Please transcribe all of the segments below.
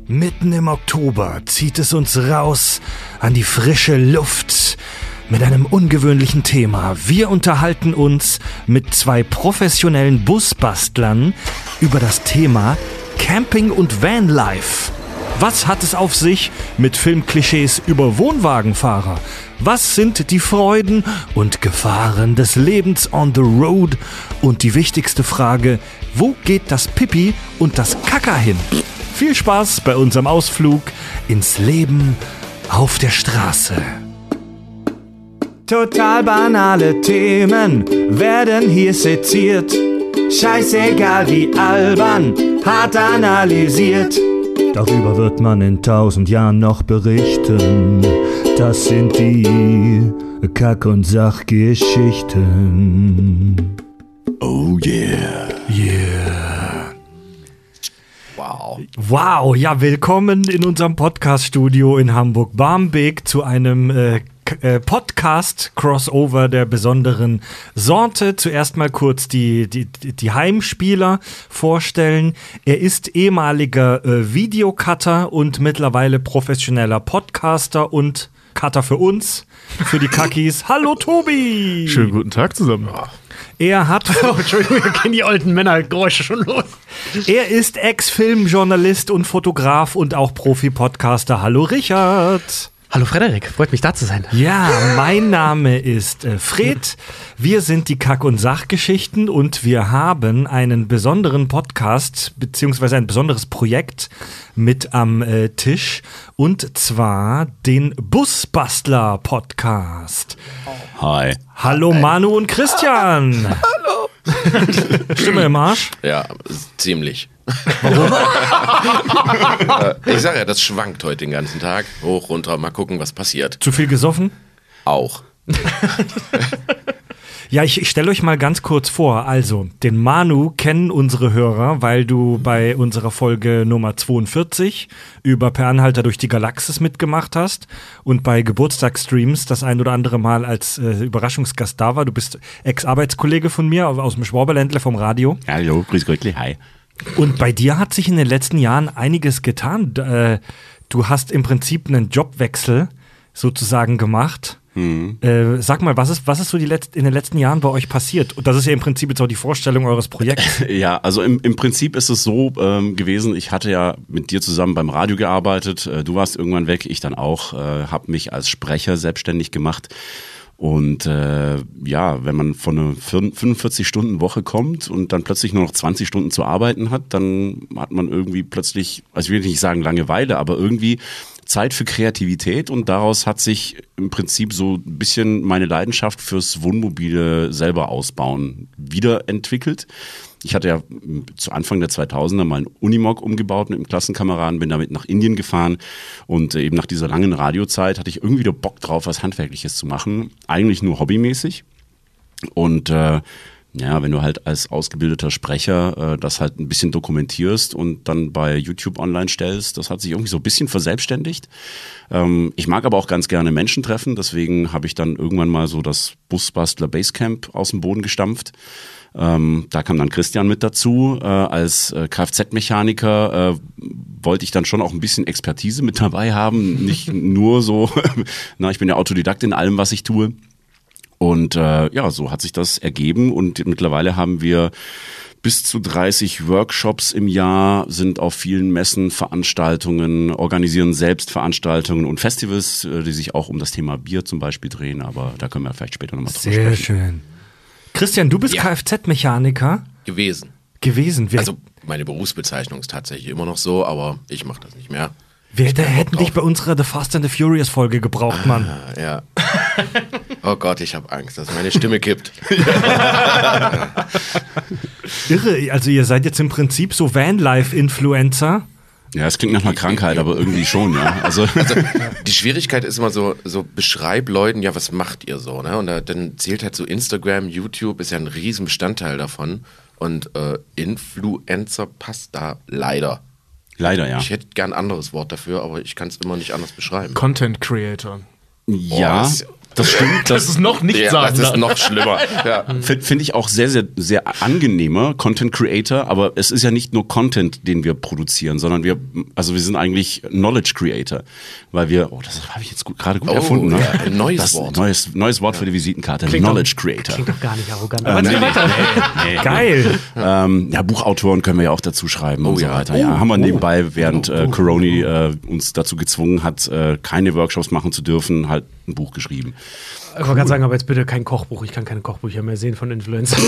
Mitten im Oktober zieht es uns raus an die frische Luft mit einem ungewöhnlichen Thema. Wir unterhalten uns mit zwei professionellen Busbastlern über das Thema Camping und Vanlife. Was hat es auf sich mit Filmklischees über Wohnwagenfahrer? Was sind die Freuden und Gefahren des Lebens on the road? Und die wichtigste Frage, wo geht das Pipi und das Kaka hin? Viel Spaß bei unserem Ausflug ins Leben auf der Straße. Total banale Themen werden hier seziert. Scheißegal wie albern, hart analysiert. Darüber wird man in 1000 Jahren noch berichten. Das sind die Kack- und Sachgeschichten. Oh yeah, yeah. Wow, ja, willkommen in unserem Podcast-Studio in Hamburg-Barmbek zu einem Podcast-Crossover der besonderen Sorte. Zuerst mal kurz die Heimspieler vorstellen. Er ist ehemaliger Videocutter und mittlerweile professioneller Podcaster und Cutter für uns, für die Kackis. Hallo Tobi! Schönen guten Tag zusammen. Er hat... Entschuldigung, da gehen die alten Männergeräusche schon los. Er ist Ex-Filmjournalist und Fotograf und auch Profi-Podcaster. Hallo Richard! Hallo Frederik, freut mich da zu sein. Ja, mein Name ist Fred. Wir sind die Kack- und Sachgeschichten und wir haben einen besonderen Podcast beziehungsweise ein besonderes Projekt mit am Tisch und zwar den Busbastler-Podcast. Hi. Hallo Manu und Christian. Hallo. Stimme im Arsch? Ja, ziemlich. Warum? Ich sage ja, das schwankt heute den ganzen Tag. Hoch, runter, mal gucken, was passiert. Zu viel gesoffen? Auch. Ja, ich stelle euch mal ganz kurz vor. Also, den Manu kennen unsere Hörer, weil du bei unserer Folge Nummer 42 über Per Anhalter durch die Galaxis mitgemacht hast und bei Geburtstagsstreams das ein oder andere Mal als Überraschungsgast da war. Du bist Ex-Arbeitskollege von mir aus dem Schwaberländle vom Radio. Hallo, grüß Gott, hi. Und bei dir hat sich in den letzten Jahren einiges getan. Du hast im Prinzip einen Jobwechsel sozusagen gemacht. Sag mal, was ist so in den letzten Jahren bei euch passiert? Und das ist ja im Prinzip jetzt auch die Vorstellung eures Projekts. Ja, also im Prinzip ist es so gewesen, ich hatte ja mit dir zusammen beim Radio gearbeitet, du warst irgendwann weg, ich dann auch, habe mich als Sprecher selbstständig gemacht. Und ja, wenn man von einer 45-Stunden-Woche kommt und dann plötzlich nur noch 20 Stunden zu arbeiten hat, dann hat man irgendwie plötzlich, also ich will nicht sagen Langeweile, aber irgendwie Zeit für Kreativität und daraus hat sich im Prinzip so ein bisschen meine Leidenschaft fürs Wohnmobile selber ausbauen wiederentwickelt. Ich hatte ja zu Anfang der 2000er mal einen Unimog umgebaut mit einem Klassenkameraden, bin damit nach Indien gefahren und eben nach dieser langen Radiozeit hatte ich irgendwie wieder Bock drauf, was Handwerkliches zu machen. Eigentlich nur hobbymäßig und ja, wenn du halt als ausgebildeter Sprecher das halt ein bisschen dokumentierst und dann bei YouTube online stellst, das hat sich irgendwie so ein bisschen verselbstständigt. Ich mag aber auch ganz gerne Menschen treffen, deswegen habe ich dann irgendwann mal so das Busbastler Basecamp aus dem Boden gestampft. Da kam dann Christian mit dazu. Als Kfz-Mechaniker wollte ich dann schon auch ein bisschen Expertise mit dabei haben, nicht nur so, ich bin ja Autodidakt in allem, was ich tue. Und ja, so hat sich das ergeben und mittlerweile haben wir bis zu 30 Workshops im Jahr, sind auf vielen Messen, Veranstaltungen, organisieren selbst Veranstaltungen und Festivals, die sich auch um das Thema Bier zum Beispiel drehen, aber da können wir vielleicht später nochmal drüber sprechen. Sehr schön. Christian, du bist Kfz-Mechaniker? Gewesen. Also meine Berufsbezeichnung ist tatsächlich immer noch so, aber ich mache das nicht mehr. Wir hätten dich bei unserer The Fast and the Furious Folge gebraucht, Mann. Ja. Oh Gott, ich habe Angst, dass meine Stimme kippt. Irre, also ihr seid jetzt im Prinzip so Vanlife-Influencer. Ja, es klingt nach einer Krankheit, aber irgendwie schon, ja. Also die Schwierigkeit ist immer so beschreib Leuten, ja, was macht ihr so, ne? Und dann zählt halt so Instagram, YouTube ist ja ein riesen Bestandteil davon und Influencer passt da leider. Leider, ja. Ich hätte gern ein anderes Wort dafür, aber ich kann es immer nicht anders beschreiben. Content Creator. Ja, Das stimmt. Das ist noch nicht Ja, sagen. das ist noch schlimmer. Ja. Finde ich auch sehr, sehr, sehr angenehmer Content Creator, aber es ist ja nicht nur Content, den wir produzieren, sondern wir sind eigentlich Knowledge Creator, weil das habe ich jetzt gerade gut erfunden. Ne? Ja, ein neues Wort. Neues Wort für die Visitenkarte, Knowledge Creator. Klingt doch gar nicht arrogant. Nee, erzähl weiter. nee. Geil. Ja, Buchautoren können wir ja auch dazu schreiben und so ja. weiter. Ja, haben wir nebenbei, während Coroni uns dazu gezwungen hat, keine Workshops machen zu dürfen, halt ein Buch geschrieben. Ich wollte gerade sagen, aber jetzt bitte kein Kochbuch. Ich kann keine Kochbücher mehr sehen von Influencern.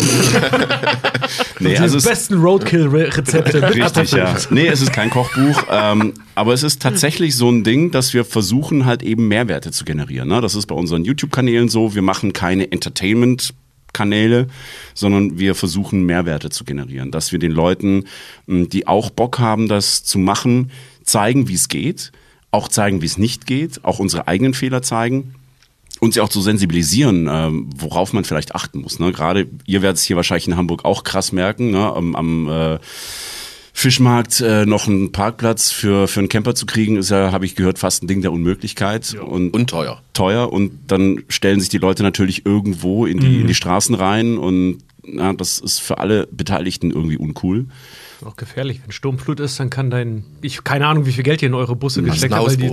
Nee, Die besten Roadkill-Rezepte. Richtig, ja. Nee, es ist kein Kochbuch, aber es ist tatsächlich so ein Ding, dass wir versuchen halt eben Mehrwerte zu generieren. Ne? Das ist bei unseren YouTube-Kanälen so, wir machen keine Entertainment-Kanäle, sondern wir versuchen Mehrwerte zu generieren. Dass wir den Leuten, die auch Bock haben, das zu machen, zeigen, wie es geht, auch zeigen, wie es nicht geht, auch unsere eigenen Fehler zeigen. Und sie auch zu sensibilisieren, worauf man vielleicht achten muss. Ne? Gerade ihr werdet es hier wahrscheinlich in Hamburg auch krass merken, ne? Am Fischmarkt noch einen Parkplatz für einen Camper zu kriegen, ist ja, habe ich gehört, fast ein Ding der Unmöglichkeit. Ja. Und teuer. Teuer. Und dann stellen sich die Leute natürlich irgendwo in die Straßen rein und das ist für alle Beteiligten irgendwie uncool. Auch gefährlich, wenn Sturmflut ist, dann kann keine Ahnung, wie viel Geld ihr in eure Busse gesteckt habt, weil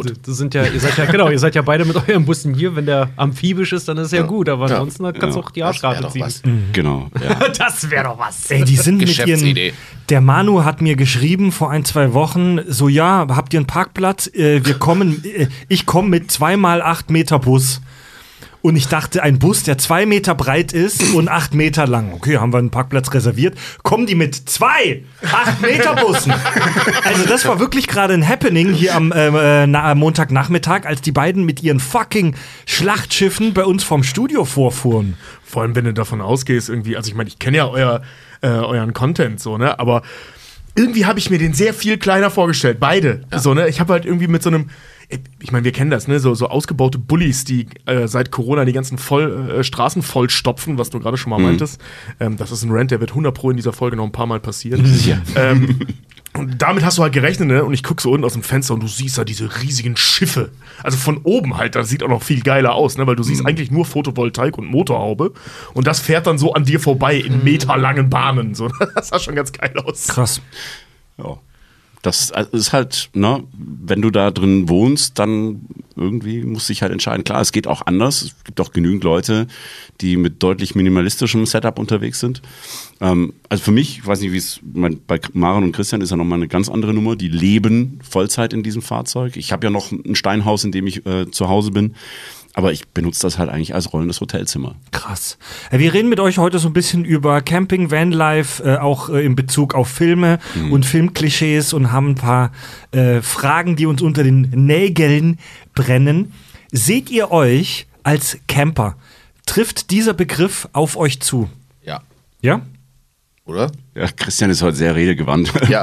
ihr seid ja beide mit euren Bussen hier, wenn der amphibisch ist, dann ist es ja gut, aber ansonsten kannst du auch die Arschkarte ziehen. Genau. Ja. Das wäre doch was. Ey, die sind mit Geschäftsidee. der Manu hat mir geschrieben vor 1-2 Wochen, so ja, habt ihr einen Parkplatz? Ich komme mit 2x8 Meter Bus. Und ich dachte, ein Bus, der 2 Meter breit ist und 8 Meter lang. Okay, haben wir einen Parkplatz reserviert. Kommen die mit 2 8-Meter-Bussen? Also das war wirklich gerade ein Happening hier am Montagnachmittag, als die beiden mit ihren fucking Schlachtschiffen bei uns vom Studio vorfuhren. Vor allem, wenn du davon ausgehst, irgendwie, also ich meine, ich kenne ja euren Content so, ne, aber irgendwie habe ich mir den sehr viel kleiner vorgestellt, beide. Ja. So, ne? Ich habe halt irgendwie mit so einem, ich meine, wir kennen das, ne? So ausgebaute Bullies, die seit Corona die ganzen Straßen vollstopfen, was du gerade schon mal meintest. Das ist ein Rant, der wird 100% in dieser Folge noch ein paar Mal passieren. Ja. Und damit hast du halt gerechnet, ne? Und ich gucke so unten aus dem Fenster und du siehst da diese riesigen Schiffe. Also von oben halt, das sieht auch noch viel geiler aus, ne? Weil du siehst eigentlich nur Photovoltaik und Motorhaube. Und das fährt dann so an dir vorbei in meterlangen Bahnen. So, das sah schon ganz geil aus. Krass. Ja. Das ist halt, ne, wenn du da drin wohnst, dann irgendwie musst du dich halt entscheiden. Klar, es geht auch anders. Es gibt auch genügend Leute, die mit deutlich minimalistischem Setup unterwegs sind. Also für mich, ich weiß nicht, wie es bei Maren und Christian ist ja nochmal eine ganz andere Nummer. Die leben Vollzeit in diesem Fahrzeug. Ich habe ja noch ein Steinhaus, in dem ich zu Hause bin. Aber ich benutze das halt eigentlich als rollendes Hotelzimmer. Krass. Wir reden mit euch heute so ein bisschen über Camping, Vanlife, auch in Bezug auf Filme und Filmklischees und haben ein paar Fragen, die uns unter den Nägeln brennen. Seht ihr euch als Camper? Trifft dieser Begriff auf euch zu? Ja. Ja? Oder? Ja, Christian ist heute sehr redegewandt. Ja.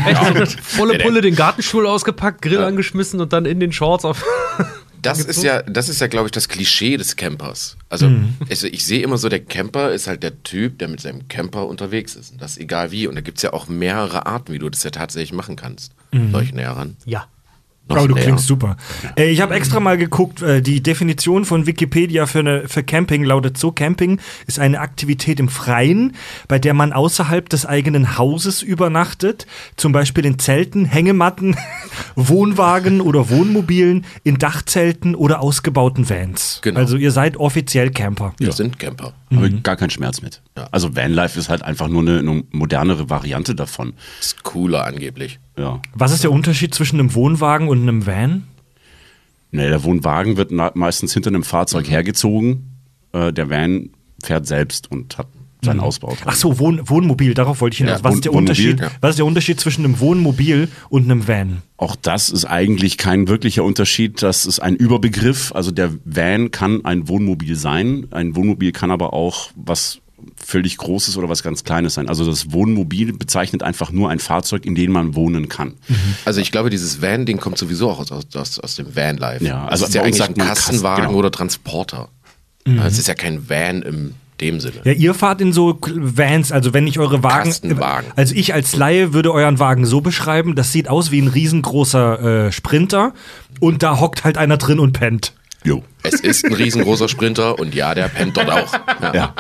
Volle Pulle den Gartenstuhl ausgepackt, Grill angeschmissen und dann in den Shorts auf... Das ist ja, glaube ich, das Klischee des Campers. Also ich sehe immer so, der Camper ist halt der Typ, der mit seinem Camper unterwegs ist. Und das egal wie. Und da gibt es ja auch mehrere Arten, wie du das ja tatsächlich machen kannst. Soll ich näher ran? Ja. Oh, du klingst super. Ich habe extra mal geguckt, die Definition von Wikipedia für Camping lautet so: Camping ist eine Aktivität im Freien, bei der man außerhalb des eigenen Hauses übernachtet, zum Beispiel in Zelten, Hängematten, Wohnwagen oder Wohnmobilen, in Dachzelten oder ausgebauten Vans. Genau. Also ihr seid offiziell Camper. Wir sind Camper. Habe ich gar keinen Schmerz mit. Ja. Also Vanlife ist halt einfach nur eine modernere Variante davon. Ist cooler angeblich. Ja. Was ist der Unterschied zwischen einem Wohnwagen und einem Van? Nee, der Wohnwagen wird meistens hinter einem Fahrzeug hergezogen. Der Van fährt selbst und hat seinen Ausbau drin. Ach so, Wohnmobil, darauf wollte ich hinaus. Ja, Was ist der Wohnmobil, Unterschied? Was ist der Unterschied zwischen einem Wohnmobil und einem Van? Auch das ist eigentlich kein wirklicher Unterschied. Das ist ein Überbegriff. Also der Van kann ein Wohnmobil sein. Ein Wohnmobil kann aber auch was völlig Großes oder was ganz Kleines sein. Also das Wohnmobil bezeichnet einfach nur ein Fahrzeug, in dem man wohnen kann. Also ich glaube, dieses Van-Ding kommt sowieso auch aus dem Vanlife. Ja, also das ist ja bei uns eigentlich sagt ein man Kassenwagen genau. oder Transporter. Es ist ja kein Van in dem Sinne. Ja, ihr fahrt in so Vans, also wenn ich eure Wagen, Kastenwagen. also ich als Laie würde euren Wagen so beschreiben, das sieht aus wie ein riesengroßer Sprinter und da hockt halt einer drin und pennt. Jo. Es ist ein riesengroßer Sprinter und ja, der pennt dort auch. Ja.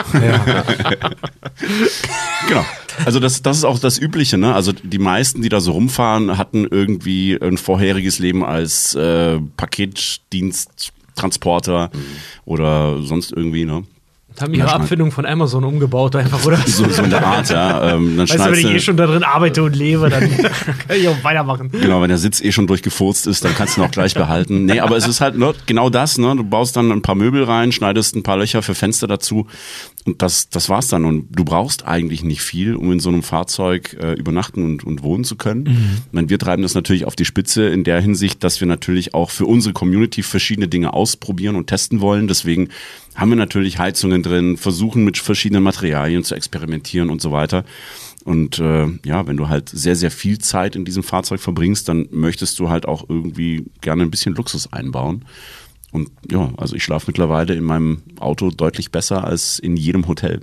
Genau. Also das ist auch das Übliche, ne? Also die meisten, die da so rumfahren, hatten irgendwie ein vorheriges Leben als Paketdiensttransporter oder sonst irgendwie, ne? Haben ihre Abfindung von Amazon umgebaut einfach, oder? So in der Art, ja. Dann weißt du, wenn ich schon da drin arbeite und lebe, dann kann ich auch weitermachen. Genau, wenn der Sitz schon durchgefurzt ist, dann kannst du ihn auch gleich behalten. Nee, aber es ist halt genau das, ne? Du baust dann ein paar Möbel rein, schneidest ein paar Löcher für Fenster dazu und das war's dann. Und du brauchst eigentlich nicht viel, um in so einem Fahrzeug übernachten und wohnen zu können. Ich meine, wir treiben das natürlich auf die Spitze in der Hinsicht, dass wir natürlich auch für unsere Community verschiedene Dinge ausprobieren und testen wollen. Deswegen haben wir natürlich Heizungen drin, versuchen mit verschiedenen Materialien zu experimentieren und so weiter. Und wenn du halt sehr, sehr viel Zeit in diesem Fahrzeug verbringst, dann möchtest du halt auch irgendwie gerne ein bisschen Luxus einbauen. Und ja, also ich schlafe mittlerweile in meinem Auto deutlich besser als in jedem Hotel.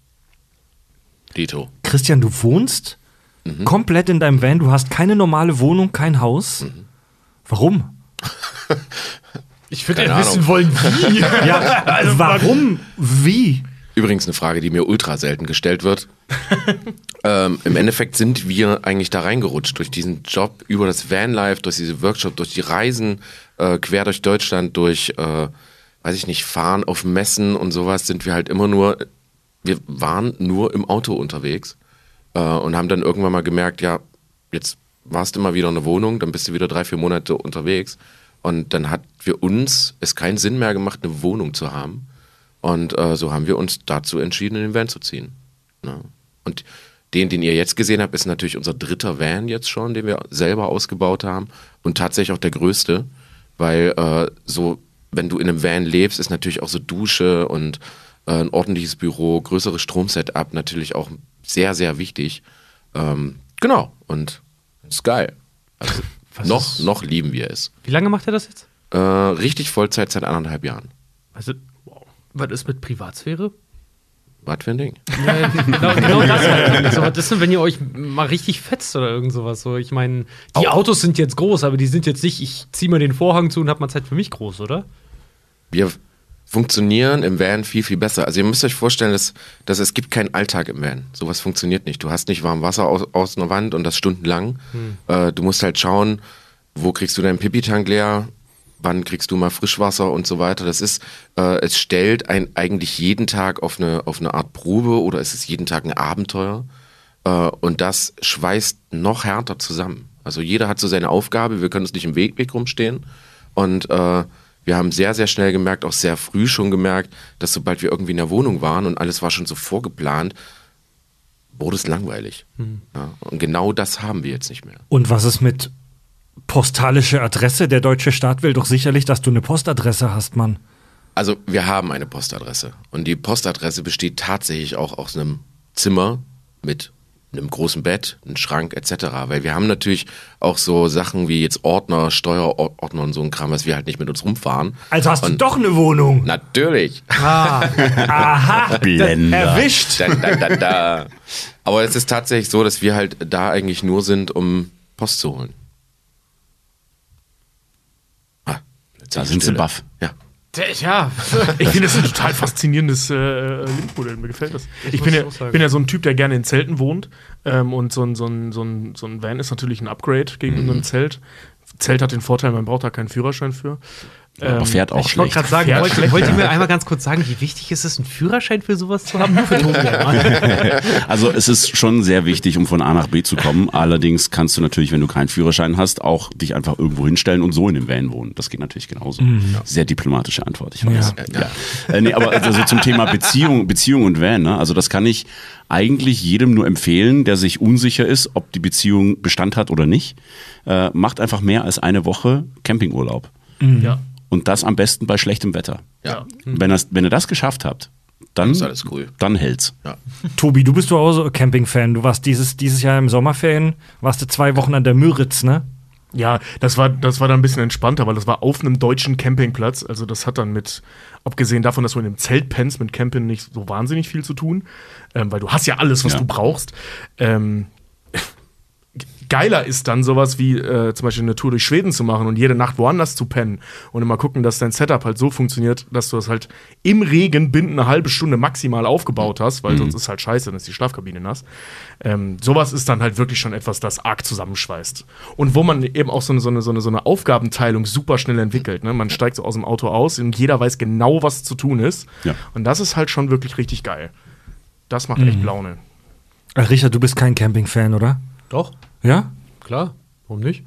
Dito. Christian, du wohnst komplett in deinem Van, du hast keine normale Wohnung, kein Haus. Warum? Ich würde ja wissen wollen, wie. Ja, also warum? Wie? Übrigens eine Frage, die mir ultra selten gestellt wird. Im Endeffekt sind wir eigentlich da reingerutscht durch diesen Job, über das Vanlife, durch diese Workshop, durch die Reisen quer durch Deutschland, durch, Fahren auf Messen und sowas, sind wir halt wir waren nur im Auto unterwegs und haben dann irgendwann mal gemerkt, ja, jetzt warst du mal wieder in der Wohnung, dann bist du wieder 3-4 Monate unterwegs. Und dann hat für uns es keinen Sinn mehr gemacht, eine Wohnung zu haben. Und so haben wir uns dazu entschieden, in den Van zu ziehen. Ja. Und den ihr jetzt gesehen habt, ist natürlich unser 3. Van jetzt schon, den wir selber ausgebaut haben. Und tatsächlich auch der größte. Weil wenn du in einem Van lebst, ist natürlich auch so Dusche und ein ordentliches Büro, größeres Stromsetup natürlich auch sehr, sehr wichtig. Genau. Und ist geil. Also, noch lieben wir es. Wie lange macht er das jetzt? Richtig Vollzeit seit 1,5 Jahren. Also, was ist mit Privatsphäre? Was für ein Ding? Ja, genau das halt. So, was ist denn, wenn ihr euch mal richtig fetzt oder irgend sowas? So, ich meine, die Autos sind jetzt groß, aber die sind jetzt nicht, ich zieh mal den Vorhang zu und hab mal Zeit für mich groß, oder? Wir funktionieren im Van viel, viel besser. Also ihr müsst euch vorstellen, dass es gibt keinen Alltag im Van. Sowas funktioniert nicht. Du hast nicht warm Wasser aus einer Wand und das stundenlang. Du musst halt schauen, wo kriegst du deinen Pipi-Tank leer, wann kriegst du mal Frischwasser und so weiter. Das ist, es stellt einen eigentlich jeden Tag auf eine Art Probe oder es ist jeden Tag ein Abenteuer. Und das schweißt noch härter zusammen. Also jeder hat so seine Aufgabe, wir können uns nicht im Weg rumstehen. Und wir haben sehr, sehr schnell gemerkt, auch sehr früh schon gemerkt, dass sobald wir irgendwie in der Wohnung waren und alles war schon so vorgeplant, wurde es langweilig. Ja, und genau das haben wir jetzt nicht mehr. Und was ist mit postalischer Adresse? Der deutsche Staat will doch sicherlich, dass du eine Postadresse hast, Mann. Also wir haben eine Postadresse. Und die Postadresse besteht tatsächlich auch aus einem Zimmer mit einem großen Bett, einem Schrank etc. Weil wir haben natürlich auch so Sachen wie jetzt Ordner, Steuerordner und so ein Kram, was wir halt nicht mit uns rumfahren. Also hast du doch eine Wohnung. Natürlich. Aha. Blender. Erwischt. Da. Aber es ist tatsächlich so, dass wir halt da eigentlich nur sind, um Post zu holen. Da sind sie baff. Ja. Ja. Ich finde, das ist ein total faszinierendes Lebensmodell. Mir gefällt das. Ich bin ja so ein Typ, der gerne in Zelten wohnt. Und so ein Van ist natürlich ein Upgrade gegen ein Zelt. Zelt hat den Vorteil, man braucht da keinen Führerschein für. Aber fährt auch ich wollte schlecht. gerade sagen, wollt ihr mir einmal ganz kurz sagen, wie wichtig ist es, einen Führerschein für sowas zu haben? Nur für Tobi. Also es ist schon sehr wichtig, um von A nach B zu kommen. Allerdings kannst du natürlich, wenn du keinen Führerschein hast, auch dich einfach irgendwo hinstellen und so in dem Van wohnen. Das geht natürlich genauso. Sehr diplomatische Antwort, ich weiß. Ja. Nee, aber also zum Thema Beziehung und Van, ne? Also das kann ich eigentlich jedem nur empfehlen, der sich unsicher ist, ob die Beziehung Bestand hat oder nicht. Macht einfach mehr als eine Woche Campingurlaub. Ja. Und das am besten bei schlechtem Wetter. Ja. Wenn ihr das geschafft habt, dann, ist alles cool. Dann hält's. Ja. Tobi, du bist doch auch so Camping-Fan. Du warst dieses Jahr im Sommerferien, warst du 2 Wochen an der Müritz, ne? Ja, das war dann ein bisschen entspannter, weil das war auf einem deutschen Campingplatz. Also das hat dann abgesehen davon, dass du in einem Zelt pennst, mit Camping nicht so wahnsinnig viel zu tun. Weil du hast ja alles, was du brauchst. geiler ist dann sowas wie zum Beispiel eine Tour durch Schweden zu machen und jede Nacht woanders zu pennen und immer gucken, dass dein Setup halt so funktioniert, dass du das halt im Regen binnen eine halbe Stunde maximal aufgebaut hast, weil sonst ist halt scheiße, dann ist die Schlafkabine nass. Sowas ist dann halt wirklich schon etwas, das arg zusammenschweißt. Und wo man eben auch so eine Aufgabenteilung super schnell entwickelt. Ne? Man steigt so aus dem Auto aus und jeder weiß genau, was zu tun ist. Ja. Und das ist halt schon wirklich richtig geil. Das macht echt Laune. Ach, Richard, du bist kein Camping-Fan, oder? Doch. Ja? Klar. Warum nicht?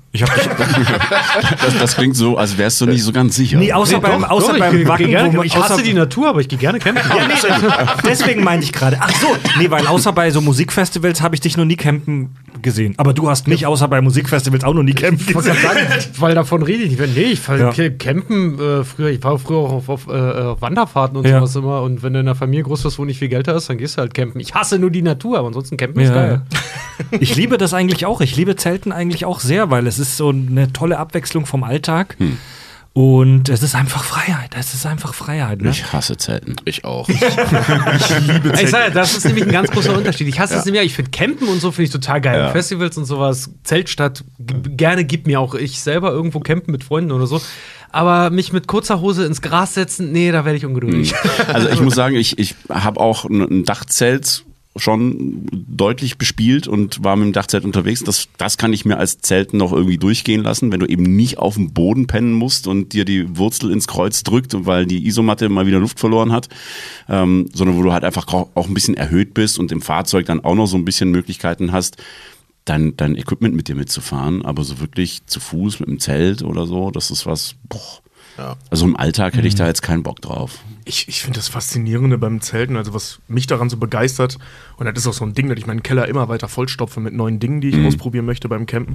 Das klingt so, als wärst du nicht so ganz sicher. Nee, außer beim Wacken. Ich hasse die Natur, aber ich gehe gerne campen. Ja, deswegen meinte ich gerade. Ach so, nee, weil außer bei so Musikfestivals habe ich dich noch nie campen gesehen. Aber du hast mich außer bei Musikfestivals auch noch nie campen gesehen. Weil davon rede ich nicht. Nee, ich campen früher. Ich war früher auch auf Wanderfahrten und sowas immer. Und wenn du in einer Familie groß bist, wo nicht viel Geld hast, dann gehst du halt campen. Ich hasse nur die Natur, aber ansonsten campen ist geil. Ich liebe das eigentlich auch. Ich liebe Zelten eigentlich auch sehr, weil es ist so eine tolle Abwechslung vom Alltag. Und es ist einfach Freiheit. Ne? Ich hasse Zelten. Ich auch. Ich liebe Zelten. Ich sag ja, das ist nämlich ein ganz großer Unterschied. Ich hasse es nämlich, ich finde Campen und so finde ich total geil. Ja. Festivals und sowas, Zeltstadt, gerne gibt mir auch ich selber irgendwo campen mit Freunden oder so. Aber mich mit kurzer Hose ins Gras setzen, nee, da werde ich ungeduldig. Also ich muss sagen, ich habe auch ein Dachzelt schon deutlich bespielt und war mit dem Dachzelt unterwegs. Das kann ich mir als Zelten noch irgendwie durchgehen lassen, wenn du eben nicht auf dem Boden pennen musst und dir die Wurzel ins Kreuz drückt, weil die Isomatte mal wieder Luft verloren hat, sondern wo du halt einfach auch ein bisschen erhöht bist und im Fahrzeug dann auch noch so ein bisschen Möglichkeiten hast, dein Equipment mit dir mitzufahren. Aber so wirklich zu Fuß mit dem Zelt oder so, das ist was, Ja. Also im Alltag hätte ich da jetzt keinen Bock drauf. Ich finde das Faszinierende beim Zelten, also was mich daran so begeistert, und das ist auch so ein Ding, dass ich meinen Keller immer weiter vollstopfe mit neuen Dingen, die ich ausprobieren möchte beim Campen,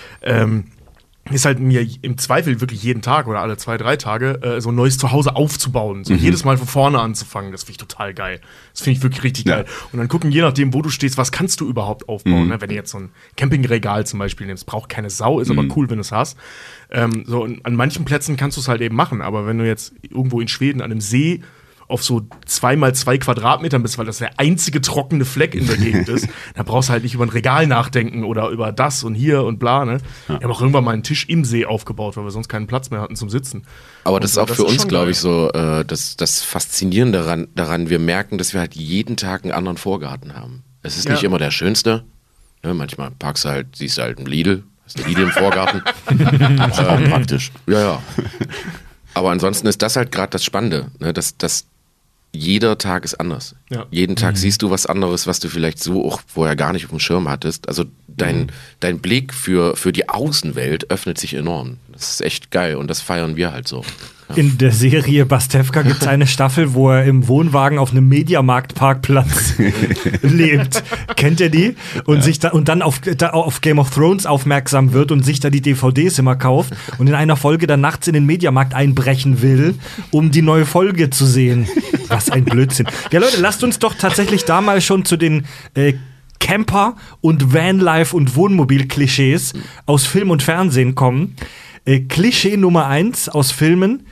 ist halt mir im Zweifel wirklich jeden Tag oder alle 2-3 Tage so ein neues Zuhause aufzubauen. So jedes Mal von vorne anzufangen, das finde ich total geil. Das finde ich wirklich richtig geil. Und dann gucken, je nachdem, wo du stehst, was kannst du überhaupt aufbauen. Ne? Wenn du jetzt so ein Campingregal zum Beispiel nimmst, braucht keine Sau, ist aber cool, wenn du es hast. So, und an manchen Plätzen kannst du es halt eben machen, aber wenn du jetzt irgendwo in Schweden an einem See auf so 2x2 Quadratmetern bist, weil das der einzige trockene Fleck in der Gegend ist, da brauchst du halt nicht über ein Regal nachdenken oder über das und hier und bla, ne? Wir haben auch irgendwann mal einen Tisch im See aufgebaut, weil wir sonst keinen Platz mehr hatten zum Sitzen. Aber das ist auch für uns, glaube ich, so das Faszinierende daran, wir merken, dass wir halt jeden Tag einen anderen Vorgarten haben. Es ist nicht immer der schönste, ne? Manchmal parkst du halt, siehst du halt einen Lidl, hast einen Lidl im Vorgarten. Praktisch. Ja. Aber ansonsten ist das halt gerade das Spannende, ne? Dass jeder Tag ist anders. Ja. Jeden Tag siehst du was anderes, was du vielleicht so auch vorher gar nicht auf dem Schirm hattest. Also dein Blick für die Außenwelt öffnet sich enorm. Das ist echt geil und das feiern wir halt so. Ja. In der Serie Pastewka gibt es eine Staffel, wo er im Wohnwagen auf einem Mediamarkt-Parkplatz lebt. Kennt ihr die? Und und dann auf Game of Thrones aufmerksam wird und sich da die DVDs immer kauft und in einer Folge dann nachts in den Mediamarkt einbrechen will, um die neue Folge zu sehen. Was ein Blödsinn. Ja, Leute, lasst uns doch tatsächlich da mal schon zu den Camper- und Vanlife- und Wohnmobil-Klischees aus Film und Fernsehen kommen. Klischee Nummer 1 aus Filmen.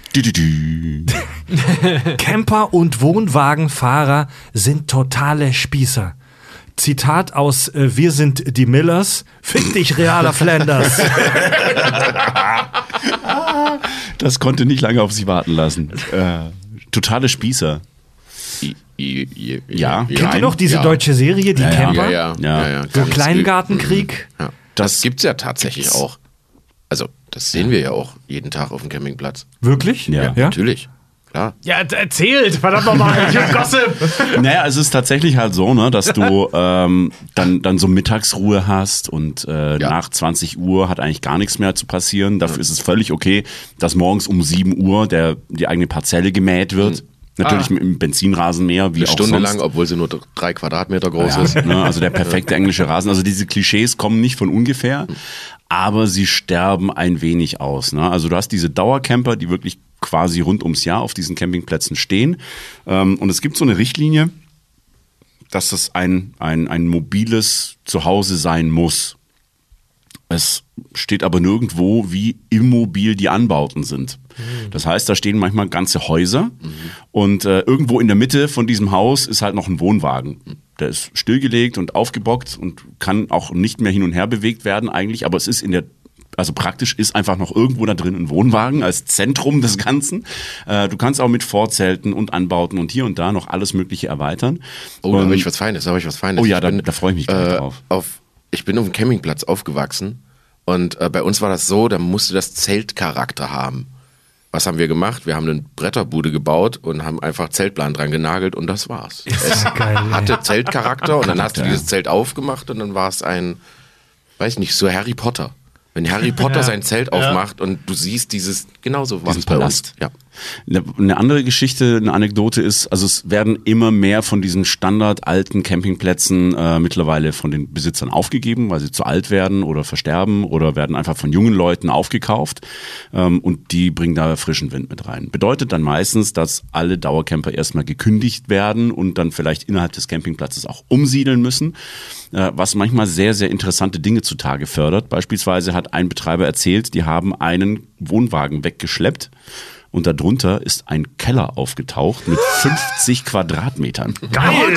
Camper- und Wohnwagenfahrer sind totale Spießer. Zitat aus Wir sind die Millers. Fick dich, realer Flanders. Das konnte nicht lange auf sich warten lassen. Totale Spießer. Ja. Kennt ihr noch diese deutsche Serie, die Camper? Ja. So Kleingartenkrieg. Ja. Das gibt's ja tatsächlich auch. Also, das sehen wir ja auch jeden Tag auf dem Campingplatz. Wirklich? Ja, natürlich. Klar. Ja, erzählt, verdammt nochmal, ich hab Gossip. Naja, es ist tatsächlich halt so, ne, dass du dann so Mittagsruhe hast und nach 20 Uhr hat eigentlich gar nichts mehr zu passieren. Dafür ist es völlig okay, dass morgens um 7 Uhr die eigene Parzelle gemäht wird. Natürlich mit dem Benzinrasenmäher, wie eine auch Stunde sonst. lang, obwohl sie nur 3 Quadratmeter groß ist. Ne, also der perfekte englische Rasen. Also diese Klischees kommen nicht von ungefähr, aber sie sterben ein wenig aus. Ne? Also du hast diese Dauercamper, die wirklich quasi rund ums Jahr auf diesen Campingplätzen stehen. Und es gibt so eine Richtlinie, dass das ein mobiles Zuhause sein muss. Es steht aber nirgendwo, wie immobil die Anbauten sind. Das heißt, da stehen manchmal ganze Häuser und irgendwo in der Mitte von diesem Haus ist halt noch ein Wohnwagen. Der ist stillgelegt und aufgebockt und kann auch nicht mehr hin und her bewegt werden eigentlich, aber es ist also praktisch ist einfach noch irgendwo da drin ein Wohnwagen als Zentrum des Ganzen. Du kannst auch mit Vorzelten und Anbauten und hier und da noch alles Mögliche erweitern. Oh, da habe ich was Feines. Oh ja, da freue ich mich gleich drauf. Ich bin auf dem Campingplatz aufgewachsen und bei uns war das so, da musste das Zeltcharakter haben. Was haben wir gemacht? Wir haben eine Bretterbude gebaut und haben einfach Zeltplan dran genagelt und das war's. Es hatte Zeltcharakter und dann hast du dieses Zelt aufgemacht und dann war es weiß nicht, so Harry Potter. Wenn Harry Potter sein Zelt aufmacht und du siehst genauso war es bei uns. Ja. Eine andere Geschichte, eine Anekdote ist, also es werden immer mehr von diesen standard alten Campingplätzen mittlerweile von den Besitzern aufgegeben, weil sie zu alt werden oder versterben oder werden einfach von jungen Leuten aufgekauft und die bringen da frischen Wind mit rein. Bedeutet dann meistens, dass alle Dauercamper erstmal gekündigt werden und dann vielleicht innerhalb des Campingplatzes auch umsiedeln müssen, was manchmal sehr, sehr interessante Dinge zutage fördert. Beispielsweise hat ein Betreiber erzählt, die haben einen Wohnwagen weggeschleppt und darunter ist ein Keller aufgetaucht mit 50 Quadratmetern. Geil!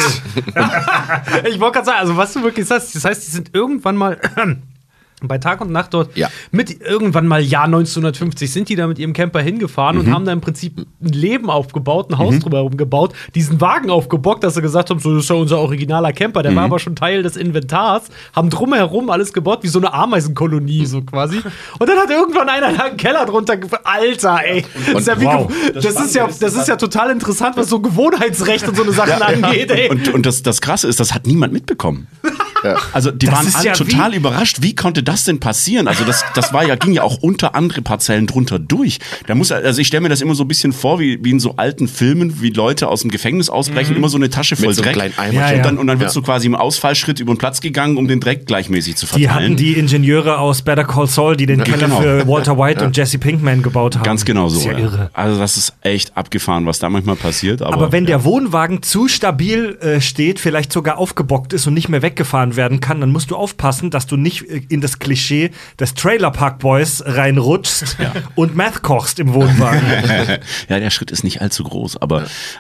Ich wollte gerade sagen, also was du wirklich sagst, das heißt, die sind irgendwann mal bei Tag und Nacht dort mit irgendwann mal Jahr 1950 sind die da mit ihrem Camper hingefahren und haben da im Prinzip ein Leben aufgebaut, ein Haus drumherum gebaut, diesen Wagen aufgebockt, dass sie gesagt haben, so, das ist ja unser originaler Camper, der war aber schon Teil des Inventars, haben drumherum alles gebaut, wie so eine Ameisenkolonie so quasi. Und dann hat irgendwann einer da einen Keller drunter Alter, ey. Das ist ja total interessant, was so Gewohnheitsrecht und so eine Sachen angeht, ey. Und das Krasse ist, das hat niemand mitbekommen. Ja. Also die waren alle total überrascht, wie konnte das denn passieren? Also das ging ja auch unter andere Parzellen drunter durch. Also ich stelle mir das immer so ein bisschen vor, wie in so alten Filmen, wie Leute aus dem Gefängnis ausbrechen, immer so eine Tasche voll Dreck. Und dann wird so quasi im Ausfallschritt über den Platz gegangen, um den Dreck gleichmäßig zu verteilen. Die hatten die Ingenieure aus Better Call Saul, die den Keller für Walter White und Jesse Pinkman gebaut haben. Ganz genau so. Das ist ja irre. Also das ist echt abgefahren, was da manchmal passiert. Aber wenn der Wohnwagen zu stabil steht, vielleicht sogar aufgebockt ist und nicht mehr weggefahren werden kann, dann musst du aufpassen, dass du nicht in das Klischee des Trailer Park Boys reinrutschst und Meth kochst im Wohnwagen. Ja, der Schritt ist nicht allzu groß, aber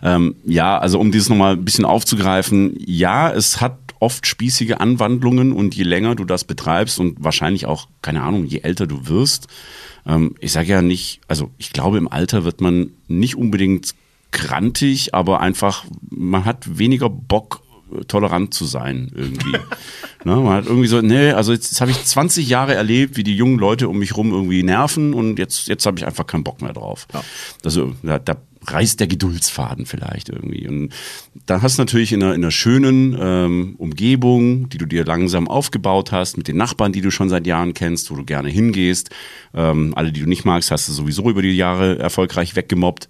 also um dieses nochmal ein bisschen aufzugreifen, es hat oft spießige Anwandlungen und je länger du das betreibst und wahrscheinlich auch, keine Ahnung, je älter du wirst, ich sage ja nicht, also ich glaube im Alter wird man nicht unbedingt grantig, aber einfach, man hat weniger Bock, tolerant zu sein irgendwie. Man hat irgendwie so, also jetzt habe ich 20 Jahre erlebt, wie die jungen Leute um mich rum irgendwie nerven und jetzt habe ich einfach keinen Bock mehr drauf. Ja. Also da reißt der Geduldsfaden vielleicht irgendwie. Und dann hast du natürlich in einer schönen Umgebung, die du dir langsam aufgebaut hast, mit den Nachbarn, die du schon seit Jahren kennst, wo du gerne hingehst. Alle, die du nicht magst, hast du sowieso über die Jahre erfolgreich weggemobbt.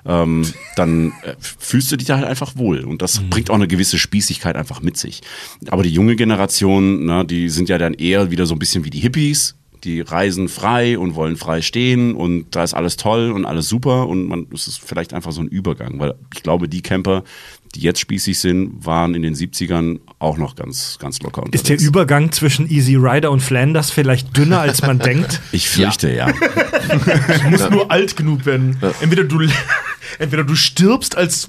Dann fühlst du dich da halt einfach wohl. Und das bringt auch eine gewisse Spießigkeit einfach mit sich. Aber die junge Generation, die sind ja dann eher wieder so ein bisschen wie die Hippies. Die reisen frei und wollen frei stehen und da ist alles toll und alles super und es ist vielleicht einfach so ein Übergang, weil ich glaube, die Camper, die jetzt spießig sind, waren in den 70ern auch noch ganz, ganz locker unterwegs. Ist der Übergang zwischen Easy Rider und Flanders vielleicht dünner, als man denkt? Ich fürchte, ja. Du musst nur alt genug werden. Ja. Entweder du stirbst als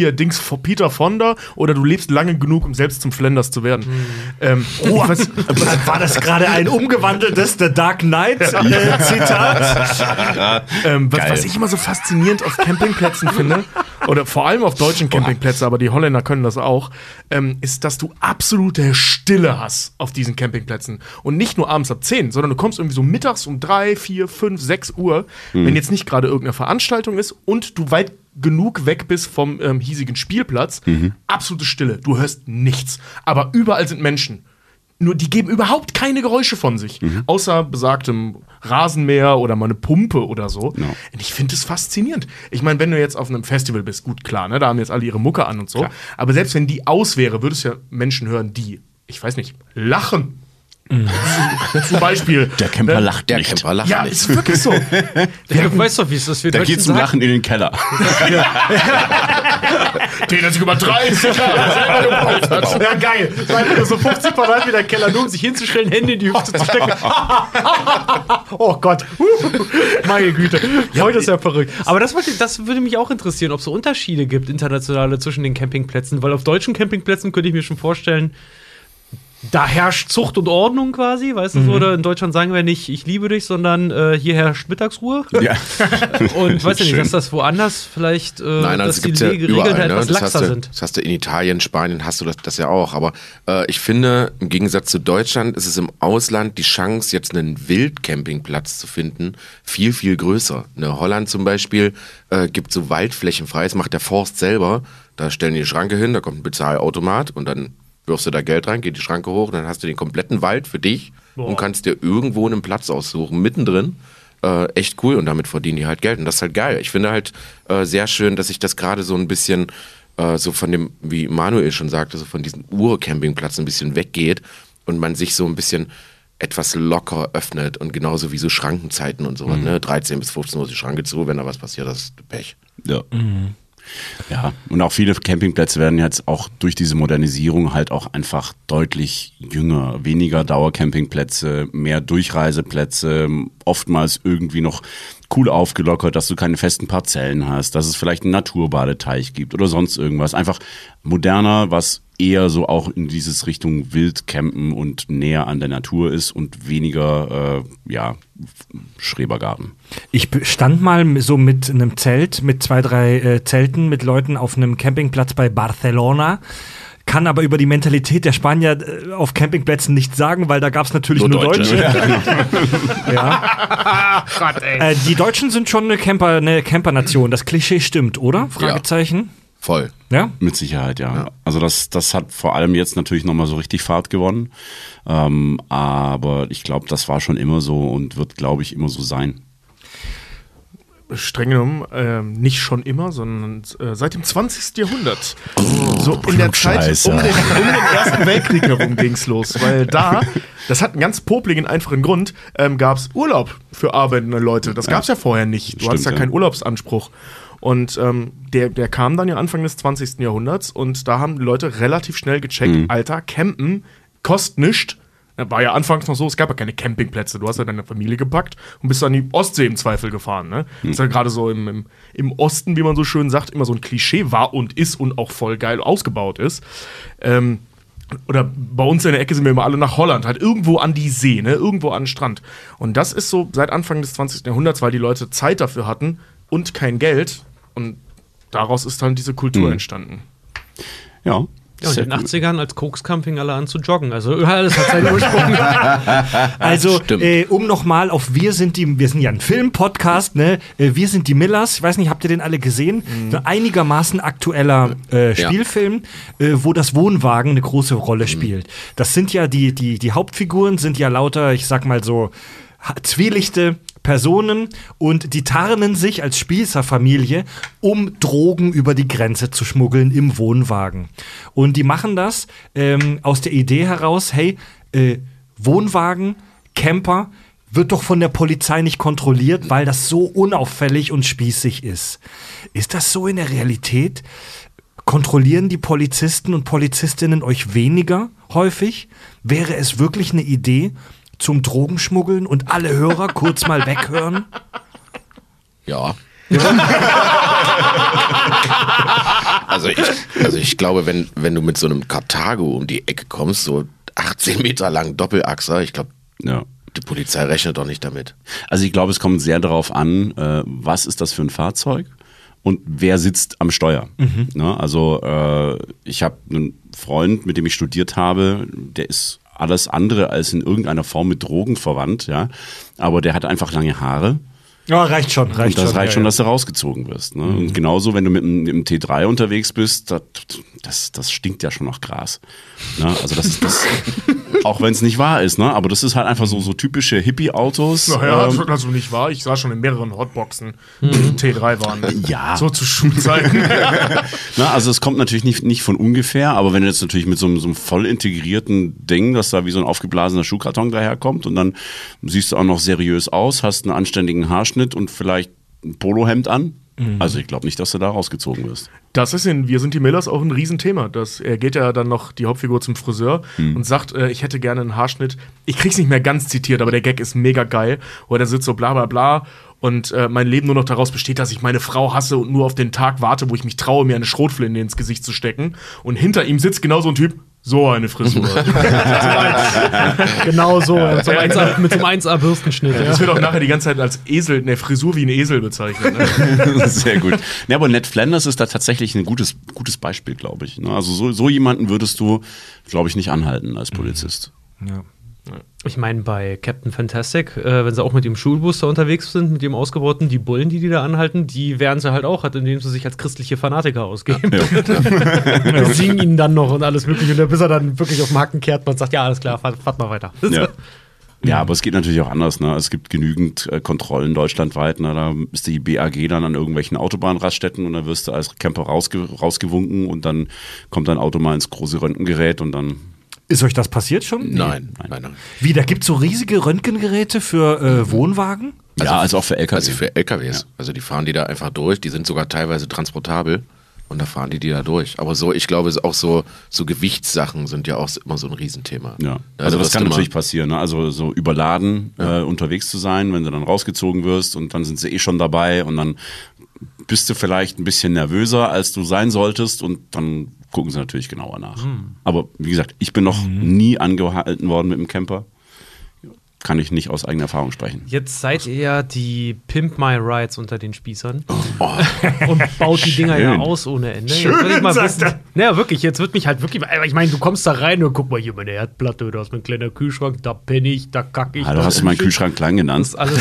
Peter Fonda oder du lebst lange genug, um selbst zum Flanders zu werden. War das gerade ein umgewandeltes The Dark Knight Zitat? Was ich immer so faszinierend auf Campingplätzen finde, oder vor allem auf deutschen Campingplätzen, aber die Holländer können das auch, ist, dass du absolute Stille hast auf diesen Campingplätzen. Und nicht nur abends ab 10, sondern du kommst irgendwie so mittags um 3, 4, 5, 6 Uhr, wenn jetzt nicht gerade irgendeine Veranstaltung ist und du weit genug weg bist vom hiesigen Spielplatz, absolute Stille. Du hörst nichts. Aber überall sind Menschen. Nur die geben überhaupt keine Geräusche von sich. Außer besagtem Rasenmäher oder mal eine Pumpe oder so. No. Und ich finde es faszinierend. Ich meine, wenn du jetzt auf einem Festival bist, gut, klar, ne, da haben jetzt alle ihre Mucke an und so. Klar. Aber selbst wenn die aus wäre, würdest du ja Menschen hören, die, ich weiß nicht, lachen. Zum Beispiel. Der Camper lacht Der nicht. Camper lacht Ja, nicht. ist wirklich so. Du weißt doch, wie es ist. Wir Der Deutschen geht zum sagen. Lachen in den Keller. Den hat sich über 30 Jahre selber gebaut hat. Ja, geil. Weil so 50 Quadratmeter Keller, nur um sich hinzustellen, Hände in die Hüfte zu stecken. Oh Gott. Meine Güte. Heute ist ja verrückt. Aber das würde mich auch interessieren, ob es so Unterschiede gibt, internationale, zwischen den Campingplätzen. Weil auf deutschen Campingplätzen könnte ich mir schon vorstellen, da herrscht Zucht und Ordnung quasi, weißt du so? Oder in Deutschland sagen wir nicht, ich liebe dich, sondern hier herrscht Mittagsruhe. Ja. Und weißt du nicht, Schön. dass das woanders vielleicht, Nein, dass das die gibt's ja Regeln überall. da etwas Ne? laxer sind. Das hast du in Italien, Spanien, hast du das ja auch. Aber ich finde, im Gegensatz zu Deutschland ist es im Ausland die Chance, jetzt einen Wildcampingplatz zu finden, viel, viel größer. Ne, Holland zum Beispiel gibt so Waldflächen frei, das macht der Forst selber. Da stellen die Schranke hin, da kommt ein Bezahlautomat und dann wirfst du da Geld rein, geht die Schranke hoch und dann hast du den kompletten Wald für dich und kannst dir irgendwo einen Platz aussuchen, mittendrin. Echt cool und damit verdienen die halt Geld und das ist halt geil. Ich finde halt sehr schön, dass sich das gerade so ein bisschen so von dem, wie Manuel schon sagte, so von diesem Ur-Campingplatz ein bisschen weggeht und man sich so ein bisschen etwas locker öffnet und genauso wie so Schrankenzeiten und sowas, ne? 13 bis 15 Uhr ist die Schranke zu, wenn da was passiert, das ist Pech. Ja. Ja, und auch viele Campingplätze werden jetzt auch durch diese Modernisierung halt auch einfach deutlich jünger. Weniger Dauercampingplätze, mehr Durchreiseplätze, oftmals irgendwie noch cool aufgelockert, dass du keine festen Parzellen hast, dass es vielleicht einen Naturbadeteich gibt oder sonst irgendwas. Einfach moderner, was eher so auch in dieses Richtung Wildcampen und näher an der Natur ist und weniger, Schrebergarten. Ich stand mal so mit einem Zelt, mit 2, 3 Zelten mit Leuten auf einem Campingplatz bei Barcelona. Kann aber über die Mentalität der Spanier auf Campingplätzen nichts sagen, weil da gab es natürlich nur Deutsche. Ja. Gott, ey. Die Deutschen sind schon eine Campernation. Das Klischee stimmt, oder? Fragezeichen. Voll. Ja? Mit Sicherheit, ja. Also das hat vor allem jetzt natürlich nochmal so richtig Fahrt gewonnen. Aber ich glaube, das war schon immer so und wird, glaube ich, immer so sein. Streng genommen, nicht schon immer, sondern seit dem 20. Jahrhundert. So in der Zeit um den Ersten Weltkrieg herum ging's los. Weil das hat einen ganz popligen, einfachen Grund, gab's Urlaub für arbeitende Leute. Das gab's ja vorher nicht. Du hattest ja keinen Urlaubsanspruch. Und der kam dann ja Anfang des 20. Jahrhunderts und da haben die Leute relativ schnell gecheckt, Alter, Campen kostet nichts. War ja anfangs noch so, es gab ja keine Campingplätze. Du hast ja deine Familie gepackt und bist dann in die Ostsee im Zweifel gefahren. Ne? Das ist ja gerade so im Osten, wie man so schön sagt, immer so ein Klischee war und ist und auch voll geil ausgebaut ist. Oder bei uns in der Ecke sind wir immer alle nach Holland, halt irgendwo an die See, ne? Irgendwo an den Strand. Und das ist so seit Anfang des 20. Jahrhunderts, weil die Leute Zeit dafür hatten und kein Geld. Und daraus ist dann diese Kultur entstanden. Ja. Ja, und in den 80ern, als Koks-Camp, fingen alle an zu joggen. Also alles hat seinen Ursprung. Also, um nochmal auf wir sind ja ein Film-Podcast, ne? Wir sind die Millers. Ich weiß nicht, habt ihr den alle gesehen? Ein einigermaßen aktueller Spielfilm, wo das Wohnwagen eine große Rolle spielt. Das sind ja die Hauptfiguren sind ja lauter, ich sag mal so, zwielichte Personen und die tarnen sich als Spießerfamilie, um Drogen über die Grenze zu schmuggeln im Wohnwagen. Und die machen das aus der Idee heraus, hey, Wohnwagen, Camper, wird doch von der Polizei nicht kontrolliert, weil das so unauffällig und spießig ist. Ist das so in der Realität? Kontrollieren die Polizisten und Polizistinnen euch weniger häufig? Wäre es wirklich eine Idee zum Drogenschmuggeln und alle Hörer kurz mal weghören? Ja. Also ich glaube, wenn du mit so einem Karthago um die Ecke kommst, so 18 Meter lang Doppelachser, ich glaube, die Polizei rechnet doch nicht damit. Also ich glaube, es kommt sehr darauf an, was ist das für ein Fahrzeug und wer sitzt am Steuer. Ne? Also ich habe einen Freund, mit dem ich studiert habe, der ist alles andere als in irgendeiner Form mit Drogen verwandt, ja. Aber der hat einfach lange Haare. Ja, reicht schon. Und das reicht schon, dass du rausgezogen wirst. Ne? Und genauso, wenn du mit dem T3 unterwegs bist, das stinkt ja schon nach Gras. Ne? Also das ist das, auch wenn es nicht wahr ist, ne? Aber das ist halt einfach so typische Hippie-Autos. Naja, also nicht wahr. Ich sah schon in mehreren Hotboxen, die T3 waren. Ja. So zu Schulzeiten. Na, also es kommt natürlich nicht von ungefähr, aber wenn du jetzt natürlich mit so einem voll integrierten Ding, das da wie so ein aufgeblasener Schuhkarton daherkommt und dann siehst du auch noch seriös aus, hast einen anständigen Haarschnitt und vielleicht ein Polohemd an. Also ich glaube nicht, dass du da rausgezogen wirst. Das ist in Wir sind die Millers auch ein Riesenthema. Er geht ja dann noch, die Hauptfigur, zum Friseur und sagt, ich hätte gerne einen Haarschnitt. Ich krieg's nicht mehr ganz zitiert, aber der Gag ist mega geil. Oder der sitzt so bla bla bla und mein Leben nur noch daraus besteht, dass ich meine Frau hasse und nur auf den Tag warte, wo ich mich traue, mir eine Schrotflinte ins Gesicht zu stecken. Und hinter ihm sitzt genau so ein Typ, so eine Frisur. Genau so, mit so einem 1A-Bürstenschnitt. Ja. Das wird auch nachher die ganze Zeit als Frisur wie ein Esel bezeichnet. Ne? Sehr gut. Ja, aber Ned Flanders ist da tatsächlich ein gutes Beispiel, glaube ich. Also so jemanden würdest du, glaube ich, nicht anhalten als Polizist. Ja. Ich meine, bei Captain Fantastic, wenn sie auch mit dem Schulbus da unterwegs sind, mit dem Ausgebauten, die Bullen, die da anhalten, die werden sie halt auch, indem sie sich als christliche Fanatiker ausgeben. Ja. Singen ihnen dann noch und alles mögliche. Und bis er dann wirklich auf den Hacken kehrt, man sagt, ja, alles klar, fahrt mal weiter. Ja, aber es geht natürlich auch anders. Ne? Es gibt genügend Kontrollen deutschlandweit. Ne? Da ist die BAG dann an irgendwelchen Autobahnraststätten und dann wirst du als Camper rausgewunken und dann kommt dein Auto mal ins große Röntgengerät und dann... Ist euch das passiert schon? Nein. Wie, da gibt es so riesige Röntgengeräte für Wohnwagen? Also auch für LKWs. Also für LKWs. Ja. Also die fahren die da einfach durch. Die sind sogar teilweise transportabel. Und da fahren die da durch. Aber so, ich glaube, auch so Gewichtssachen sind ja auch immer so ein Riesenthema. Ja. Also das kann natürlich passieren. Ne? Also so überladen unterwegs zu sein, wenn du dann rausgezogen wirst und dann sind sie schon dabei und dann bist du vielleicht ein bisschen nervöser, als du sein solltest und dann gucken sie natürlich genauer nach. Aber wie gesagt, ich bin noch nie angehalten worden mit dem Camper. Kann ich nicht aus eigener Erfahrung sprechen. Jetzt seid ihr ja die Pimp My Rides unter den Spießern. Und baut die Dinger ja aus ohne Ende. Schön, jetzt ich mal sagt er. Naja, wirklich, jetzt wird mich halt wirklich, ich meine, du kommst da rein und guck mal hier meine Erdplatte, da ist mein kleiner Kühlschrank, da penne ich, da kacke ich. Du hast meinen Kühlschrank klein genannt. Das ist alles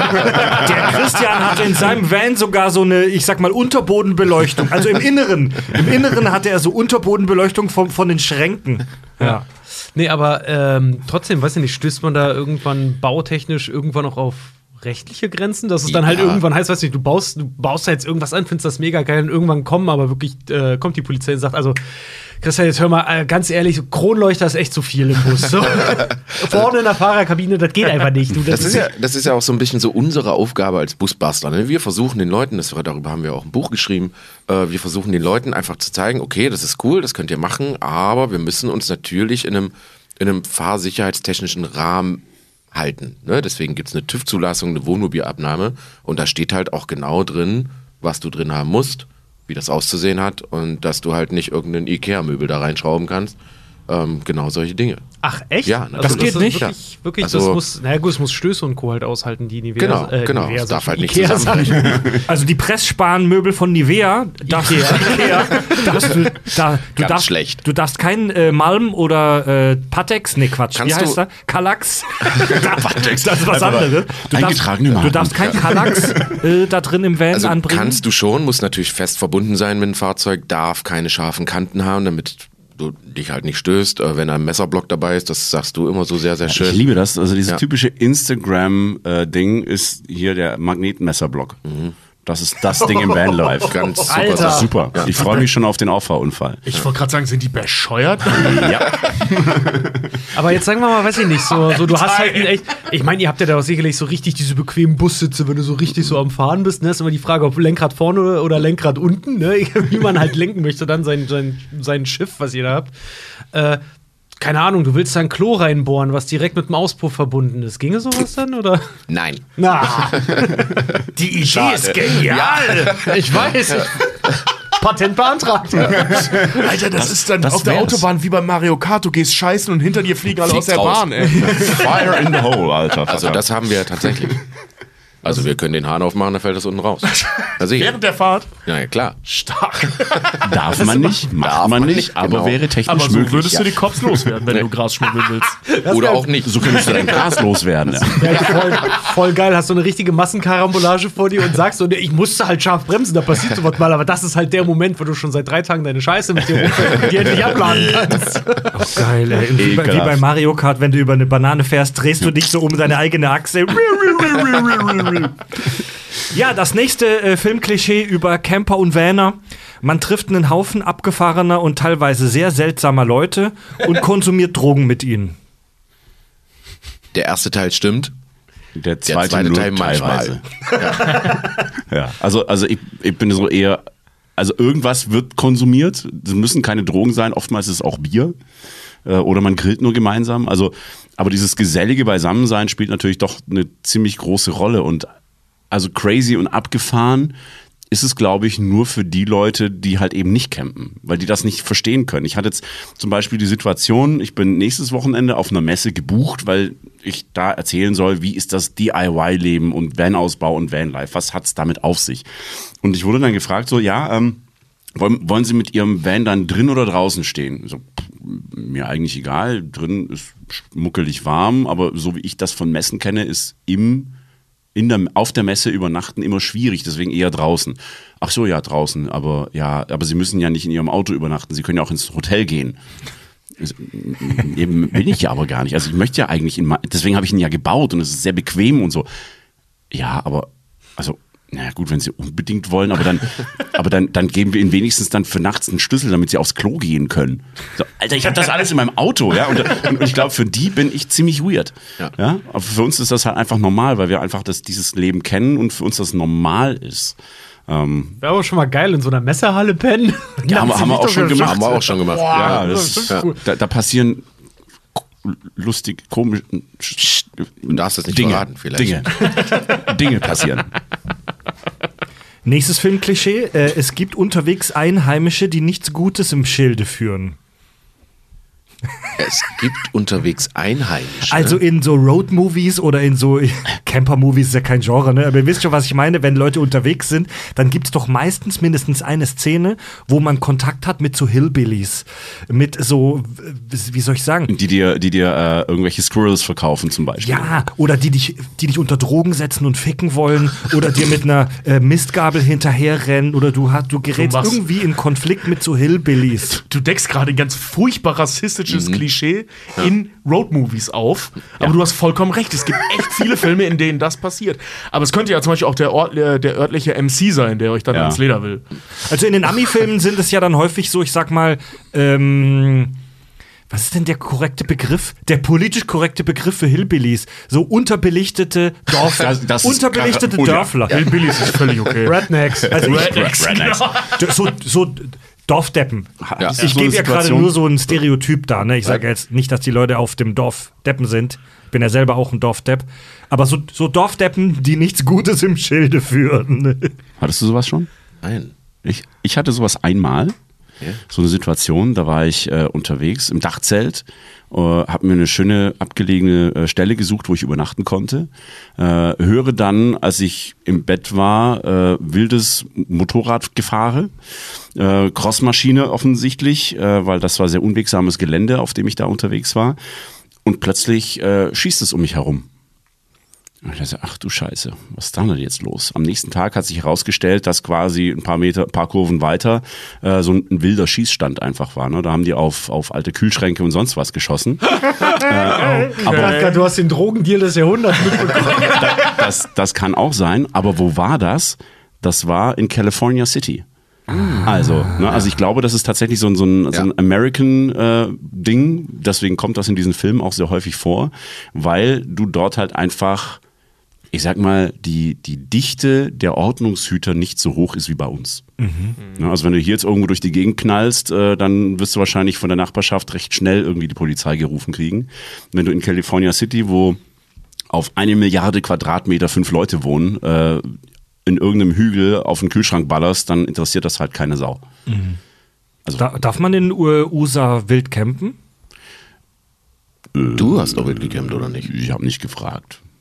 Der Christian hat in seinem Van sogar so eine, ich sag mal, Unterbodenbeleuchtung. Also im Inneren. Im Inneren hatte er so Unterbodenbeleuchtung von den Schränken. Ja. Nee, aber trotzdem, weiß ich nicht, stößt man da irgendwann bautechnisch irgendwann auch auf rechtliche Grenzen, dass es dann halt irgendwann heißt, weißt du, du baust da jetzt irgendwas an, findest das mega geil und irgendwann kommt die Polizei und sagt, also Christian, jetzt hör mal, ganz ehrlich, Kronleuchter ist echt zu viel im Bus. So. Vorne in der Fahrerkabine, das geht einfach nicht. Das ist ja auch so ein bisschen so unsere Aufgabe als Busbastler. Ne? Wir versuchen den Leuten, darüber haben wir auch ein Buch geschrieben, wir versuchen den Leuten einfach zu zeigen, okay, das ist cool, das könnt ihr machen, aber wir müssen uns natürlich in einem fahrsicherheitstechnischen Rahmen halten. Ne? Deswegen gibt es eine TÜV-Zulassung, eine Wohnmobilabnahme und da steht halt auch genau drin, was du drin haben musst, wie das auszusehen hat und dass du halt nicht irgendein Ikea-Möbel da reinschrauben kannst. Genau solche Dinge. Ach, echt? Ja, also das geht nicht? Wirklich, also, es muss Stöße und Co. halt aushalten, die Nivea. Genau, Nivea, das darf halt nicht Ikea zusammen. Also die Pressspanmöbel von Nivea, Ganz schlecht. Du darfst kein Malm oder Patex, nee Quatsch, Kannst wie heißt du- der? Kallax. Patex. Das ist was anderes. Eingetragene Du Marken. darfst kein Kallax da drin im Van Also anbringen. kannst du schon, muss natürlich fest verbunden sein mit dem Fahrzeug, darf keine scharfen Kanten haben, damit du dich halt nicht stößt. Wenn ein Messerblock dabei ist, das sagst du immer so sehr, sehr schön. Ich liebe das. Also dieses Ja. typische Instagram-Ding ist hier der Magnetmesserblock. Das ist das Ding im Vanlife. Ganz super. Alter. Das ist super. Ich freue mich schon auf den Auffahrunfall. Ich wollte gerade sagen, sind die bescheuert? Ja. Aber jetzt sagen wir mal, weiß ich nicht, so du hast halt echt, ich meine, ihr habt ja da auch sicherlich so richtig diese bequemen Bussitze, wenn du so richtig so am Fahren bist, ne? Ist immer die Frage, ob Lenkrad vorne oder Lenkrad unten, ne? Wie man halt lenken möchte, dann sein Schiff, was ihr da habt. Keine Ahnung, du willst da ein Klo reinbohren, was direkt mit dem Auspuff verbunden ist. Ginge sowas dann, oder? Nein. Na, Die Idee ist genial. ich weiß. Patent beantragt. Alter, das ist dann das auf der wär's. Autobahn wie beim Mario Kart. Du gehst scheißen und hinter dir fliegen alle aus Fliegt's der raus. Bahn, ey. Fire in the hole, Alter. Also das haben wir tatsächlich. Also wir können den Hahn aufmachen, dann fällt das unten raus. Während der Fahrt? Ja, klar. Stark. Darf man nicht, macht man nicht, aber genau. wäre technisch Aber so möglich. würdest du die Cops loswerden, wenn du Gras schmuggeln willst. Oder auch nicht. So könntest du dein Gras loswerden. Ja. Ja, voll geil, hast so eine richtige Massenkarambolage vor dir und sagst so, ich musste halt scharf bremsen, da passiert sowas mal, aber das ist halt der Moment, wo du schon seit 3 Tagen deine Scheiße mit dir rumfährst und die endlich abladen kannst. Oh, geil, ey. Wie bei Mario Kart, wenn du über eine Banane fährst, drehst du dich so um deine eigene Achse. Ja, das nächste Filmklischee über Camper und Vanner. Man trifft einen Haufen abgefahrener und teilweise sehr seltsamer Leute und konsumiert Drogen mit ihnen. Der erste Teil stimmt. Der zweite Teil manchmal. Ja, also ich bin so eher, also irgendwas wird konsumiert. Es müssen keine Drogen sein, oftmals ist es auch Bier. Oder man grillt nur gemeinsam. Also, aber dieses gesellige Beisammensein spielt natürlich doch eine ziemlich große Rolle. Und also crazy und abgefahren ist es, glaube ich, nur für die Leute, die halt eben nicht campen, weil die das nicht verstehen können. Ich hatte jetzt zum Beispiel die Situation, ich bin nächstes Wochenende auf einer Messe gebucht, weil ich da erzählen soll, wie ist das DIY-Leben und Van-Ausbau und Vanlife, was hat's damit auf sich? Und ich wurde dann gefragt, so, ja, wollen Sie mit Ihrem Van dann drin oder draußen stehen? So, mir eigentlich egal, drin ist muckelig warm, aber so wie ich das von Messen kenne, ist auf der Messe übernachten immer schwierig, deswegen eher draußen. Ach so, ja, draußen, aber Sie müssen ja nicht in Ihrem Auto übernachten, Sie können ja auch ins Hotel gehen. Eben will ich ja aber gar nicht. Also ich möchte ja eigentlich, deswegen habe ich ihn ja gebaut und es ist sehr bequem und so. Ja, aber, also, naja gut, wenn Sie unbedingt wollen, aber dann geben wir Ihnen wenigstens dann für nachts einen Schlüssel, damit Sie aufs Klo gehen können. So, Alter, ich habe das alles in meinem Auto, ja, und ich glaube, für die bin ich ziemlich weird. Ja, aber für uns ist das halt einfach normal, weil wir einfach dieses Leben kennen und für uns das normal ist. Wäre aber schon mal geil, in so einer Messehalle pennen. Ja, haben wir auch schon gemacht. Haben wir auch schon gemacht. Boah, Ja, das ist cool. Da passieren lustig, komisch, Du darfst das nicht Dinge, verraten, vielleicht. Dinge passieren. Nächstes Filmklischee. Es gibt unterwegs Einheimische, die nichts Gutes im Schilde führen. Es gibt unterwegs Einheimische. Also in so Road-Movies oder in so Camper-Movies ist ja kein Genre, ne? Aber ihr wisst schon, was ich meine. Wenn Leute unterwegs sind, dann gibt es doch meistens mindestens eine Szene, wo man Kontakt hat mit so Hillbillies. Mit so, wie soll ich sagen? Die dir irgendwelche Squirrels verkaufen zum Beispiel. Ja, oder die dich unter Drogen setzen und ficken wollen oder dir mit einer Mistgabel hinterherrennen oder du gerätst irgendwie in Konflikt mit so Hillbillies. Du deckst gerade ein ganz furchtbar rassistisches Klischee in Roadmovies auf. Aber du hast vollkommen recht. Es gibt echt viele Filme, in denen das passiert. Aber es könnte ja zum Beispiel auch der örtliche MC sein, der euch dann ans Leder will. Also in den Ami-Filmen sind es ja dann häufig so, ich sag mal, was ist denn der korrekte Begriff? Der politisch korrekte Begriff für Hillbillies. So unterbelichtete Dörfler. Dörfler. Ja. Hillbillies ist völlig okay. Rednecks. Also Rednecks. Genau. So Dorfdeppen. Ja. Ich So gebe eine ja gerade Situation. nur so ein Stereotyp da. Ne? Ich sage jetzt nicht, dass die Leute auf dem Dorf Deppen sind. Ich bin ja selber auch ein Dorfdepp. Aber so Dorfdeppen, die nichts Gutes im Schilde führen. Hattest du sowas schon? Nein. Ich hatte sowas einmal. Ja. So eine Situation, da war ich unterwegs im Dachzelt, habe mir eine schöne abgelegene Stelle gesucht, wo ich übernachten konnte. Höre dann, als ich im Bett war, wildes Motorradgefahre, Crossmaschine offensichtlich, weil das war sehr unwegsames Gelände, auf dem ich da unterwegs war. Und plötzlich schießt es um mich herum. Und ich dachte, ach du Scheiße, was ist da denn jetzt los? Am nächsten Tag hat sich herausgestellt, dass quasi ein paar Kurven weiter so ein wilder Schießstand einfach war. Ne? Da haben die auf alte Kühlschränke und sonst was geschossen. Aber du hast den Drogendeal des Jahrhunderts mitbekommen. Das kann auch sein, aber wo war das? Das war in California City. Also ich glaube, das ist tatsächlich so ein American-Ding. Deswegen kommt das in diesen Filmen auch sehr häufig vor, weil du dort halt einfach, ich sag mal, die Dichte der Ordnungshüter nicht so hoch ist wie bei uns. Mhm. Also wenn du hier jetzt irgendwo durch die Gegend knallst, dann wirst du wahrscheinlich von der Nachbarschaft recht schnell irgendwie die Polizei gerufen kriegen. Wenn du in California City, wo auf 1 Milliarde Quadratmeter 5 Leute wohnen, in irgendeinem Hügel auf den Kühlschrank ballerst, dann interessiert das halt keine Sau. Mhm. Also, Darf man in USA wild campen? Du hast doch wild gecampt, oder nicht? Ich habe nicht gefragt.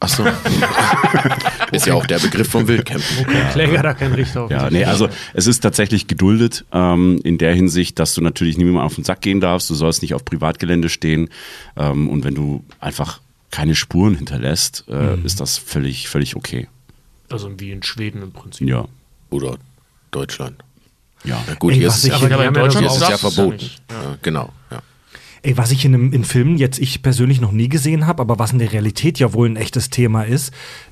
Ach so. Ist ja auch der Begriff vom Wildcampen. Kläger da kein Richter auf. Ja, nee, also es ist tatsächlich geduldet in der Hinsicht, dass du natürlich niemandem auf den Sack gehen darfst. Du sollst nicht auf Privatgelände stehen. Und wenn du einfach keine Spuren hinterlässt, ist das völlig okay. Also wie in Schweden im Prinzip. Ja. Oder Deutschland. Ja. Na gut, Ey, hier was ist ich- aber in Deutschland es ja darfst du es verboten. nicht. Ja, genau. Ja. Ey, was ich in Filmen jetzt ich persönlich noch nie gesehen habe, aber was in der Realität ja wohl ein echtes Thema ist,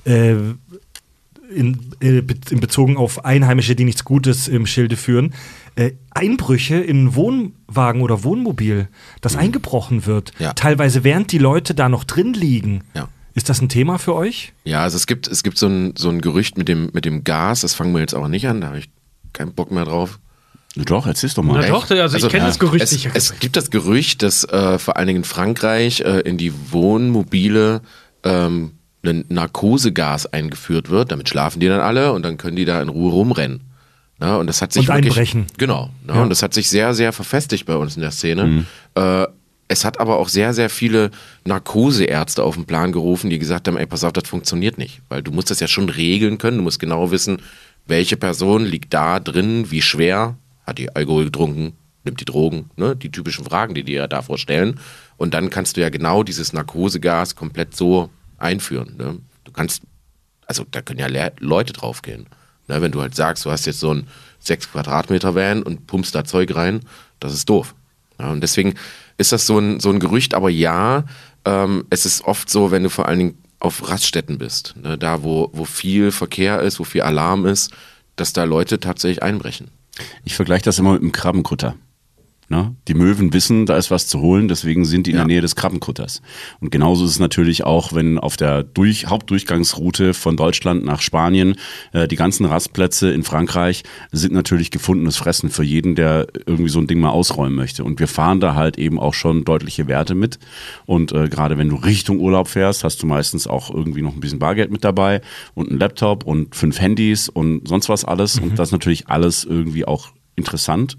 in Bezogen auf Einheimische, die nichts Gutes im Schilde führen, Einbrüche in Wohnwagen oder Wohnmobil, das eingebrochen wird, Ja. teilweise während die Leute da noch drin liegen. Ja. Ist das ein Thema für euch? Ja, also es gibt so ein Gerücht mit dem Gas, das fangen wir jetzt aber nicht an, da habe ich keinen Bock mehr drauf. Doch, erzähl's doch mal. Na doch, also ich kenne das Gerücht nicht. Es gibt das Gerücht, dass vor allen Dingen in Frankreich in die Wohnmobile ein Narkosegas eingeführt wird. Damit schlafen die dann alle und dann können die da in Ruhe rumrennen. Ja, und das hat sich Und wirklich, einbrechen. Genau. Ja, Ja. Und das hat sich sehr, sehr verfestigt bei uns in der Szene. Es hat aber auch sehr, sehr viele Narkoseärzte auf den Plan gerufen, die gesagt haben, ey, pass auf, das funktioniert nicht. Weil du musst das ja schon regeln können. Du musst genau wissen, welche Person liegt da drin, wie schwer, hat die Alkohol getrunken, nimmt die Drogen, ne? Die typischen Fragen, die dir davor stellen. Und dann kannst du ja genau dieses Narkosegas komplett so einführen. Ne? Du kannst, also da können ja Leute draufgehen. Ne? Wenn du halt sagst, du hast jetzt so einen 6 Quadratmeter Van und pumpst da Zeug rein, das ist doof. Ja, und deswegen ist das so ein Gerücht, aber ja, es ist oft so, wenn du vor allen Dingen auf Raststätten bist, ne? Da wo viel Verkehr ist, wo viel Alarm ist, dass da Leute tatsächlich einbrechen. Ich vergleiche das immer mit einem Krabbenkutter. Ne? Die Möwen wissen, da ist was zu holen, deswegen sind die in der Nähe des Krabbenkutters. Und genauso ist es natürlich auch, wenn auf der Hauptdurchgangsroute von Deutschland nach Spanien die ganzen Rastplätze in Frankreich sind natürlich gefundenes Fressen für jeden, der irgendwie so ein Ding mal ausräumen möchte. Und wir fahren da halt eben auch schon deutliche Werte mit. Und gerade wenn du Richtung Urlaub fährst, hast du meistens auch irgendwie noch ein bisschen Bargeld mit dabei und einen Laptop und 5 Handys und sonst was alles. Und das ist natürlich alles irgendwie auch interessant.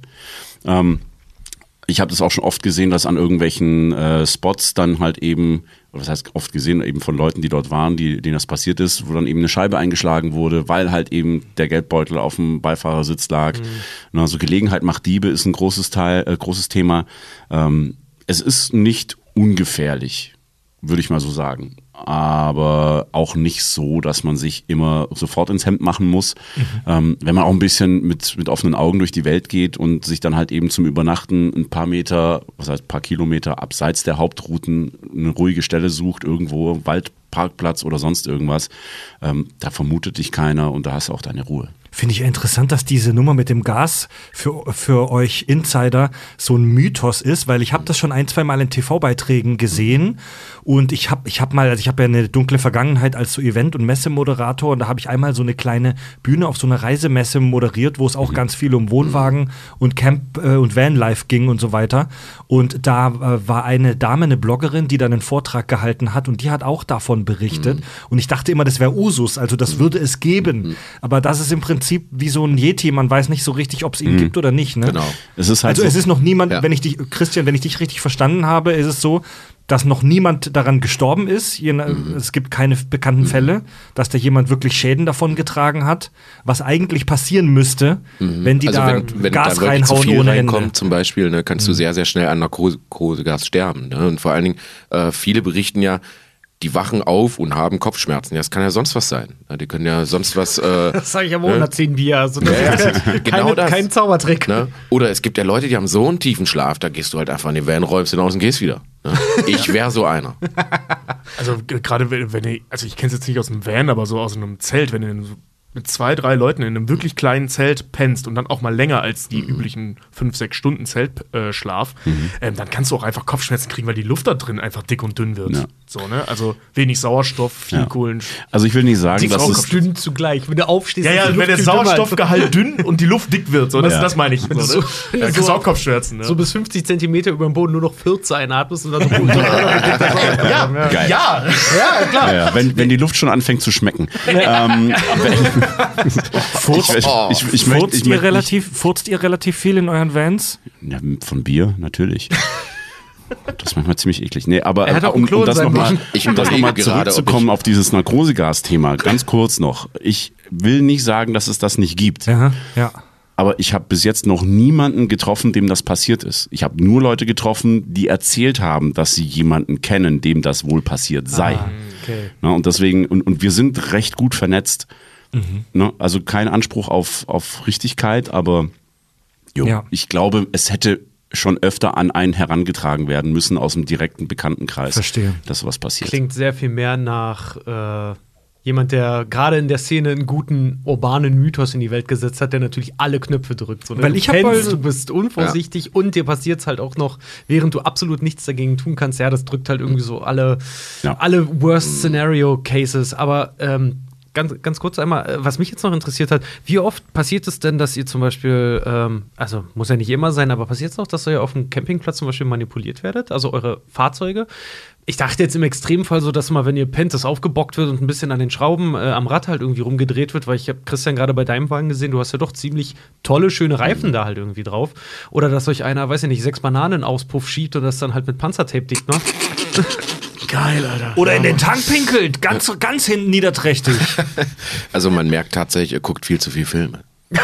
Ich habe das auch schon oft gesehen, dass an irgendwelchen Spots dann halt eben, oder was heißt oft gesehen, eben von Leuten, die dort waren, denen das passiert ist, wo dann eben eine Scheibe eingeschlagen wurde, weil halt eben der Geldbeutel auf dem Beifahrersitz lag. Also Gelegenheit macht Diebe ist ein großes Thema. Es ist nicht ungefährlich, würde ich mal so sagen. Aber auch nicht so, dass man sich immer sofort ins Hemd machen muss. Wenn man auch ein bisschen mit offenen Augen durch die Welt geht und sich dann halt eben zum Übernachten ein paar Kilometer abseits der Hauptrouten eine ruhige Stelle sucht, irgendwo, Waldparkplatz oder sonst irgendwas, da vermutet dich keiner und da hast du auch deine Ruhe. Finde ich interessant, dass diese Nummer mit dem Gas für euch Insider so ein Mythos ist, weil ich habe das schon 1-2 Mal in TV-Beiträgen gesehen und ich habe ja eine dunkle Vergangenheit als so Event- und Messemoderator und da habe ich einmal so eine kleine Bühne auf so einer Reisemesse moderiert, wo es auch ganz viel um Wohnwagen und Camp und Vanlife ging und so weiter und da war eine Dame, eine Bloggerin, die dann einen Vortrag gehalten hat und die hat auch davon berichtet und ich dachte immer, das wäre Usus, also das würde es geben, aber das ist im Prinzip wie so ein Yeti, man weiß nicht so richtig, ob es ihn gibt oder nicht. Ne? Genau. Es ist halt also so, es ist noch niemand, Ja. Christian, wenn ich dich richtig verstanden habe, ist es so, dass noch niemand daran gestorben ist. Es gibt keine bekannten Fälle, dass da jemand wirklich Schäden davon getragen hat, was eigentlich passieren müsste, wenn die Also da wenn Gas da wirklich zu reinhauen viel ohne reinkommt Ende. zum Beispiel, ne, kannst du sehr, sehr schnell an Narkosegas sterben. Ne? Und vor allen Dingen, viele berichten ja, die wachen auf und haben Kopfschmerzen. Ja, das kann ja sonst was sein. Ja, die können ja sonst was. Das sage ich aber auch nach 10 Bier. Also das ist Genau das. kein Zaubertrick. Ne? Oder es gibt ja Leute, die haben so einen tiefen Schlaf, da gehst du halt einfach in den Van, räumst ihn aus und gehst wieder. Ne? Ich wäre so einer. Also gerade wenn ich kenne es jetzt nicht aus einem Van, aber so aus einem Zelt, wenn du mit 2, 3 Leuten in einem wirklich kleinen Zelt pennst und dann auch mal länger als die üblichen 5, 6 Stunden Zeltschlaf, dann kannst du auch einfach Kopfschmerzen kriegen, weil die Luft da drin einfach dick und dünn wird. Ja. So, ne? Also wenig Sauerstoff, viel Kohlenstoff. also ich will nicht sagen, Dick dass und es dünn zugleich. Wenn du aufstehst, Ja, ist die wenn Luft der viel dünner als- Sauerstoffgehalt dünn und die Luft dick wird. So, das meine ich. So, ne? so- Da kriegst du auch Kopfschmerzen. Ne? so bis 50 Zentimeter über dem Boden nur noch 14 einatmest und dann so ja, Geil. ja. ja, klar. ja, wenn die Luft schon anfängt zu schmecken. Furzt ihr relativ viel in euren Vans? Ja, von Bier, natürlich. Das ist manchmal ziemlich eklig. Nee, aber Er hat auch um Klo in das seinem nochmal überlege gerade, zurückzukommen auf dieses Narkosegas-Thema, ganz kurz noch. Ich will nicht sagen, dass es das nicht gibt. Ja. Aber ich habe bis jetzt noch niemanden getroffen, dem das passiert ist. Ich habe nur Leute getroffen, die erzählt haben, dass sie jemanden kennen, dem das wohl passiert sei. Okay. Na, und deswegen, und wir sind recht gut vernetzt. Na, also kein Anspruch auf Richtigkeit, aber ich glaube, es hätte schon öfter an einen herangetragen werden müssen aus dem direkten Bekanntenkreis, Verstehe. dass sowas passiert. Klingt sehr viel mehr nach jemand, der gerade in der Szene einen guten urbanen Mythos in die Welt gesetzt hat, der natürlich alle Knöpfe drückt. So, ne? Weil ich hab du bist unvorsichtig und dir passiert es halt auch noch, während du absolut nichts dagegen tun kannst. Ja, das drückt halt irgendwie so alle Worst-Scenario-Cases. Aber ganz kurz einmal, was mich jetzt noch interessiert hat, wie oft passiert es denn, dass ihr zum Beispiel, also muss ja nicht immer sein, aber passiert es noch, dass ihr auf dem Campingplatz zum Beispiel manipuliert werdet, also eure Fahrzeuge? Ich dachte jetzt im Extremfall so, dass mal, wenn ihr pennt, das aufgebockt wird und ein bisschen an den Schrauben am Rad halt irgendwie rumgedreht wird, weil ich habe Christian gerade bei deinem Wagen gesehen, du hast ja doch ziemlich tolle, schöne Reifen da halt irgendwie drauf. Oder dass euch einer, weiß ich nicht, 6 Bananen in den Auspuff schiebt und das dann halt mit Panzertape dicht macht. Geil, Alter. Oder in den Tank pinkelt, ganz hinten niederträchtig. Also man merkt tatsächlich, ihr guckt viel zu viel Filme. Ich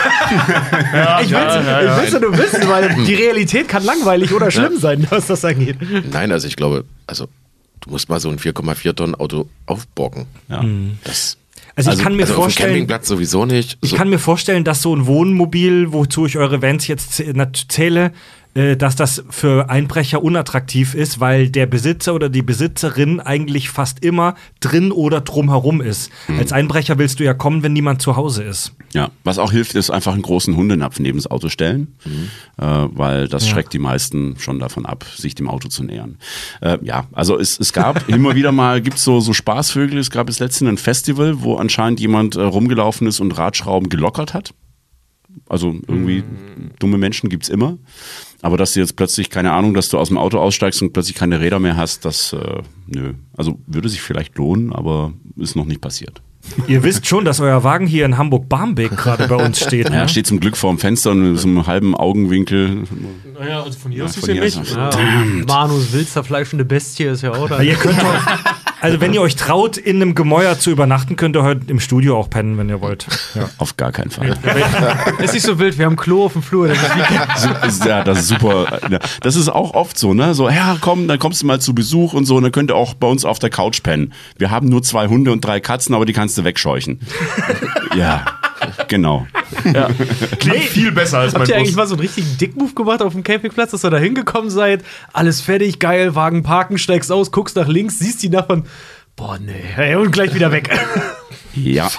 will's ja nur wissen, weil die Realität kann langweilig oder schlimm sein, was das angeht. Nein, also ich glaube, du musst mal so ein 4,4 Tonnen Auto aufbocken. Ja. Also ich kann mir auf dem vorstellen, Campingplatz sowieso nicht. ich kann mir vorstellen, dass so ein Wohnmobil, wozu ich eure Vans jetzt zähle, dass das für Einbrecher unattraktiv ist, weil der Besitzer oder die Besitzerin eigentlich fast immer drin oder drumherum ist. Als Einbrecher willst du ja kommen, wenn niemand zu Hause ist. Ja, was auch hilft, ist einfach einen großen Hundenapf neben das Auto stellen, weil das schreckt die meisten schon davon ab, sich dem Auto zu nähern. Also es gab immer wieder mal, gibt's so Spaßvögel, es gab das letzte ein Festival, wo anscheinend jemand rumgelaufen ist und Radschrauben gelockert hat. Also irgendwie dumme Menschen gibt's immer. Aber dass du jetzt plötzlich, keine Ahnung, dass du aus dem Auto aussteigst und plötzlich keine Räder mehr hast, das, nö. Also würde sich vielleicht lohnen, aber ist noch nicht passiert. Ihr wisst schon, dass euer Wagen hier in Hamburg-Barmbek gerade bei uns steht. Ne? Ja, steht zum Glück vor dem Fenster und mit so einem halben Augenwinkel. Naja, also von hier aus ist von ja hier nicht. aus- Ja, Manus wild zerfleischende Bestie ist ja auch da. Ihr könnt doch, also wenn ihr euch traut, in einem Gemäuer zu übernachten, könnt ihr heute im Studio auch pennen, wenn ihr wollt. Ja. Auf gar keinen Fall. Ist nicht so wild, wir haben Klo auf dem Flur. Das ist Ja, das ist super. Ja, das ist auch oft so, ne? So, ja, komm, dann kommst du mal zu Besuch und so, und dann könnt ihr auch bei uns auf der Couch pennen. Wir haben nur 2 Hunde und 3 Katzen, aber die kannst du wegscheuchen. Ja, genau. Klingt viel besser als mein Habt ihr eigentlich Bus. mal so einen richtigen Dickmove gemacht auf dem Campingplatz, dass ihr da hingekommen seid, alles fertig, geil, Wagen parken, steigst aus, guckst nach links, siehst die Nachbarn, boah, nee, hey, und gleich wieder weg. Ja,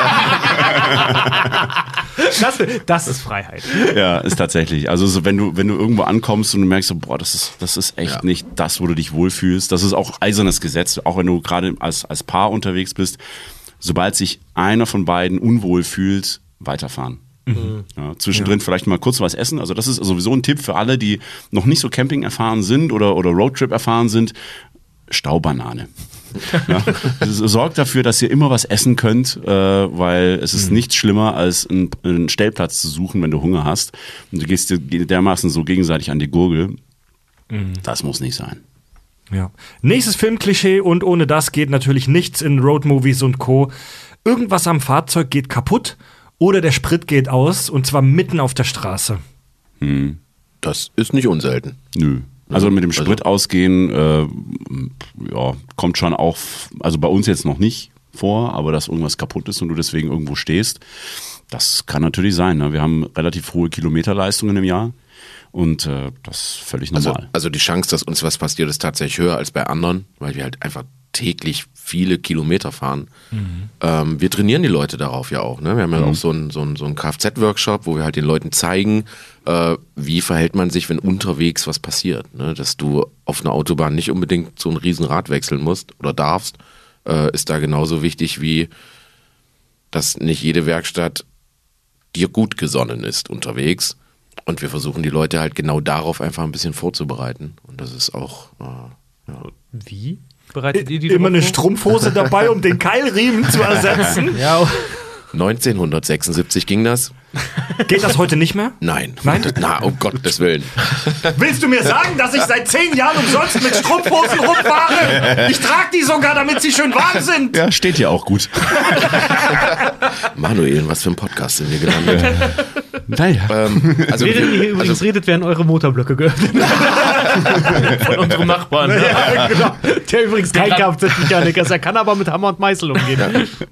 Das ist Freiheit. ja, ist tatsächlich. Also so, wenn du irgendwo ankommst und du merkst so, boah, das ist echt nicht das, wo du dich wohlfühlst. Das ist auch eisernes Gesetz, auch wenn du gerade als Paar unterwegs bist. Sobald sich einer von beiden unwohl fühlt, weiterfahren. Ja, zwischendrin vielleicht mal kurz was essen. Also das ist sowieso ein Tipp für alle, die noch nicht so Camping erfahren sind oder Roadtrip erfahren sind. Staubanane. Ja, sorgt dafür, dass ihr immer was essen könnt, weil es ist nichts schlimmer, als einen Stellplatz zu suchen, wenn du Hunger hast. Und du gehst dir dermaßen so gegenseitig an die Gurgel. Das muss nicht sein. Ja. Nächstes Filmklischee, und ohne das geht natürlich nichts in Roadmovies und Co. Irgendwas am Fahrzeug geht kaputt oder der Sprit geht aus, und zwar mitten auf der Straße. Das ist nicht unselten. Nö. Also mit dem Sprit ausgehen, kommt schon auch, also bei uns jetzt noch nicht vor, aber dass irgendwas kaputt ist und du deswegen irgendwo stehst, das kann natürlich sein. Ne? Wir haben relativ hohe Kilometerleistungen im Jahr und das ist völlig normal. Also die Chance, dass uns was passiert, ist tatsächlich höher als bei anderen, weil wir halt einfach täglich viele Kilometer fahren. Wir trainieren die Leute darauf ja auch. Ne? Wir haben ja auch so einen Kfz-Workshop, wo wir halt den Leuten zeigen, wie verhält man sich, wenn unterwegs was passiert. Ne? Dass du auf einer Autobahn nicht unbedingt so ein Riesenrad wechseln musst oder darfst, ist da genauso wichtig wie, dass nicht jede Werkstatt dir gut gesonnen ist unterwegs. Und wir versuchen die Leute halt genau darauf einfach ein bisschen vorzubereiten. Und das ist auch... Wie? Bereitet ihr die Immer drauf eine vor? Strumpfhose dabei, um den Keilriemen zu ersetzen. Ja, 1976 ging das. Geht das heute nicht mehr? Nein. Nein? Na, um Gottes Willen. Willst du mir sagen, dass ich seit 10 Jahren umsonst mit Strumpfhosen rumfahre? Ich trage die sogar, damit sie schön warm sind. Ja, steht hier auch gut. Manuel, was für ein Podcast sind wir gelandet? Naja. Also während ihr übrigens redet, werden eure Motorblöcke geöffnet. Von unserem Nachbarn. Ja, genau. Der übrigens kein Kfz-Mechaniker ist. Er kann aber mit Hammer und Meißel umgehen.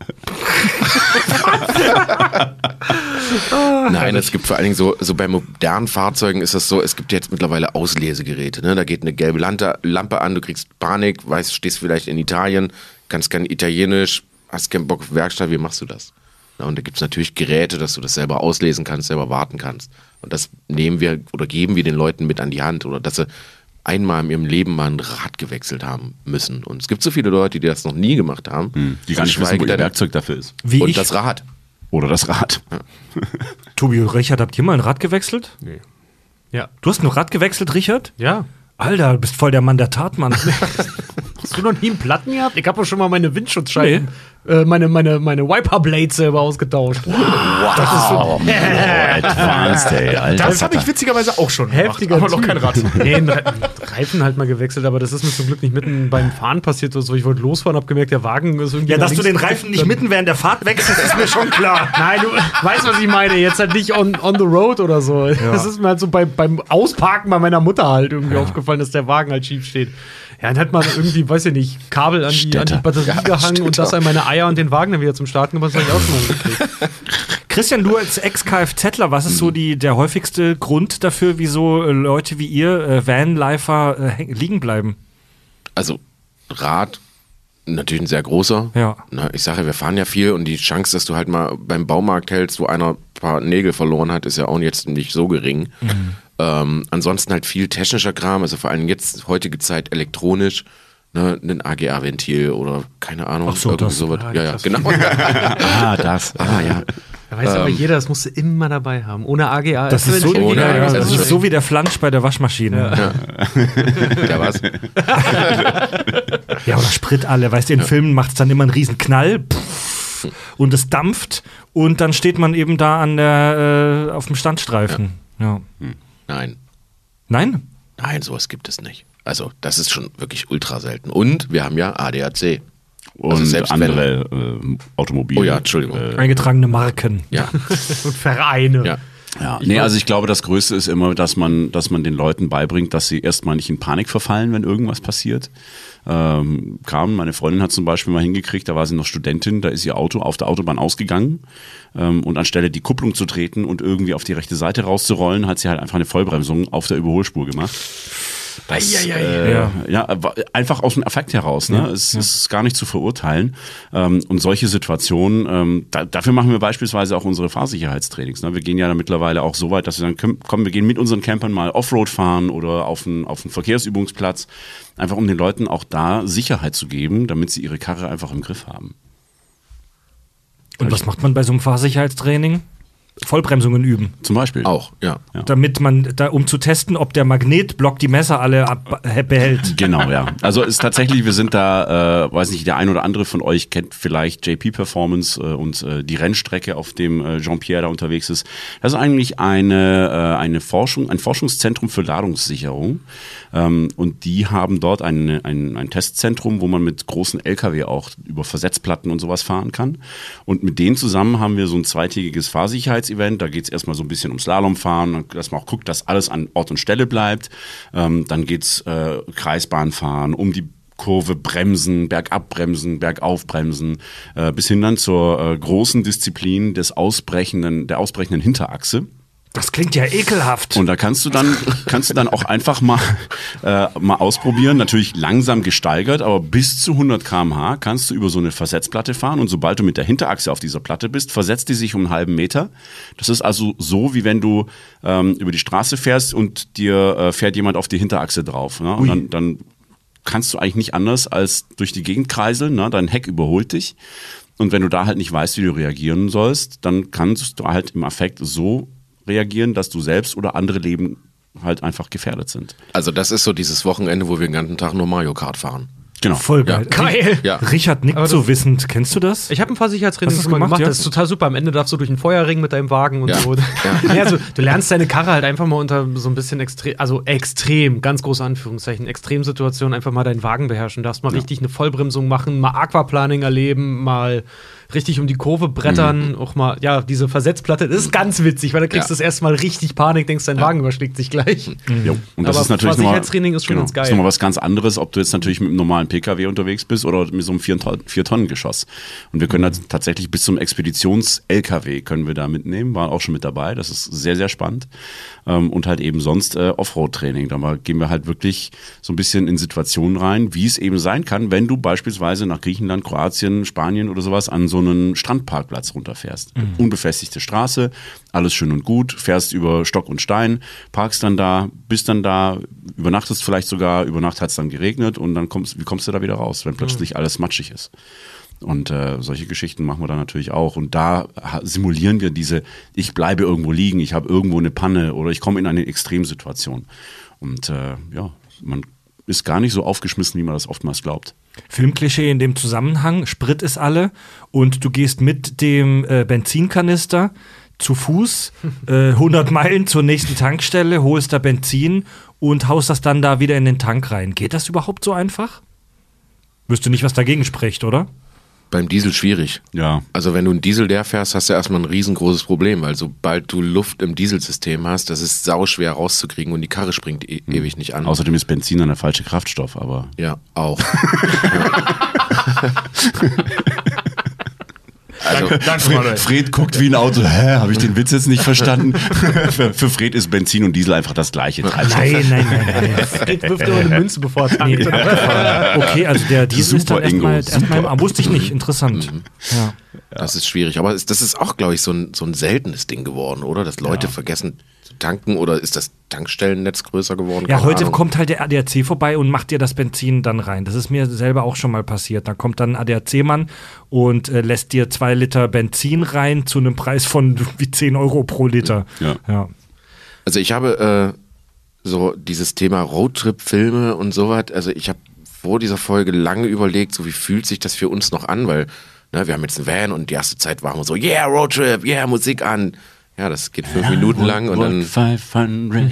Nein, es gibt vor allen Dingen so bei modernen Fahrzeugen ist das so, es gibt jetzt mittlerweile Auslesegeräte. Ne? Da geht eine gelbe Lampe an, du kriegst Panik, stehst vielleicht in Italien, kannst kein Italienisch, hast keinen Bock auf Werkstatt, wie machst du das? Na, und da gibt es natürlich Geräte, dass du das selber auslesen kannst, selber warten kannst. Und das nehmen wir oder geben wir den Leuten mit an die Hand oder dass sie einmal in ihrem Leben mal ein Rad gewechselt haben müssen. Und es gibt so viele Leute, die das noch nie gemacht haben. Die gar nicht wissen, wo ihr Werkzeug dafür ist. Wie und ich? das Rad. Oder das Rad. Ja. Tobi und Richard, habt ihr mal ein Rad gewechselt? Nee. Ja. Du hast ein Rad gewechselt, Richard? Ja. Alter, du bist voll der Mann der Tat, Mann. Hast du noch nie einen Platten gehabt? Ich habe schon mal meine Windschutzscheiben, meine Wiper-Blades selber ausgetauscht. Wow. Das ist so advanced, ey. Alter. Das habe ich witzigerweise auch schon Heftiger gemacht, aber noch kein Rad. Nee, einen Reifen halt mal gewechselt, aber das ist mir zum Glück nicht mitten beim Fahren passiert oder so. Ich wollte losfahren, hab gemerkt, der Wagen ist irgendwie. Ja, dass du den Reifen nicht mitten während der Fahrt wechselst, ist mir schon klar. Nein, du weißt, was ich meine. Jetzt halt nicht on the road oder so. Das ist mir halt so beim Ausparken bei meiner Mutter halt irgendwie aufgefallen, dass der Wagen halt schief steht. Ja, dann hat man irgendwie, weiß ich nicht, Kabel an die Batterie gehangen und das an meine Eier und den Wagen dann wieder zum Starten gemacht. Das habe ich auch schon mal gekriegt. Christian, du als Ex-Kfzler, was ist so der häufigste Grund dafür, wieso Leute wie ihr, Vanlifer, liegen bleiben? Also Rad, natürlich ein sehr großer. Ja. Na, ich sage, wir fahren ja viel und die Chance, dass du halt mal beim Baumarkt hältst, wo einer ein paar Nägel verloren hat, ist ja auch jetzt nicht so gering. Ansonsten halt viel technischer Kram, also vor allem jetzt, heutige Zeit elektronisch, ne, ein AGA-Ventil oder keine Ahnung. Ach so, das. Sowas. Ja, genau. Das. Ja. Da weiß aber jeder, das musst du immer dabei haben. Ohne AGA. Das ist so, das ist so wie der Flansch bei der Waschmaschine. Ja, was? Ja, oder Sprit alle. Weißt du, in Filmen macht es dann immer einen riesen Knall. Und es dampft. Und dann steht man eben da auf dem Standstreifen. Ja. Nein. Nein? Nein, sowas gibt es nicht. Also, das ist schon wirklich ultra selten. Und wir haben ja ADAC. Und Also selbst andere Automobile. Oh ja, Entschuldigung. Eingetragene Marken. Ja. Und Vereine. Ja. Ja, nee, also ich glaube, das Größte ist immer, dass man den Leuten beibringt, dass sie erstmal nicht in Panik verfallen, wenn irgendwas passiert. Meine Freundin hat zum Beispiel mal hingekriegt, da war sie noch Studentin, da ist ihr Auto auf der Autobahn ausgegangen und anstelle die Kupplung zu treten und irgendwie auf die rechte Seite rauszurollen, hat sie halt einfach eine Vollbremsung auf der Überholspur gemacht. Das, einfach aus dem Affekt heraus. Ne? Es ist gar nicht zu verurteilen. Und solche Situationen, dafür machen wir beispielsweise auch unsere Fahrsicherheitstrainings. Ne? Wir gehen ja mittlerweile auch so weit, dass wir dann wir gehen mit unseren Campern mal Offroad fahren oder auf einen Verkehrsübungsplatz, einfach um den Leuten auch da Sicherheit zu geben, damit sie ihre Karre einfach im Griff haben. Und was macht man bei so einem Fahrsicherheitstraining? Vollbremsungen üben. Zum Beispiel. Auch, ja. Damit man, um zu testen, ob der Magnetblock die Messer alle behält. Genau, ja. Also ist tatsächlich, wir sind da, weiß nicht, der ein oder andere von euch kennt vielleicht JP Performance und die Rennstrecke, auf dem Jean-Pierre da unterwegs ist. Das ist eigentlich ein Forschungszentrum für Ladungssicherung. Und die haben dort ein Testzentrum, wo man mit großen LKW auch über Versetzplatten und sowas fahren kann. Und mit denen zusammen haben wir so ein zweitägiges Fahrsicherheitsevent. Da geht es erstmal so ein bisschen um Slalomfahren, dass man auch guckt, dass alles an Ort und Stelle bleibt. Dann geht's Kreisbahnfahren, um die Kurve bremsen, bergab bremsen, bergauf bremsen, bis hin dann zur großen Disziplin der ausbrechenden Hinterachse. Das klingt ja ekelhaft. Und da kannst du dann auch einfach mal ausprobieren, natürlich langsam gesteigert, aber bis zu 100 km/h kannst du über so eine Versetzplatte fahren und sobald du mit der Hinterachse auf dieser Platte bist, versetzt die sich um einen halben Meter. Das ist also so, wie wenn du über die Straße fährst und dir fährt jemand auf die Hinterachse drauf. Ne? Und dann kannst du eigentlich nicht anders als durch die Gegend kreiseln, ne? Dein Heck überholt dich. Und wenn du da halt nicht weißt, wie du reagieren sollst, dann kannst du halt im Affekt so reagieren, dass du selbst oder andere Leben halt einfach gefährdet sind. Also das ist so dieses Wochenende, wo wir den ganzen Tag nur Mario Kart fahren. Genau. Voll geil. Ja. Geil. Ja. Richard nickt so wissend. Kennst du das? Ich habe ein paar Sicherheitstrainings Hast du schon mal gemacht, gemacht. ja? Das ist total super. Am Ende darfst du durch einen Feuerring mit deinem Wagen und so. Ja, also, du lernst deine Karre halt einfach mal unter so ein bisschen extrem, ganz große Anführungszeichen, Extremsituationen einfach mal deinen Wagen beherrschen. Darfst mal richtig eine Vollbremsung machen, mal Aquaplaning erleben, mal richtig um die Kurve brettern, auch mal, diese Versetzplatte, das ist ganz witzig, weil da kriegst du das erste Mal richtig Panik, denkst, dein Wagen überschlägt sich gleich. Jo. Und das Aber ist natürlich Sicherheitstraining ist schon ganz geil. Das ist nochmal was ganz anderes, ob du jetzt natürlich mit einem normalen PKW unterwegs bist oder mit so einem 4-Tonnen-Geschoss. Und wir können tatsächlich bis zum Expeditions-LKW können wir da mitnehmen, waren auch schon mit dabei, das ist sehr, sehr spannend. Und halt eben sonst Offroad-Training. Da gehen wir halt wirklich so ein bisschen in Situationen rein, wie es eben sein kann, wenn du beispielsweise nach Griechenland, Kroatien, Spanien oder sowas an so einen Strandparkplatz runterfährst. Unbefestigte Straße, alles schön und gut, fährst über Stock und Stein, parkst dann da, bist dann da, übernachtest vielleicht sogar, über Nacht hat es dann geregnet und dann wie kommst du da wieder raus, wenn plötzlich alles matschig ist. Und solche Geschichten machen wir dann natürlich auch. Und da simulieren wir ich bleibe irgendwo liegen, ich habe irgendwo eine Panne oder ich komme in eine Extremsituation. Und man ist gar nicht so aufgeschmissen, wie man das oftmals glaubt. Filmklischee in dem Zusammenhang, Sprit ist alle und du gehst mit dem Benzinkanister zu Fuß 100 Meilen zur nächsten Tankstelle, holst da Benzin und haust das dann da wieder in den Tank rein. Geht das überhaupt so einfach? Wüsste nicht, was dagegen spricht, oder? Beim Diesel schwierig. Ja. Also wenn du einen Diesel leer fährst, hast du erstmal ein riesengroßes Problem, weil sobald du Luft im Dieselsystem hast, das ist sauschwer rauszukriegen und die Karre springt ewig nicht an. Außerdem ist Benzin dann der falsche Kraftstoff, aber... Ja, auch. Also, Danke, Manuel. Fred guckt wie ein Auto. Habe ich den Witz jetzt nicht verstanden? Für Fred ist Benzin und Diesel einfach das gleiche Treibstoff. Nein. Fred wirft immer eine Münze, bevor er tankt. Okay, also der Diesel ist dann Ingo, erstmal wusste ich nicht, interessant. Ja. das ist schwierig. Aber das ist auch, glaube ich, so ein seltenes Ding geworden, oder? Dass Leute vergessen zu tanken, oder ist das Tankstellennetz größer geworden? Ja, Keine heute Ahnung. kommt halt der ADAC vorbei und macht dir das Benzin dann rein. Das ist mir selber auch schon mal passiert. Da kommt dann ein ADAC-Mann und lässt dir 2 Liter Benzin rein zu einem Preis von wie 10 Euro pro Liter. Ja. Also ich habe so dieses Thema Roadtrip-Filme und sowas, also ich habe vor dieser Folge lange überlegt, so wie fühlt sich das für uns noch an, weil wir haben jetzt einen Van und die erste Zeit waren wir so, yeah, Roadtrip, yeah, Musik an. Ja, das geht 5 Minuten lang und dann... 500.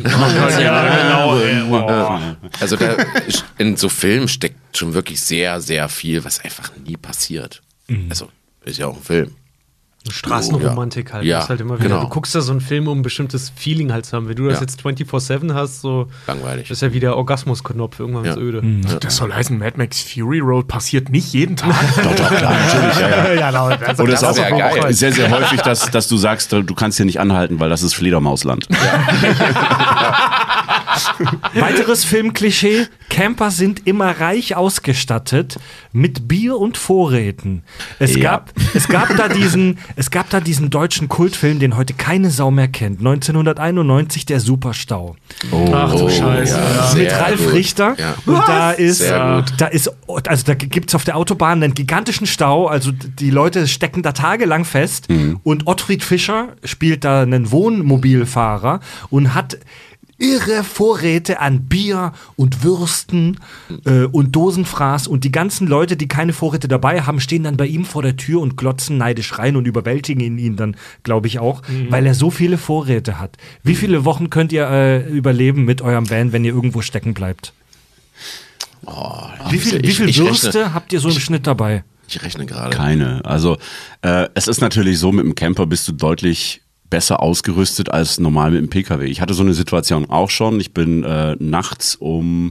Also in so Filmen steckt schon wirklich sehr, sehr viel, was einfach nie passiert. Also ist ja auch ein Film. Straßenromantik halt. Ja, Das ist halt immer wieder. genau. Du guckst da so einen Film, um ein bestimmtes Feeling halt zu haben. Wenn du das Ja. jetzt 24/7 hast, so Langweilig. ist ja wie der Orgasmusknopf, irgendwann ist öde. Das soll heißen, Mad Max Fury Road passiert nicht jeden Tag. Doch, klar, natürlich. Ja. Also Und es ist auch wär geil. sehr, sehr häufig, dass du sagst, du kannst hier nicht anhalten, weil das ist Fledermausland. Weiteres Filmklischee: Camper sind immer reich ausgestattet mit Bier und Vorräten. Es gab da diesen deutschen Kultfilm, den heute keine Sau mehr kennt. 1991, der Superstau. Ach du Scheiße. Ja, Mit sehr Ralf gut. Richter. Ja. Und da gibt es auf der Autobahn einen gigantischen Stau. Also die Leute stecken da tagelang fest. Und Ottfried Fischer spielt da einen Wohnmobilfahrer und hat irre Vorräte an Bier und Würsten und Dosenfraß, und die ganzen Leute, die keine Vorräte dabei haben, stehen dann bei ihm vor der Tür und glotzen neidisch rein und überwältigen ihn dann, glaube ich auch, weil er so viele Vorräte hat. Wie viele Wochen könnt ihr überleben mit eurem Van, wenn ihr irgendwo stecken bleibt? Wie viel Würste habt ihr so im Schnitt dabei? Ich rechne gerade. Keine. Also es ist natürlich so, mit dem Camper bist du deutlich besser ausgerüstet als normal mit dem PKW. Ich hatte so eine Situation auch schon. Ich bin nachts um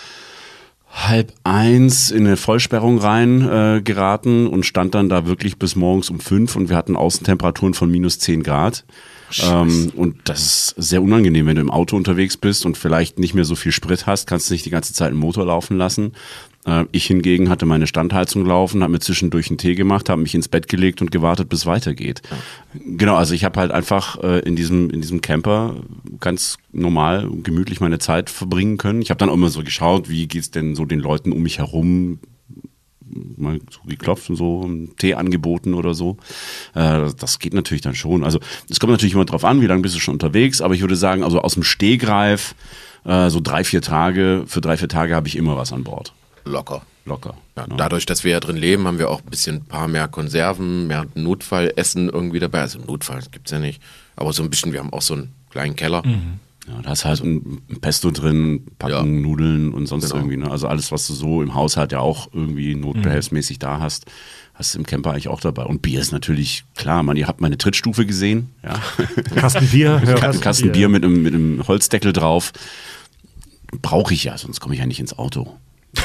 12:30 in eine Vollsperrung rein geraten und stand dann da wirklich bis morgens um 5 und wir hatten Außentemperaturen von minus 10 Grad. Und das ist sehr unangenehm, wenn du im Auto unterwegs bist und vielleicht nicht mehr so viel Sprit hast, kannst du nicht die ganze Zeit den Motor laufen lassen. Ich hingegen hatte meine Standheizung laufen, habe mir zwischendurch einen Tee gemacht, habe mich ins Bett gelegt und gewartet, bis es weitergeht. Ja. Genau, also ich habe halt einfach in diesem Camper ganz normal und gemütlich meine Zeit verbringen können. Ich habe dann auch immer so geschaut, wie geht's denn so den Leuten um mich herum, mal so geklopft und so, einen Tee angeboten oder so. Das geht natürlich dann schon. Also es kommt natürlich immer drauf an, wie lange bist du schon unterwegs, aber ich würde sagen, also aus dem Stegreif so 3-4 Tage, für 3-4 Tage habe ich immer was an Bord. Locker. Ja, Genau. dadurch, dass wir ja drin leben, haben wir auch ein paar mehr Konserven, mehr Notfallessen irgendwie dabei. Also Notfall gibt's ja nicht, aber so ein bisschen, wir haben auch so einen kleinen Keller. Ja, da ist halt ein Pesto drin, Packung Nudeln und sonst irgendwie. Ne? Also alles, was du so im Haushalt ja auch irgendwie notbehelfsmäßig da hast, hast du im Camper eigentlich auch dabei. Und Bier ist natürlich, klar, ihr habt meine Trittstufe gesehen. Ja. Kasten Bier. Kasten Bier mit einem Holzdeckel drauf. Brauche ich ja, sonst komme ich ja nicht ins Auto.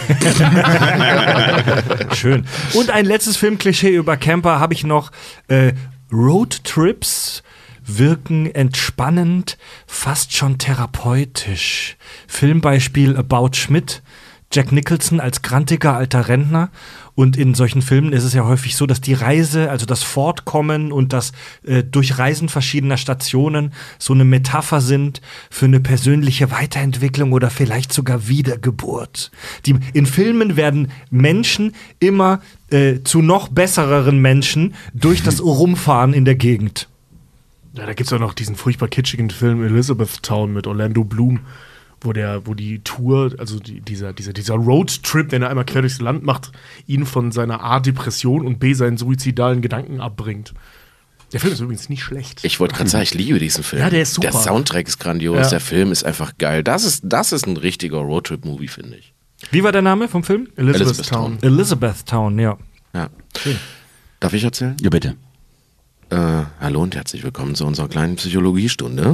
Schön. Und ein letztes Filmklischee über Camper habe ich noch. Roadtrips wirken entspannend, fast schon therapeutisch. Filmbeispiel About Schmidt. Jack Nicholson als grantiger alter Rentner. Und in solchen Filmen ist es ja häufig so, dass die Reise, also das Fortkommen und das Durchreisen verschiedener Stationen so eine Metapher sind für eine persönliche Weiterentwicklung oder vielleicht sogar Wiedergeburt. In Filmen werden Menschen immer zu noch bessereren Menschen durch das Rumfahren in der Gegend. Ja, da gibt's auch noch diesen furchtbar kitschigen Film Elizabethtown mit Orlando Bloom, wo die Tour, also dieser Roadtrip, den er einmal quer durchs Land macht, ihn von seiner A, Depression und B, seinen suizidalen Gedanken abbringt. Der Film ist übrigens nicht schlecht. Ich wollte gerade sagen, ich liebe diesen Film. Ja, der ist super. Der Soundtrack ist grandios, der Film ist einfach geil. Das ist ein richtiger Roadtrip-Movie, finde ich. Wie war der Name vom Film? Elizabethtown. Elizabethtown, ja. Ja. Darf ich erzählen? Ja, bitte. Hallo und herzlich willkommen zu unserer kleinen Psychologiestunde.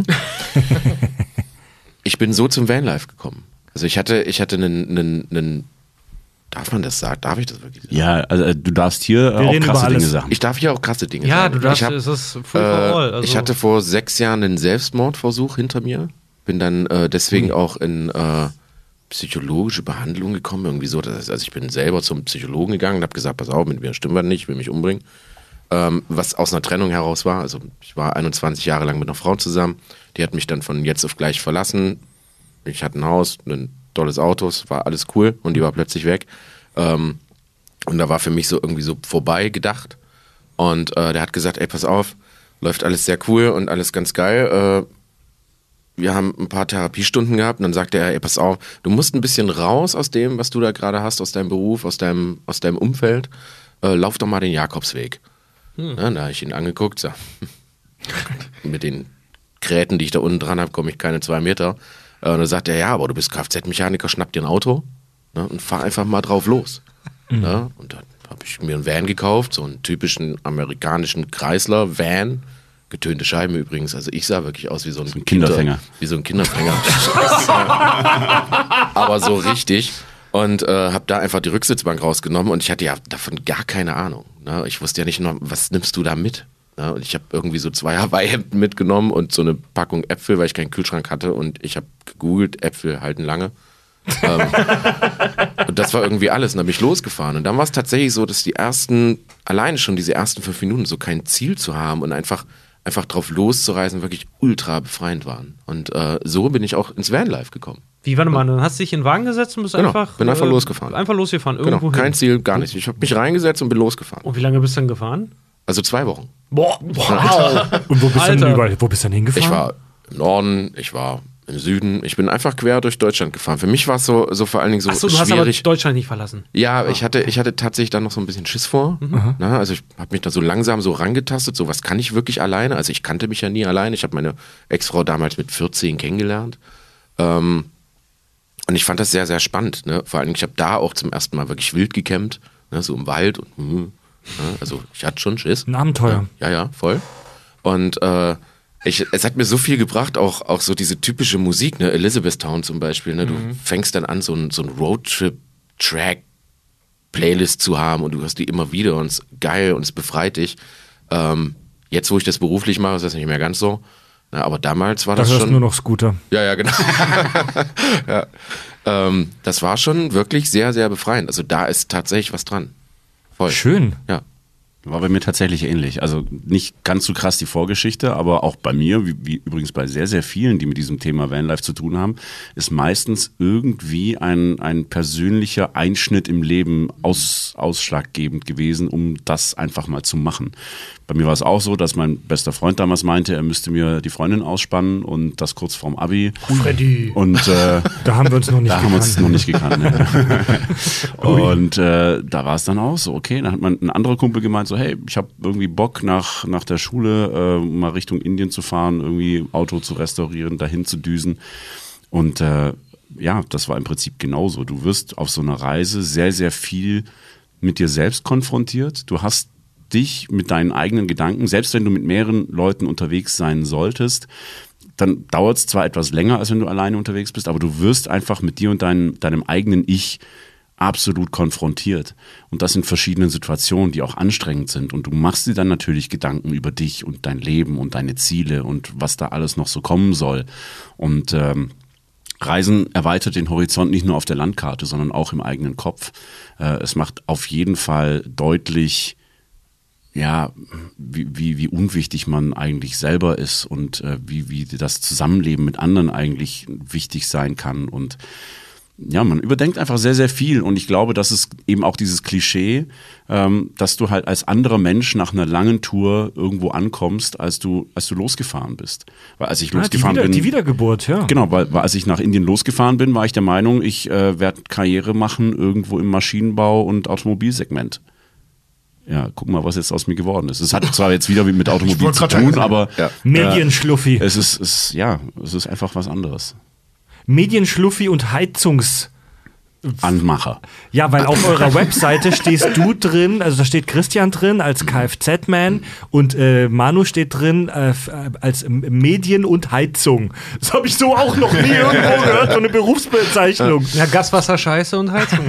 Ich bin so zum Vanlife gekommen. Also ich hatte einen darf man das sagen? Darf ich das wirklich sagen? Ja, also du darfst hier auch krasse Dinge sagen. Ich darf hier auch krasse Dinge Ja, sagen. du darfst, es ist free for all. Also Ich hatte vor 6 Jahren einen Selbstmordversuch hinter mir. Bin dann deswegen auch in psychologische Behandlung gekommen. Irgendwie so. Also ich bin selber zum Psychologen gegangen und habe gesagt, pass auf, mit mir stimmt was nicht, ich will mich umbringen. Was aus einer Trennung heraus war. Also ich war 21 Jahre lang mit einer Frau zusammen. Die hat mich dann von jetzt auf gleich verlassen. Ich hatte ein Haus, ein tolles Auto, war alles cool und die war plötzlich weg. Und da war für mich so irgendwie so vorbei gedacht. Und der hat gesagt, ey, pass auf, läuft alles sehr cool und alles ganz geil. Wir haben ein paar Therapiestunden gehabt und dann sagte er, ey, pass auf, du musst ein bisschen raus aus dem, was du da gerade hast, aus deinem Beruf, aus deinem Umfeld. Lauf doch mal den Jakobsweg. Ja, da habe ich ihn angeguckt, so. Mit den Gräten, die ich da unten dran habe, komme ich keine 2 Meter. Und dann sagt er, ja, aber du bist Kfz-Mechaniker, schnapp dir ein Auto, ne, und fahr einfach mal drauf los. Ne? Und dann habe ich mir einen Van gekauft, so einen typischen amerikanischen Chrysler-Van. Getönte Scheiben übrigens, also ich sah wirklich aus wie so ein Kinderfänger. Wie so ein Kinderfänger. Aber so richtig. Und habe da einfach die Rücksitzbank rausgenommen und ich hatte ja davon gar keine Ahnung. Ne? Ich wusste ja nicht noch, was nimmst du da mit? Ne? Und ich habe irgendwie so 2 Hawaii-Hemden mitgenommen und so eine Packung Äpfel, weil ich keinen Kühlschrank hatte und ich habe gegoogelt, Äpfel halten lange. Und das war irgendwie alles und dann bin ich losgefahren. Und dann war es tatsächlich so, dass alleine schon diese ersten 5 Minuten so kein Ziel zu haben und einfach drauf loszureisen, wirklich ultra befreiend waren. Und so bin ich auch ins Vanlife gekommen. Wie, warte mal, dann hast du dich in den Wagen gesetzt und bist Genau, einfach... bin einfach losgefahren. Einfach losgefahren, irgendwo Genau, kein Ziel, gar nichts. Ich habe mich reingesetzt und bin losgefahren. Und wie lange bist du dann gefahren? Also 2 Wochen. Boah, Alter. Und wo bist du denn hingefahren? Ich war im Norden, ich war im Süden. Ich bin einfach quer durch Deutschland gefahren. Für mich war es so vor allen Dingen so Achso, du schwierig. hast aber Deutschland nicht verlassen. Ja, ich hatte tatsächlich dann noch so ein bisschen Schiss vor. Na, also ich habe mich da so langsam so rangetastet, so was kann ich wirklich alleine? Also ich kannte mich ja nie alleine. Ich habe meine Ex-Frau damals mit 14 kennengelernt. Und ich fand das sehr, sehr spannend. Ne? Vor allem, ich habe da auch zum ersten Mal wirklich wild gecampt, ne? So im Wald. Und, also ich hatte schon Schiss. Ein Abenteuer. Ja, voll. Und es hat mir so viel gebracht, auch so diese typische Musik, ne? Elizabethtown zum Beispiel. Ne? Du fängst dann an, so ein Roadtrip-Track-Playlist zu haben und du hörst die immer wieder und es ist geil und es befreit dich. Jetzt, wo ich das beruflich mache, ist das nicht mehr ganz so. Na, aber damals war das schon... Da hörst du nur noch Scooter. Ja, genau. Ja. Das war schon wirklich sehr, sehr befreiend. Also da ist tatsächlich was dran. Voll. Schön. Ja. War bei mir tatsächlich ähnlich. Also nicht ganz so krass die Vorgeschichte, aber auch bei mir, wie übrigens bei sehr, sehr vielen, die mit diesem Thema Vanlife zu tun haben, ist meistens irgendwie ein persönlicher Einschnitt im Leben ausschlaggebend gewesen, um das einfach mal zu machen. Bei mir war es auch so, dass mein bester Freund damals meinte, er müsste mir die Freundin ausspannen und das kurz vorm Abi. Freddy. Und da haben wir uns noch nicht gekannt. Da haben wir uns noch nicht gekannt. Ne? Und da war es dann auch so, okay, dann hat ein anderer Kumpel gemeint, so hey, ich habe irgendwie Bock nach der Schule mal Richtung Indien zu fahren, irgendwie Auto zu restaurieren, dahin zu düsen. Und ja, das war im Prinzip genauso. Du wirst auf so einer Reise sehr, sehr viel mit dir selbst konfrontiert. Du hast dich mit deinen eigenen Gedanken, selbst wenn du mit mehreren Leuten unterwegs sein solltest, dann dauert es zwar etwas länger, als wenn du alleine unterwegs bist, aber du wirst einfach mit dir und deinem eigenen Ich absolut konfrontiert. Und das in verschiedenen Situationen, die auch anstrengend sind. Und du machst dir dann natürlich Gedanken über dich und dein Leben und deine Ziele und was da alles noch so kommen soll. Und Reisen erweitert den Horizont nicht nur auf der Landkarte, sondern auch im eigenen Kopf. Es macht auf jeden Fall deutlich, ja, wie unwichtig man eigentlich selber ist und wie das Zusammenleben mit anderen eigentlich wichtig sein kann. Und ja, man überdenkt einfach sehr, sehr viel. Und ich glaube, das ist eben auch dieses Klischee, dass du halt als anderer Mensch nach einer langen Tour irgendwo ankommst, als du losgefahren bist. Weil als ich losgefahren bin. Die Wiedergeburt, ja. Genau, weil als ich nach Indien losgefahren bin, war ich der Meinung, ich werde Karriere machen irgendwo im Maschinenbau und Automobilsegment. Ja, guck mal, was jetzt aus mir geworden ist. Es hat zwar jetzt wieder mit Automobil zu tun, aber Medienschluffi. Es ist einfach was anderes. Medienschluffi und Anmacher. Ja, weil auf eurer Webseite stehst du drin, also da steht Christian drin als Kfz-Man und Manu steht drin als Medien und Heizung. Das habe ich so auch noch nie irgendwo gehört, so eine Berufsbezeichnung. Ja, Gas, Wasser, Scheiße und Heizung.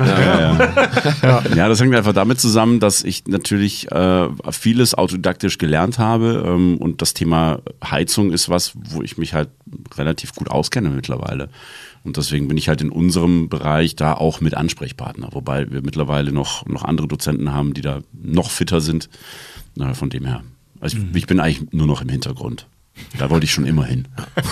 Ja, das hängt einfach damit zusammen, dass ich natürlich vieles autodidaktisch gelernt habe und das Thema Heizung ist was, wo ich mich halt relativ gut auskenne mittlerweile. Und deswegen bin ich halt in unserem Bereich da auch mit Ansprechpartner, wobei wir mittlerweile noch andere Dozenten haben, die da noch fitter sind. Von dem her. Also ich bin eigentlich nur noch im Hintergrund. Da wollte ich schon immer hin.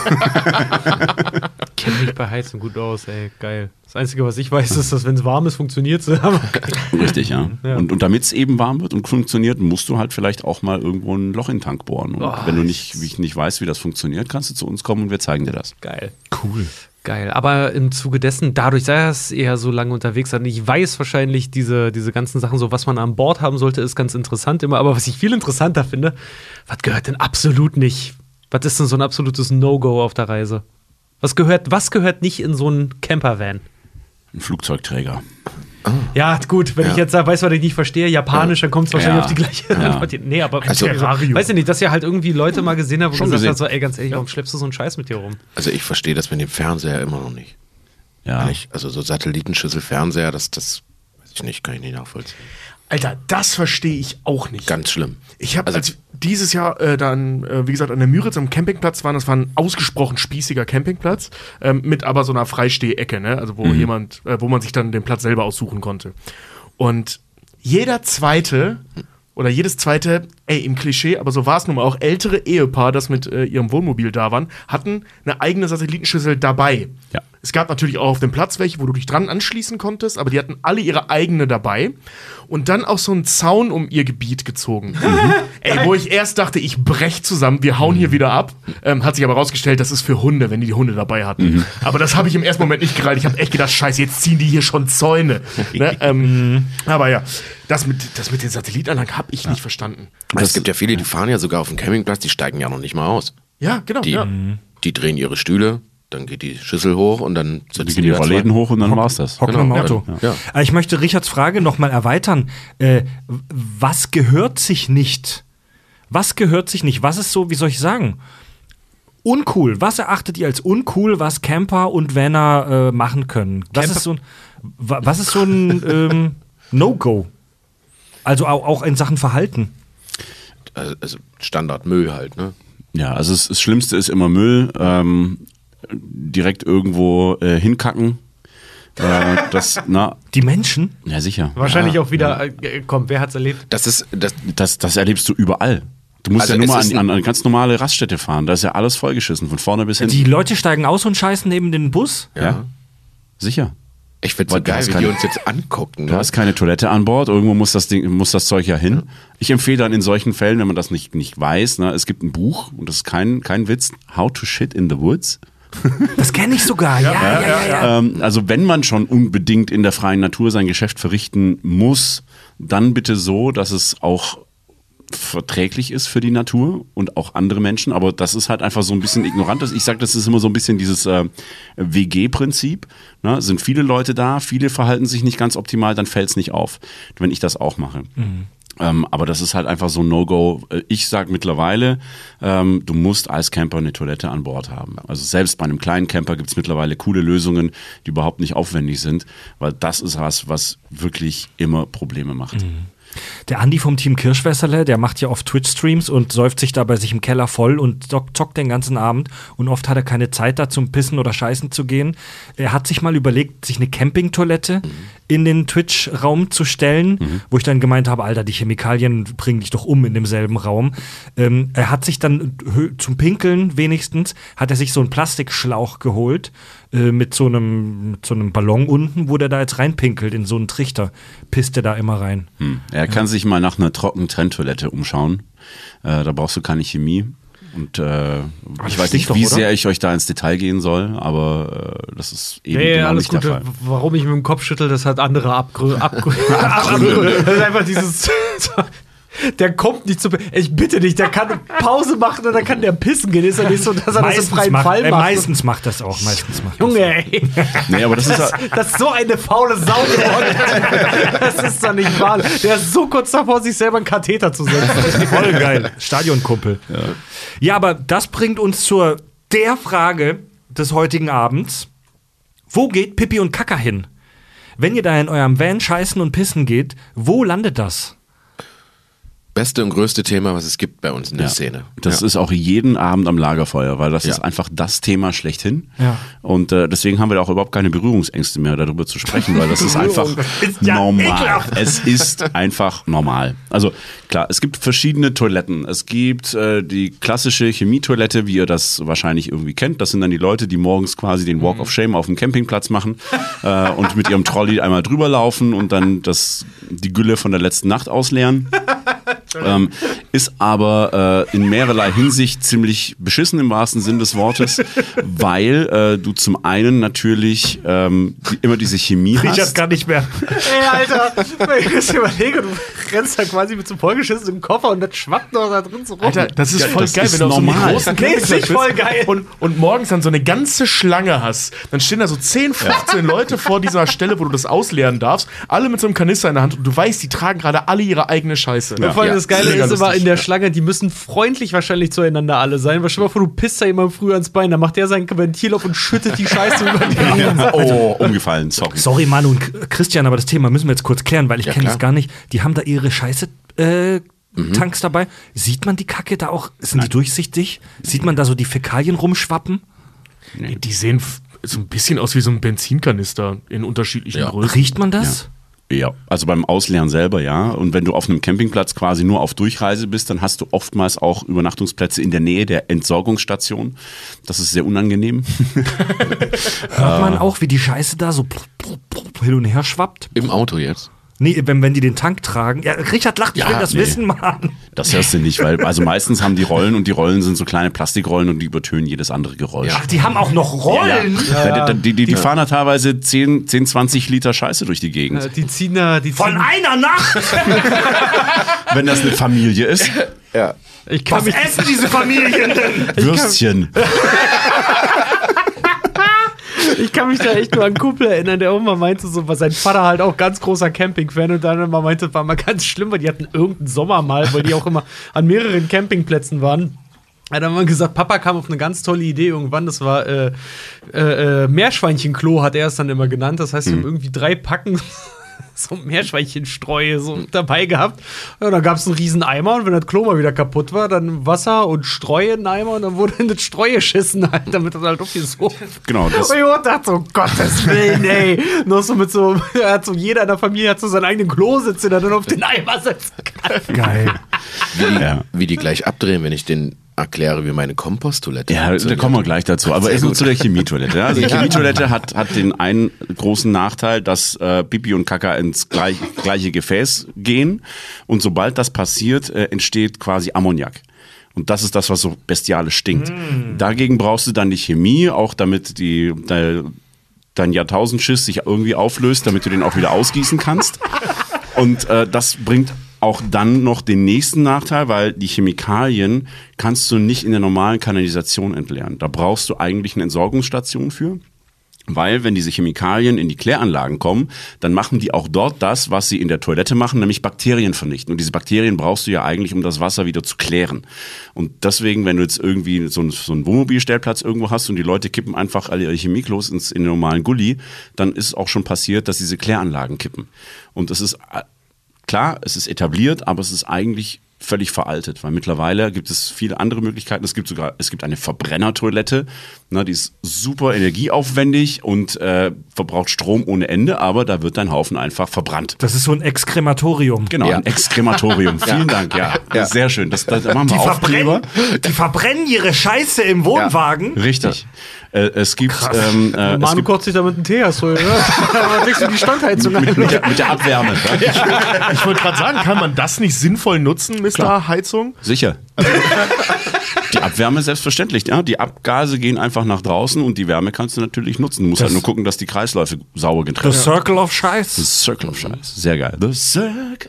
Kenn mich bei Heizung gut aus, ey, geil. Das Einzige, was ich weiß, ist, dass wenn es warm ist, funktioniert es. Richtig, ja. Und damit es eben warm wird und funktioniert, musst du halt vielleicht auch mal irgendwo ein Loch in den Tank bohren. Und wenn du nicht weißt, wie das funktioniert, kannst du zu uns kommen und wir zeigen dir das. Geil. Cool. Geil, aber im Zuge dessen, dadurch, dass er eher so lange unterwegs hat, und ich weiß wahrscheinlich, diese ganzen Sachen, so was man an Bord haben sollte, ist ganz interessant immer, aber was ich viel interessanter finde, was gehört denn absolut nicht? Was ist denn so ein absolutes No-Go auf der Reise? Was gehört nicht in so einen Campervan? Ein Flugzeugträger. Ja, gut, wenn ich jetzt sage, weiß, was ich nicht verstehe, Japanisch, dann kommt es wahrscheinlich auf die gleiche Antwort. Nee, aber also, weiß ich nicht, dass ihr halt irgendwie Leute mal gesehen habt, wo gesagt hat, so, ey, ganz ehrlich, warum schleppst du so einen Scheiß mit dir rum? Also ich verstehe das mit dem Fernseher immer noch nicht. Ja. Also so Satellitenschüssel-Fernseher, das weiß ich nicht, kann ich nicht nachvollziehen. Alter, das verstehe ich auch nicht. Ganz schlimm. Ich habe dieses Jahr dann, wie gesagt, an der Müritz am Campingplatz das war ein ausgesprochen spießiger Campingplatz, mit aber so einer Freistehecke, ne? Also wo wo man sich dann den Platz selber aussuchen konnte. Und jedes zweite, im Klischee, aber so war es nun mal auch, ältere Ehepaar, das mit ihrem Wohnmobil da waren, hatten eine eigene Satellitenschüssel dabei. Ja. Es gab natürlich auch auf dem Platz welche, wo du dich dran anschließen konntest, aber die hatten alle ihre eigene dabei. Und dann auch so einen Zaun um ihr Gebiet gezogen. Ey, wo ich erst dachte, ich brech zusammen, wir hauen hier wieder ab. Hat sich aber rausgestellt, das ist für Hunde, wenn die Hunde dabei hatten. Aber das habe ich im ersten Moment nicht gereilt. Ich habe echt gedacht, scheiße, jetzt ziehen die hier schon Zäune. Ne? Aber ja, das mit den Satellitenanlagen habe ich nicht verstanden. Es gibt ja viele, die fahren ja sogar auf dem Campingplatz, die steigen ja noch nicht mal aus. Ja, genau. Die drehen ihre Stühle, dann geht die Schüssel hoch und dann setzen die Rollläden hoch und dann war's das. Hocken im Auto. Ja. Ich möchte Richards Frage nochmal erweitern. Was gehört sich nicht? Was gehört sich nicht? Was ist so, wie soll ich sagen, uncool? Was erachtet ihr als uncool, was Camper und Vanner machen können? Was ist so ein No-Go? Also auch in Sachen Verhalten. Also Standard Müll halt, ne? Ja, also das Schlimmste ist immer Müll. Direkt irgendwo hinkacken. Die Menschen? Ja, sicher. Wahrscheinlich auch wieder, komm, wer hat's erlebt? Das erlebst du überall. Du musst ja nur mal an eine ganz normale Raststätte fahren. Da ist ja alles vollgeschissen, von vorne bis hinten. Die Leute steigen aus und scheißen neben den Bus? Ja, sicher. Ich find's so geil, wie die uns jetzt angucken. Du hast keine Toilette an Bord, irgendwo muss das Zeug ja hin. Ich empfehle dann in solchen Fällen, wenn man das nicht weiß, es gibt ein Buch, und das ist kein Witz, How to Shit in the Woods. Das kenne ich sogar, ja. Also wenn man schon unbedingt in der freien Natur sein Geschäft verrichten muss, dann bitte so, dass es auch verträglich ist für die Natur und auch andere Menschen, aber das ist halt einfach so ein bisschen ignorant. Ich sage, das ist immer so ein bisschen dieses WG-Prinzip. Ne? Sind viele Leute da, viele verhalten sich nicht ganz optimal, dann fällt es nicht auf, wenn ich das auch mache. Aber das ist halt einfach so ein No-Go. Ich sage mittlerweile, du musst als Camper eine Toilette an Bord haben. Also selbst bei einem kleinen Camper gibt es mittlerweile coole Lösungen, die überhaupt nicht aufwendig sind, weil das ist was wirklich immer Probleme macht. Der Andi vom Team Kirschwässerle, der macht ja oft Twitch-Streams und säuft sich da bei sich im Keller voll und zockt den ganzen Abend. Und oft hat er keine Zeit da zum Pissen oder Scheißen zu gehen. Er hat sich mal überlegt, sich eine Campingtoilette in den Twitch-Raum zu stellen, wo ich dann gemeint habe, Alter, die Chemikalien bringen dich doch um in demselben Raum. Er hat sich dann zum Pinkeln wenigstens, hat er sich so einen Plastikschlauch geholt, mit so einem Ballon unten, wo der da jetzt reinpinkelt, in so einen Trichter, pisst der da immer rein. Er kann sich mal nach einer Trockentrenntoilette umschauen. Da brauchst du keine Chemie. Und ich weiß nicht, wie sehr ich euch da ins Detail gehen soll, aber das ist eben genau nicht der Fall. Warum ich mit dem Kopf schüttel, das hat andere Abgründe. Das ist einfach dieses... Der kommt nicht zu. Ich bitte dich, der kann Pause machen und dann kann der pissen gehen. Ist ja nicht so, dass er das im freien Fall macht. Meistens macht das auch. Junge, ey. Nee, aber das ist so eine faule Sau geworden. Das ist doch nicht wahr. Der ist so kurz davor, sich selber einen Katheter zu setzen. Voll geil. Stadionkumpel. Ja, aber das bringt uns zur der Frage des heutigen Abends. Wo geht Pipi und Kaka hin? Wenn ihr da in eurem Van scheißen und pissen geht, wo landet das? Beste und größte Thema, was es gibt bei uns in der Szene. Das ist auch jeden Abend am Lagerfeuer, weil das ist einfach das Thema schlechthin. Ja. Und deswegen haben wir da auch überhaupt keine Berührungsängste mehr, darüber zu sprechen, weil das ist einfach normal. Es ist einfach normal. Also klar, es gibt verschiedene Toiletten. Es gibt die klassische Chemietoilette, wie ihr das wahrscheinlich irgendwie kennt. Das sind dann die Leute, die morgens quasi den Walk of Shame auf dem Campingplatz machen und mit ihrem Trolley einmal drüber laufen und dann die Gülle von der letzten Nacht ausleeren. Ist aber in mehrerlei Hinsicht ziemlich beschissen im wahrsten Sinn des Wortes, weil du zum einen natürlich immer diese Chemie hast. Richard kann nicht mehr. Ey, Alter, wenn ich das überlege, du rennst da quasi mit so einem vollgeschissenen Koffer und das schwappt noch da drin so rum. Alter, das ist voll geil, wenn du auf so einem großen Campingplatz bist und morgens dann so eine ganze Schlange hast. Dann stehen da so 10, 15 Leute vor dieser Stelle, wo du das ausleeren darfst, alle mit so einem Kanister in der Hand und du weißt, die tragen gerade alle ihre eigene Scheiße. Das Geile ist immer in der Schlange, die müssen freundlich wahrscheinlich zueinander alle sein. Weil stell dir mal vor, du pisst da jemand früh ans Bein, dann macht der sein Ventil auf und schüttet die Scheiße über die umgefallen, sorry. Sorry, Manu und Christian, aber das Thema müssen wir jetzt kurz klären, weil ich kenne das gar nicht. Die haben da ihre Scheiße Tanks dabei. Sieht man die Kacke da auch? Sind die durchsichtig? Sieht man da so die Fäkalien rumschwappen? Nee. Die sehen so ein bisschen aus wie so ein Benzinkanister in unterschiedlichen Größen. Riecht man das? Ja, also beim Ausleeren selber, ja. Und wenn du auf einem Campingplatz quasi nur auf Durchreise bist, dann hast du oftmals auch Übernachtungsplätze in der Nähe der Entsorgungsstation. Das ist sehr unangenehm. Hört man auch, wie die Scheiße da so hin und her schwappt? Im Auto jetzt? Nee, wenn die den Tank tragen. Ja, Richard lacht, ich will das wissen, Mann. Das hörst du nicht, weil also meistens haben die Rollen und die Rollen sind so kleine Plastikrollen und die übertönen jedes andere Geräusch. Ach, die haben auch noch Rollen? Ja. Die fahren da teilweise 10, 20 Liter Scheiße durch die Gegend. Die ziehen von einer Nacht! Wenn das eine Familie ist. Ja. Was essen diese Familien denn? Würstchen. Ich kann mich da echt nur an einen Kumpel erinnern, der irgendwann meinte, so war sein Vater halt auch ganz großer Camping-Fan und dann immer meinte, war mal ganz schlimm, weil die hatten irgendeinen Sommer mal, weil die auch immer an mehreren Campingplätzen waren. Er hat dann mal gesagt, Papa kam auf eine ganz tolle Idee irgendwann, das war Meerschweinchenklo, hat er es dann immer genannt. Das heißt, wir haben irgendwie 3 Packen so Meerschweinchenstreue so dabei gehabt. Ja, da gab es einen riesen Eimer und wenn das Klo mal wieder kaputt war, dann Wasser und Streue in den Eimer und dann wurde in das Streue geschissen halt, damit das halt aufgesogen. Genau. Das Und ich dachte so, Gottes Willen, ey. Nur so mit so, jeder in der Familie hat so seinen eigenen Klositz, den er dann auf den Eimer setzen kann. Geil. Wie die gleich abdrehen, wenn ich den erkläre, wie meine Komposttoilette da kommen wir gleich dazu. Aber erst nur zu der Chemietoilette. Ja? Also die Chemietoilette hat den einen großen Nachteil, dass Pipi und Kaka ins gleiche Gefäß gehen. Und sobald das passiert, entsteht quasi Ammoniak. Und das ist das, was so bestialisch stinkt. Dagegen brauchst du dann die Chemie, auch damit dein Jahrtausendschiss sich irgendwie auflöst, damit du den auch wieder ausgießen kannst. Und das bringt auch dann noch den nächsten Nachteil, weil die Chemikalien kannst du nicht in der normalen Kanalisation entleeren. Da brauchst du eigentlich eine Entsorgungsstation für. Weil, wenn diese Chemikalien in die Kläranlagen kommen, dann machen die auch dort das, was sie in der Toilette machen, nämlich Bakterien vernichten. Und diese Bakterien brauchst du ja eigentlich, um das Wasser wieder zu klären. Und deswegen, wenn du jetzt irgendwie so einen Wohnmobilstellplatz irgendwo hast und die Leute kippen einfach alle ihre Chemieklos in den normalen Gully, dann ist auch schon passiert, dass diese Kläranlagen kippen. Und das ist klar, es ist etabliert, aber es ist eigentlich völlig veraltet, weil mittlerweile gibt es viele andere Möglichkeiten. Es gibt eine Verbrennertoilette, die ist super energieaufwendig und verbraucht Strom ohne Ende, aber da wird dein Haufen einfach verbrannt. Das ist so ein Exkrematorium. Genau, ein Exkrematorium. Vielen Dank, ja. Sehr schön. Das machen wir Aufkleber. Die verbrennen ihre Scheiße im Wohnwagen. Richtig. Es gibt Manu kocht sich damit einen Tee, hast du, oder? Da legst du die Standheizung ein. Mit der Abwärme. Ich wollte gerade sagen, kann man das nicht sinnvoll nutzen, Mr. Klar. Heizung? Sicher. Die Abwärme selbstverständlich. Ja? Die Abgase gehen einfach nach draußen und die Wärme kannst du natürlich nutzen. Du musst halt nur gucken, dass die Kreisläufe sauber getrennt The sind. Circle of Scheiß. The Circle of Scheiß. Sehr geil. The Circle.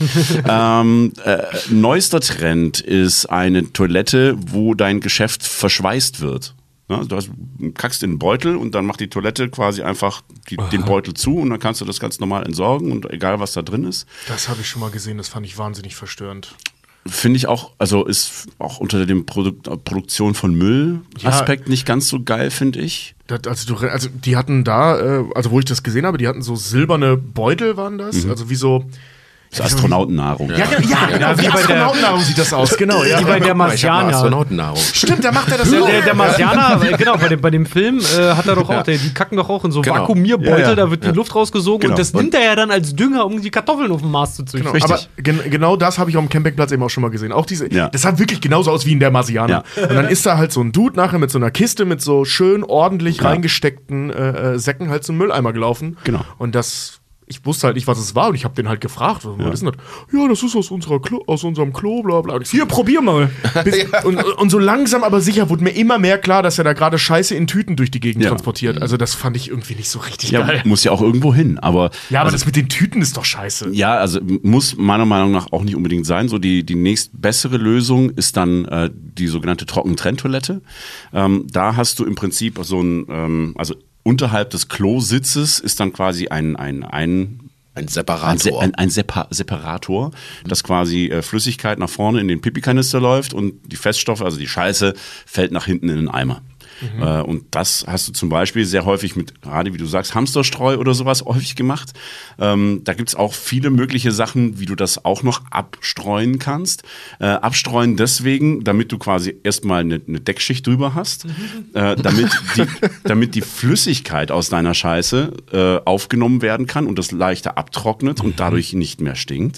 Neuester Trend ist eine Toilette, wo dein Geschäft verschweißt wird. Ja, du kackst in den Beutel und dann macht die Toilette quasi einfach den Beutel zu und dann kannst du das ganz normal entsorgen und egal, was da drin ist. Das habe ich schon mal gesehen, das fand ich wahnsinnig verstörend. Finde ich auch, also ist auch unter dem Produktion von Müll-Aspekt nicht ganz so geil, finde ich. Also die hatten da, also wo ich das gesehen habe, die hatten so silberne Beutel, waren das, also wie so... Das ist Astronautennahrung. Ja, wie Astronautennahrung sieht das aus, genau. Ja. Wie bei der Marsianer. Astronautennahrung. Stimmt, da macht er das Der Marsianer, genau, bei dem Film hat er doch auch, die kacken doch auch in so Vakuumierbeutel, da wird die Luft rausgesogen und das nimmt er ja dann als Dünger, um die Kartoffeln auf dem Mars zu züchten. Genau, aber genau das habe ich auf dem Campingplatz eben auch schon mal gesehen. Auch das sah wirklich genauso aus wie in der Marsianer. Ja. Und dann ist da halt so ein Dude nachher mit so einer Kiste mit so schön ordentlich reingesteckten Säcken halt zum Mülleimer gelaufen. Genau. Und ich wusste halt nicht, was es war und ich habe den halt gefragt, was ist denn das? Ja, das ist aus unserem Klo, bla bla. Hier, probier mal. Und so langsam aber sicher wurde mir immer mehr klar, dass er da gerade Scheiße in Tüten durch die Gegend transportiert. Also das fand ich irgendwie nicht so richtig geil. Muss ja auch irgendwo hin, aber... Ja, aber das mit den Tüten ist doch scheiße. Ja, also muss meiner Meinung nach auch nicht unbedingt sein. So die nächst bessere Lösung ist dann die sogenannte Trockentrenntoilette. Da hast du im Prinzip so ein... unterhalb des Klositzes ist dann quasi ein Separator. Ein Separator, das quasi Flüssigkeit nach vorne in den Pipi-Kanister läuft und die Feststoffe, also die Scheiße, fällt nach hinten in den Eimer. Und das hast du zum Beispiel sehr häufig mit, gerade wie du sagst, Hamsterstreu oder sowas häufig gemacht. Da gibt's auch viele mögliche Sachen, wie du das auch noch abstreuen kannst. Abstreuen deswegen, damit du quasi erstmal eine Deckschicht drüber hast, damit die Flüssigkeit aus deiner Scheiße aufgenommen werden kann und das leichter abtrocknet und dadurch nicht mehr stinkt.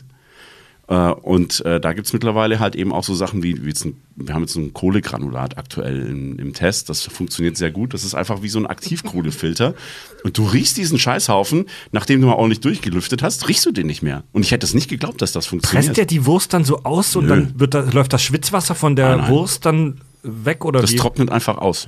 Und da gibt's mittlerweile halt eben auch so Sachen wie wir haben jetzt ein Kohlegranulat aktuell im Test, das funktioniert sehr gut. Das ist einfach wie so ein Aktivkohlefilter. Und du riechst diesen Scheißhaufen, nachdem du mal ordentlich durchgelüftet hast, riechst du den nicht mehr. Und ich hätte es nicht geglaubt, dass das funktioniert. Presst der die Wurst dann so aus und dann läuft das Schwitzwasser von der Wurst dann weg oder das wie? Trocknet einfach aus.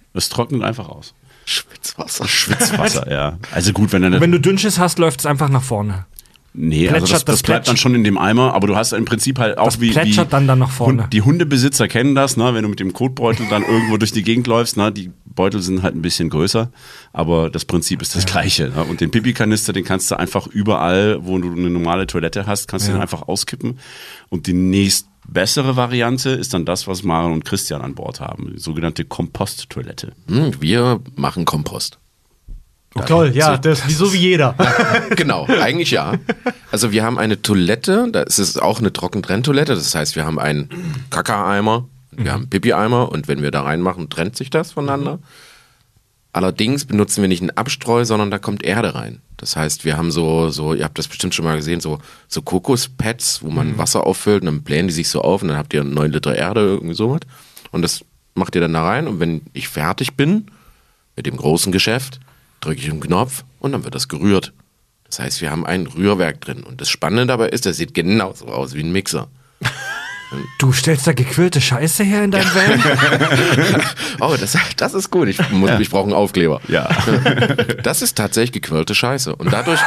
Schwitzwasser, ja. Also gut, wenn du Dünnschiss hast, läuft es einfach nach vorne. Nee, also das bleibt dann schon in dem Eimer, aber du hast im Prinzip halt auch das plätschert dann nach vorne. Die Hundebesitzer kennen das, ne, wenn du mit dem Kotbeutel dann irgendwo durch die Gegend läufst, ne, die Beutel sind halt ein bisschen größer, aber das Prinzip ist das gleiche. Ne? Und den Pipi-Kanister, den kannst du einfach überall, wo du eine normale Toilette hast, kannst du den einfach auskippen. Und die nächst bessere Variante ist dann das, was Maren und Christian an Bord haben, die sogenannte Komposttoilette. Wir machen Kompost. Toll, ja, das ist so wie jeder. Genau, eigentlich ja. Also wir haben eine Toilette, da ist es auch eine Trockentrenntoilette, das heißt, wir haben einen Kaka-Eimer, wir haben einen Pipi-Eimer und wenn wir da reinmachen, trennt sich das voneinander. Allerdings benutzen wir nicht einen Abstreu, sondern da kommt Erde rein. Das heißt, wir haben so, ihr habt das bestimmt schon mal gesehen, so Kokospads, wo man Wasser auffüllt und dann blähen die sich so auf und dann habt ihr 9 Liter Erde, irgendwie sowas. Und das macht ihr dann da rein und wenn ich fertig bin mit dem großen Geschäft, drücke ich einen Knopf und dann wird das gerührt. Das heißt, wir haben ein Rührwerk drin. Und das Spannende dabei ist, das sieht genauso aus wie ein Mixer. Du stellst da gequirlte Scheiße her in deinem Van? Oh, das ist gut. Ich brauche einen Aufkleber. Ja. Das ist tatsächlich gequirlte Scheiße. Und dadurch...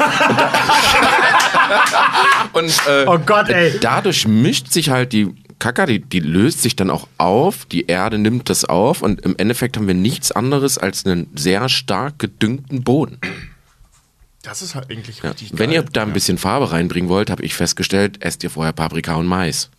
Oh Gott, ey. Dadurch mischt sich halt die Kaka, die löst sich dann auch auf, die Erde nimmt das auf und im Endeffekt haben wir nichts anderes als einen sehr stark gedüngten Boden. Das ist halt eigentlich Ja. richtig Wenn geil. ihr da ein bisschen Farbe reinbringen wollt, habe ich festgestellt, esst ihr vorher Paprika und Mais.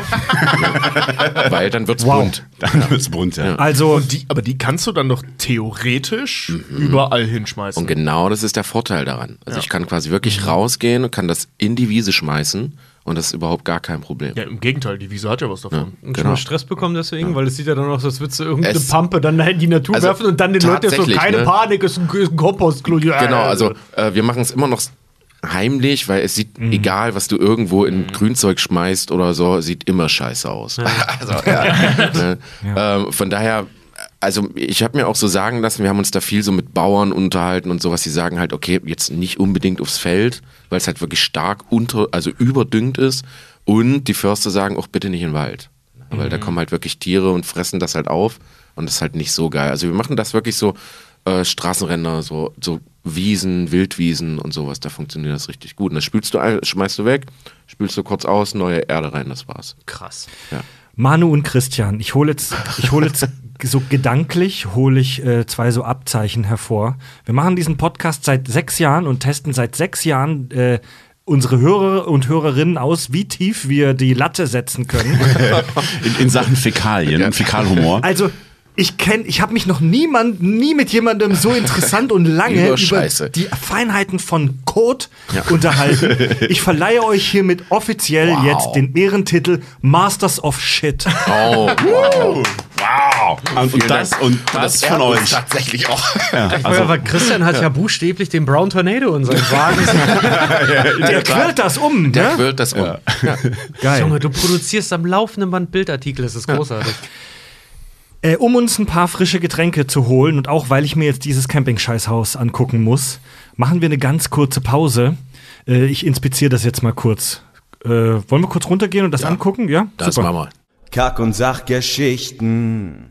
Ja. Weil dann wird's bunt. Dann wird's bunt, ja. Also, Aber die kannst du dann doch theoretisch überall hinschmeißen. Und genau das ist der Vorteil daran. Also ich kann quasi wirklich rausgehen und kann das in die Wiese schmeißen und das ist überhaupt gar kein Problem. Ja, im Gegenteil, die Wiese hat ja was davon. Und schon mal Stress bekommen deswegen, weil es sieht ja dann aus, als würdest du irgendeine Pampe dann in die Natur Also werfen und dann den Leuten so, tatsächlich, keine ne? Panik, ist ein Kompostklo. Genau, also wir machen es immer noch heimlich, weil es sieht, egal was du irgendwo in Grünzeug schmeißt oder so, sieht immer scheiße aus. Also, ne? Von daher, also ich habe mir auch so sagen lassen, wir haben uns da viel so mit Bauern unterhalten und sowas, die sagen halt, okay, jetzt nicht unbedingt aufs Feld, weil es halt wirklich stark überdüngt ist und die Förster sagen auch bitte nicht in den Wald, weil da kommen halt wirklich Tiere und fressen das halt auf und das ist halt nicht so geil. Also wir machen das wirklich so Straßenränder, so Wiesen, Wildwiesen und sowas, da funktioniert das richtig gut. Und das schmeißt du weg, spülst du kurz aus, neue Erde rein, das war's. Krass. Ja. Manu und Christian, ich hole jetzt so gedanklich zwei so Abzeichen hervor. Wir machen diesen Podcast seit 6 Jahren und testen seit 6 Jahren unsere Hörer und Hörerinnen aus, wie tief wir die Latte setzen können. In Sachen Fäkalien, Fäkalhumor. Also ich habe mich noch nie mit jemandem so interessant und lange über Scheiße. die Feinheiten von Code unterhalten. Ich verleihe euch hiermit offiziell jetzt den Ehrentitel Masters of Shit. Oh, wow. Wow. Und das von euch. Tatsächlich auch. Weil Christian hat ja buchstäblich den Brown Tornado in seinem Wagen. Der quillt das um, Der ne? quillt das um. Ja. Geil. Junge, du produzierst am laufenden Band Bildartikel, das ist großartig. Um uns ein paar frische Getränke zu holen und auch weil ich mir jetzt dieses Camping-Scheißhaus angucken muss, machen wir eine ganz kurze Pause. Ich inspiziere das jetzt mal kurz. Wollen wir kurz runtergehen und das angucken? Ja? Das machen wir. Kack- und Sachgeschichten.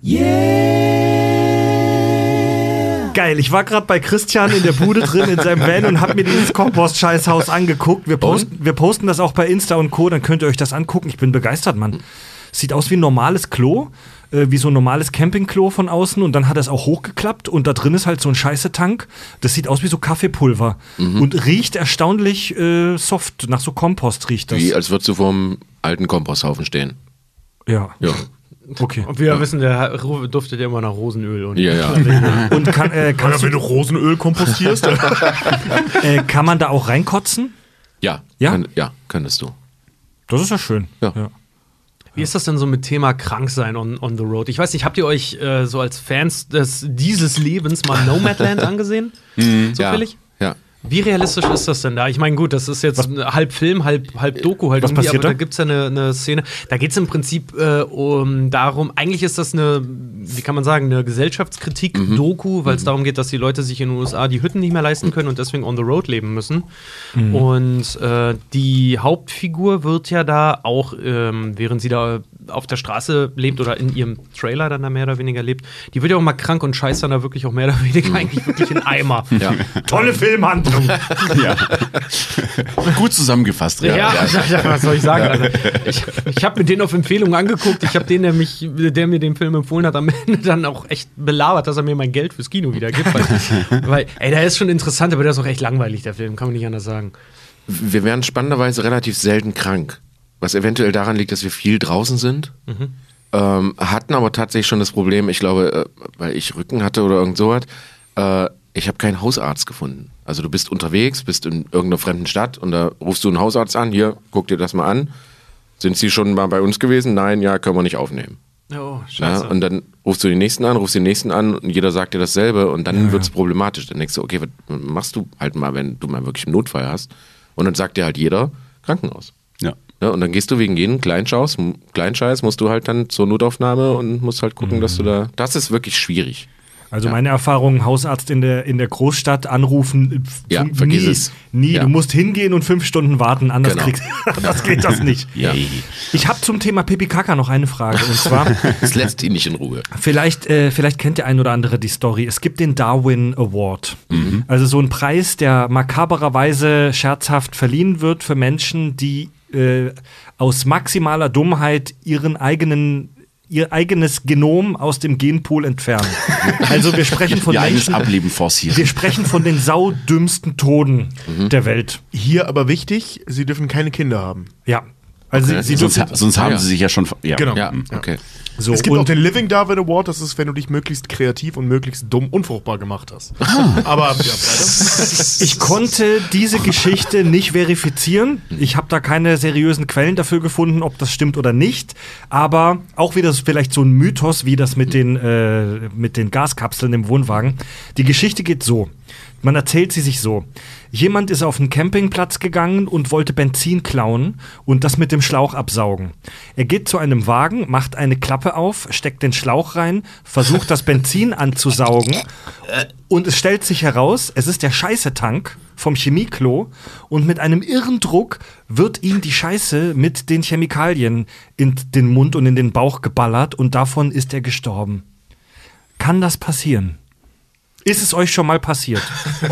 Geil, ich war gerade bei Christian in der Bude drin in seinem Van und hab mir dieses Kompost-Scheißhaus angeguckt. Wir posten das auch bei Insta und Co., dann könnt ihr euch das angucken. Ich bin begeistert, Mann. Sieht aus wie ein normales Klo, wie so ein normales Campingklo von außen und dann hat er es auch hochgeklappt und da drin ist halt so ein Scheißetank. Das sieht aus wie so Kaffeepulver und riecht erstaunlich soft, nach so Kompost riecht das. Wie als würdest du vor einem alten Komposthaufen stehen. Ja. Ja. Okay. Und wir wissen, der duftet ja immer nach Rosenöl. Und Ja. Und Wenn du Rosenöl kompostierst, kann man da auch reinkotzen? Ja. Ja? Könntest du. Das ist ja schön. Ja. Wie ist das denn so mit Thema Kranksein on the road? Ich weiß nicht, habt ihr euch so als Fans dieses Lebens mal Nomadland angesehen? Zufällig? Ja. Wie realistisch ist das denn da? Ich meine, gut, das ist jetzt halb Film, halb Doku halt was irgendwie, passiert aber da? da gibt es ja eine Szene, da geht es im Prinzip darum, eigentlich ist das eine Gesellschaftskritik-Doku, weil es darum geht, dass die Leute sich in den USA die Hütten nicht mehr leisten können und deswegen on the road leben müssen. Und die Hauptfigur wird ja da auch, während sie da auf der Straße lebt oder in ihrem Trailer dann da mehr oder weniger lebt, die wird ja auch mal krank und scheißt dann da wirklich auch mehr oder weniger eigentlich wirklich in Eimer. Ja. Tolle Filmhandlung. Ja. Gut zusammengefasst, Ja, was soll ich sagen? Also, ich habe mir den auf Empfehlung angeguckt. Ich habe den, der mir den Film empfohlen hat, am Ende dann auch echt belabert, dass er mir mein Geld fürs Kino wieder gibt. Weil der ist schon interessant, aber der ist auch echt langweilig, der Film, kann man nicht anders sagen. Wir werden spannenderweise relativ selten krank. Was eventuell daran liegt, dass wir viel draußen sind. Hatten aber tatsächlich schon das Problem, ich glaube, weil ich Rücken hatte oder irgend sowas, Ich habe keinen Hausarzt gefunden. Also du bist unterwegs, bist in irgendeiner fremden Stadt und da rufst du einen Hausarzt an, hier, guck dir das mal an. Sind Sie schon mal bei uns gewesen? Nein, ja, können wir nicht aufnehmen. Oh, scheiße. Ja, und dann rufst du den nächsten an, rufst den nächsten an und jeder sagt dir dasselbe und dann wird's problematisch. Dann denkst du, okay, was machst du halt mal, wenn du mal wirklich einen Notfall hast? Und dann sagt dir halt jeder Krankenhaus. Ja. Ja, und dann gehst du wegen jedem Kleinscheiß, musst du halt dann zur Notaufnahme und musst halt gucken, dass du da. Das ist wirklich schwierig. Also meine Erfahrung, Hausarzt in der Großstadt anrufen, vergiss es. Nie, Ja. du musst hingehen und 5 Stunden warten, anders Genau. das geht das nicht. Ja. Ich habe zum Thema Pipi Kaka noch eine Frage und zwar, Das lässt ihn nicht in Ruhe. vielleicht kennt der ein oder andere die Story, es gibt den Darwin Award, also so ein Preis, der makabererweise scherzhaft verliehen wird für Menschen, die aus maximaler Dummheit ihr eigenes Genom aus dem Genpool entfernen. Also wir sprechen von Ihr eigenes Menschen, Ableben forcieren. wir sprechen von den saudümmsten Toden der Welt. Hier aber wichtig, sie dürfen keine Kinder haben. Ja. Also Okay. sie dürfen, Sonst haben sie sich ja schon. Ja. Genau. Ja, okay. so, Es gibt auch und den Living Darwin Award, das ist, wenn du dich möglichst kreativ und möglichst dumm unfruchtbar gemacht hast. Aber ja, weiter. ich konnte diese Geschichte nicht verifizieren. Ich habe da keine seriösen Quellen dafür gefunden, ob das stimmt oder nicht. Aber auch wieder vielleicht so ein Mythos, wie das mit den Gaskapseln im Wohnwagen. Die Geschichte geht so. Man erzählt sie sich so. Jemand ist auf einen Campingplatz gegangen und wollte Benzin klauen und das mit dem Schlauch absaugen. Er geht zu einem Wagen, macht eine Klappe auf, steckt den Schlauch rein, versucht das Benzin anzusaugen und es stellt sich heraus, es ist der Scheißetank vom Chemieklo und mit einem irren Druck wird ihm die Scheiße mit den Chemikalien in den Mund und in den Bauch geballert und davon ist er gestorben. Kann das passieren? Ist es euch schon mal passiert?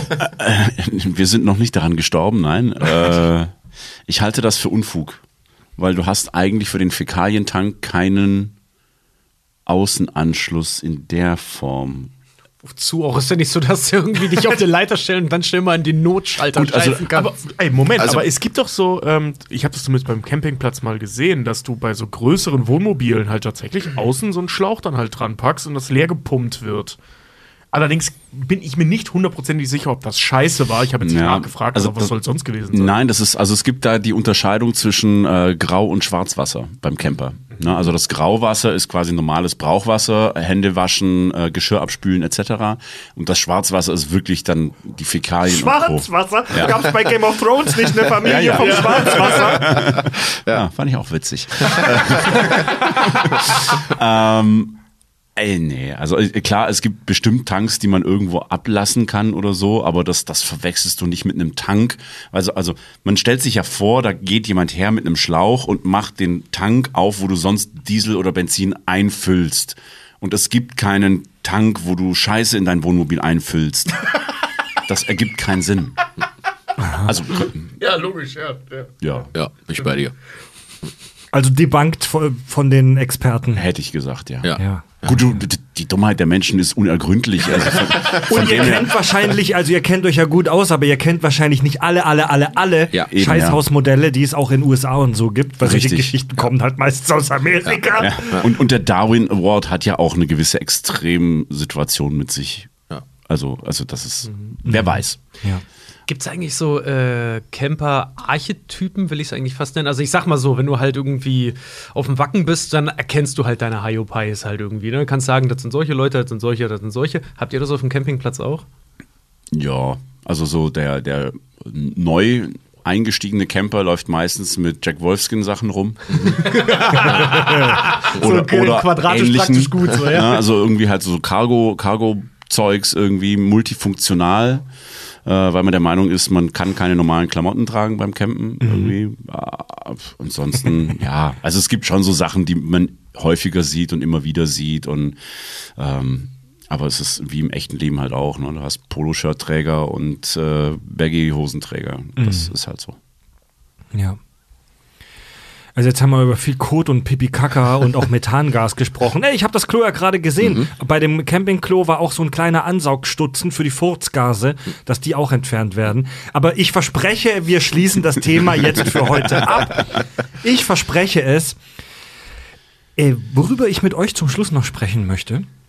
Wir sind noch nicht daran gestorben, nein. Ich halte das für Unfug, weil du hast eigentlich für den Fäkalientank keinen Außenanschluss in der Form. Wozu auch? Ist ja nicht so, dass du irgendwie dich auf den Leiter stellen und dann schnell mal in den Notschalter Gut, also, scheißen kannst. Aber, Moment, Also- aber es gibt doch so, ich habe das zumindest beim Campingplatz mal gesehen, dass du bei so größeren Wohnmobilen halt tatsächlich außen so einen Schlauch dann halt dran packst und das leer gepumpt wird. Allerdings bin ich mir nicht hundertprozentig sicher, ob das scheiße war. Ich habe jetzt nicht Ja, nachgefragt, also aber was das- soll es sonst gewesen sein? Nein, es gibt da die Unterscheidung zwischen Grau- und Schwarzwasser beim Camper. Ne? Also das Grauwasser ist quasi normales Brauchwasser, Hände waschen, Geschirr abspülen etc. Und das Schwarzwasser ist wirklich dann die Fäkalien und Co. Schwarzwasser? Gab es bei Game of Thrones nicht eine Familie Ja. vom Schwarzwasser? Ja, fand ich auch witzig. Nee, also klar, es gibt bestimmt Tanks, die man irgendwo ablassen kann oder so, aber das verwechselst du nicht mit einem Tank. Also man stellt sich ja vor, da geht jemand her mit einem Schlauch und macht den Tank auf, wo du sonst Diesel oder Benzin einfüllst. Und es gibt keinen Tank, wo du Scheiße in dein Wohnmobil einfüllst. Das ergibt keinen Sinn. Also, Ja, logisch, ja. ja, Ja, bin ich bei dir. Also debunked von den Experten. hätte ich gesagt, ja. Ja. Gut, die Dummheit der Menschen ist unergründlich. Also Und ihr kennt wahrscheinlich, also ihr kennt euch ja gut aus, aber ihr kennt wahrscheinlich nicht alle Ja, eben, Scheißhausmodelle, die es auch in den USA und so gibt, weil solche Richtig. Geschichten kommen halt meistens aus Amerika. Ja. Und der Darwin Award hat ja auch eine gewisse Extremsituation mit sich. Ja. Also das ist, wer weiß. Ja. Gibt es eigentlich so Camper-Archetypen, will ich es eigentlich fast nennen? Also ich sag mal so, wenn du halt irgendwie auf dem Wacken bist, dann erkennst du halt deine Hyopies halt irgendwie. Ne? Du kannst sagen, das sind solche Leute, das sind solche, das sind solche. Habt ihr das auf dem Campingplatz auch? Ja, also so der neu eingestiegene Camper läuft meistens mit Jack Wolfskin Sachen rum. oder quadratisch ähnlichen. praktisch gut, so, ja. Ja, also irgendwie halt so Cargo-Zeugs irgendwie multifunktional. Weil man der Meinung ist, man kann keine normalen Klamotten tragen beim Campen irgendwie. Ansonsten, ja, also es gibt schon so Sachen, die man häufiger sieht und immer wieder sieht und aber es ist wie im echten Leben halt auch. Ne? Du hast Poloshirt-Träger und Baggy-Hosenträger. Das ist halt so. Ja. Also jetzt haben wir über viel Kot und Pipi-Kaka und auch Methangas gesprochen. Ey, ich habe das Klo ja gerade gesehen. Bei dem Campingklo war auch so ein kleiner Ansaugstutzen für die Furzgase, dass die auch entfernt werden. Aber ich verspreche, wir schließen das Thema jetzt für heute ab. Ich verspreche es. Worüber ich mit euch zum Schluss noch sprechen möchte,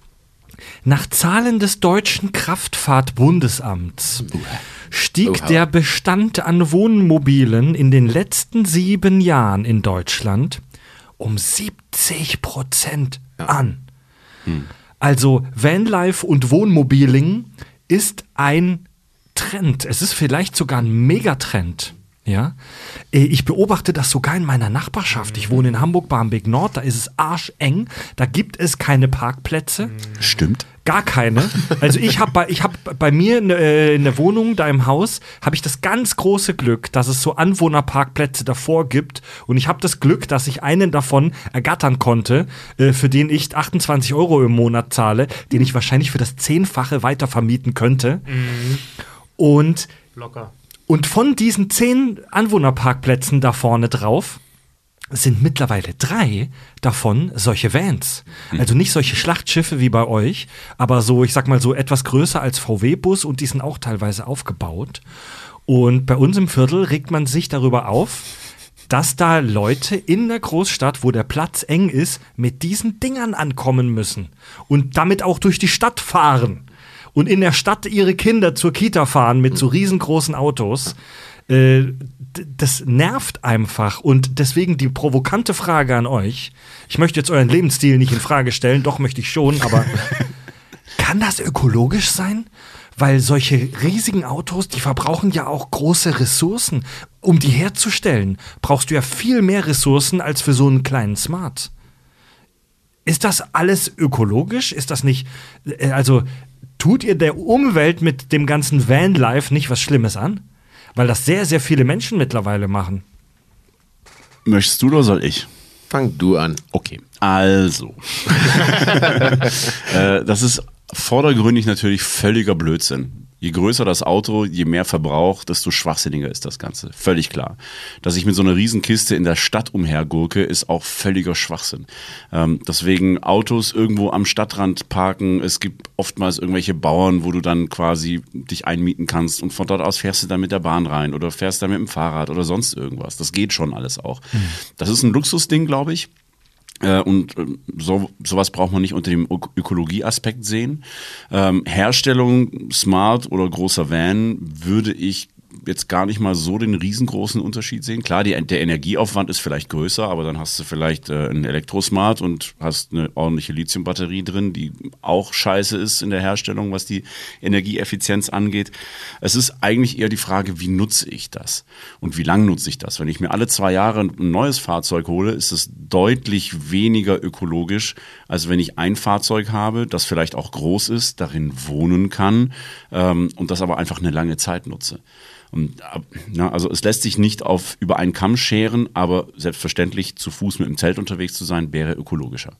Nach Zahlen des Deutschen Kraftfahrtbundesamts stieg der Bestand an Wohnmobilen in den letzten 7 Jahren in Deutschland um 70% an. Also Vanlife und Wohnmobiling ist ein Trend. Es ist vielleicht sogar ein Megatrend. Ja, ich beobachte das sogar in meiner Nachbarschaft. Ich wohne in Hamburg-Barmbek-Nord, da ist es arscheng, da gibt es keine Parkplätze. Stimmt. Gar keine. Also ich hab bei mir in der Wohnung, da im Haus, habe ich das ganz große Glück, dass es so Anwohnerparkplätze davor gibt. Und ich habe das Glück, dass ich einen davon ergattern konnte, für den ich 28 € im Monat zahle, den ich wahrscheinlich für das 10-fache weitervermieten könnte. Und Locker. Und von diesen 10 Anwohnerparkplätzen da vorne drauf sind mittlerweile 3 davon solche Vans. Also nicht solche Schlachtschiffe wie bei euch, aber so, ich sag mal so etwas größer als VW-Bus und die sind auch teilweise aufgebaut. Und bei uns im Viertel regt man sich darüber auf, dass da Leute in der Großstadt, wo der Platz eng ist, mit diesen Dingern ankommen müssen und damit auch durch die Stadt fahren. Und in der Stadt ihre Kinder zur Kita fahren mit so riesengroßen Autos, das nervt einfach. Und deswegen die provokante Frage an euch, ich möchte jetzt euren Lebensstil nicht in Frage stellen, doch möchte ich schon, aber kann das ökologisch sein? Weil solche riesigen Autos, die verbrauchen ja auch große Ressourcen. Um die herzustellen, brauchst du ja viel mehr Ressourcen als für so einen kleinen Smart. Ist das alles ökologisch? Ist das nicht, also tut ihr der Umwelt mit dem ganzen Vanlife nicht was Schlimmes an? Weil das sehr, sehr viele Menschen mittlerweile machen. Möchtest du oder soll ich? Fang du an. Okay, also. Das ist vordergründig natürlich völliger Blödsinn. Je größer das Auto, je mehr Verbrauch, desto schwachsinniger ist das Ganze. Völlig klar. Dass ich mit so einer Riesenkiste in der Stadt umhergurke, ist auch völliger Schwachsinn. Deswegen Autos irgendwo am Stadtrand parken. Es gibt oftmals irgendwelche Bauern, wo du dann quasi dich einmieten kannst und von dort aus fährst du dann mit der Bahn rein oder fährst dann mit dem Fahrrad oder sonst irgendwas. Das geht schon alles auch. Das ist ein Luxusding, glaube ich. Und sowas braucht man nicht unter dem Ökologieaspekt sehen. Herstellung, Smart oder großer Van würde ich jetzt gar nicht mal so den riesengroßen Unterschied sehen. Klar, der Energieaufwand ist vielleicht größer, aber dann hast du vielleicht einen Elektrosmart und hast eine ordentliche Lithiumbatterie drin, die auch scheiße ist in der Herstellung, was die Energieeffizienz angeht. Es ist eigentlich eher die Frage, wie nutze ich das und wie lang nutze ich das? Wenn ich mir alle 2 Jahre ein neues Fahrzeug hole, ist es deutlich weniger ökologisch, als wenn ich ein Fahrzeug habe, das vielleicht auch groß ist, darin wohnen kann und das aber einfach eine lange Zeit nutze. Und, also es lässt sich nicht über einen Kamm scheren, aber selbstverständlich zu Fuß mit dem Zelt unterwegs zu sein, wäre ökologischer.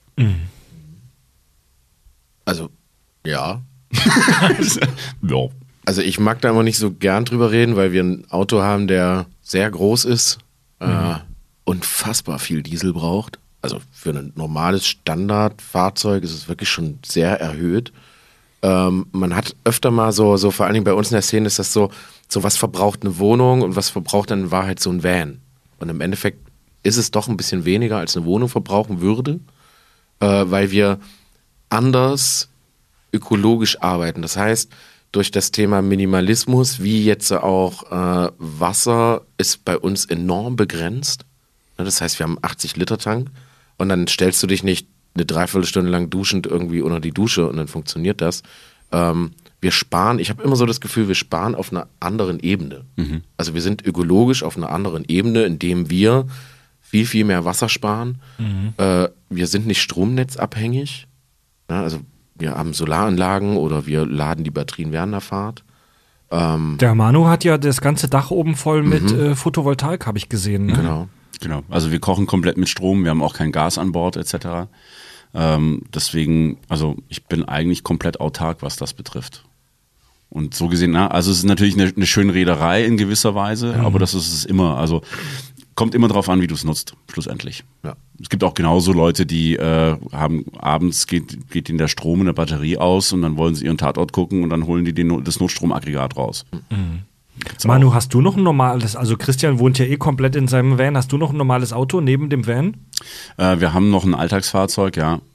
Also, ja. Ja. Also ich mag da immer nicht so gern drüber reden, weil wir ein Auto haben, der sehr groß ist, unfassbar viel Diesel braucht. Also für ein normales Standardfahrzeug ist es wirklich schon sehr erhöht. Man hat öfter mal so vor allen Dingen bei uns in der Szene ist das so was verbraucht eine Wohnung und was verbraucht dann in Wahrheit so ein Van. Und im Endeffekt ist es doch ein bisschen weniger, als eine Wohnung verbrauchen würde, weil wir anders ökologisch arbeiten. Das heißt, durch das Thema Minimalismus, wie jetzt auch Wasser, ist bei uns enorm begrenzt. Das heißt, wir haben einen 80-Liter-Tank und dann stellst du dich nicht eine Dreiviertelstunde lang duschend irgendwie unter die Dusche und dann funktioniert das. Wir sparen, ich habe immer so das Gefühl, wir sparen auf einer anderen Ebene. Also wir sind ökologisch auf einer anderen Ebene, indem wir viel, viel mehr Wasser sparen. Wir sind nicht stromnetzabhängig. Ja, also wir haben Solaranlagen oder wir laden die Batterien während der Fahrt. Der Manu hat ja das ganze Dach oben voll mit Photovoltaik, habe ich gesehen. Ne? Genau. Also wir kochen komplett mit Strom, wir haben auch kein Gas an Bord etc. Deswegen, also ich bin eigentlich komplett autark, was das betrifft. Und so gesehen, also es ist natürlich eine schöne Reederei in gewisser Weise, aber das ist es immer. Also kommt immer drauf an, wie du es nutzt, schlussendlich. Ja. Es gibt auch genauso Leute, die haben abends geht ihnen der Strom in der Batterie aus und dann wollen sie ihren Tatort gucken und dann holen die das Notstromaggregat raus. Manu, hast du noch ein normales, also Christian wohnt ja komplett in seinem Van, hast du noch ein normales Auto neben dem Van? Wir haben noch ein Alltagsfahrzeug, ja.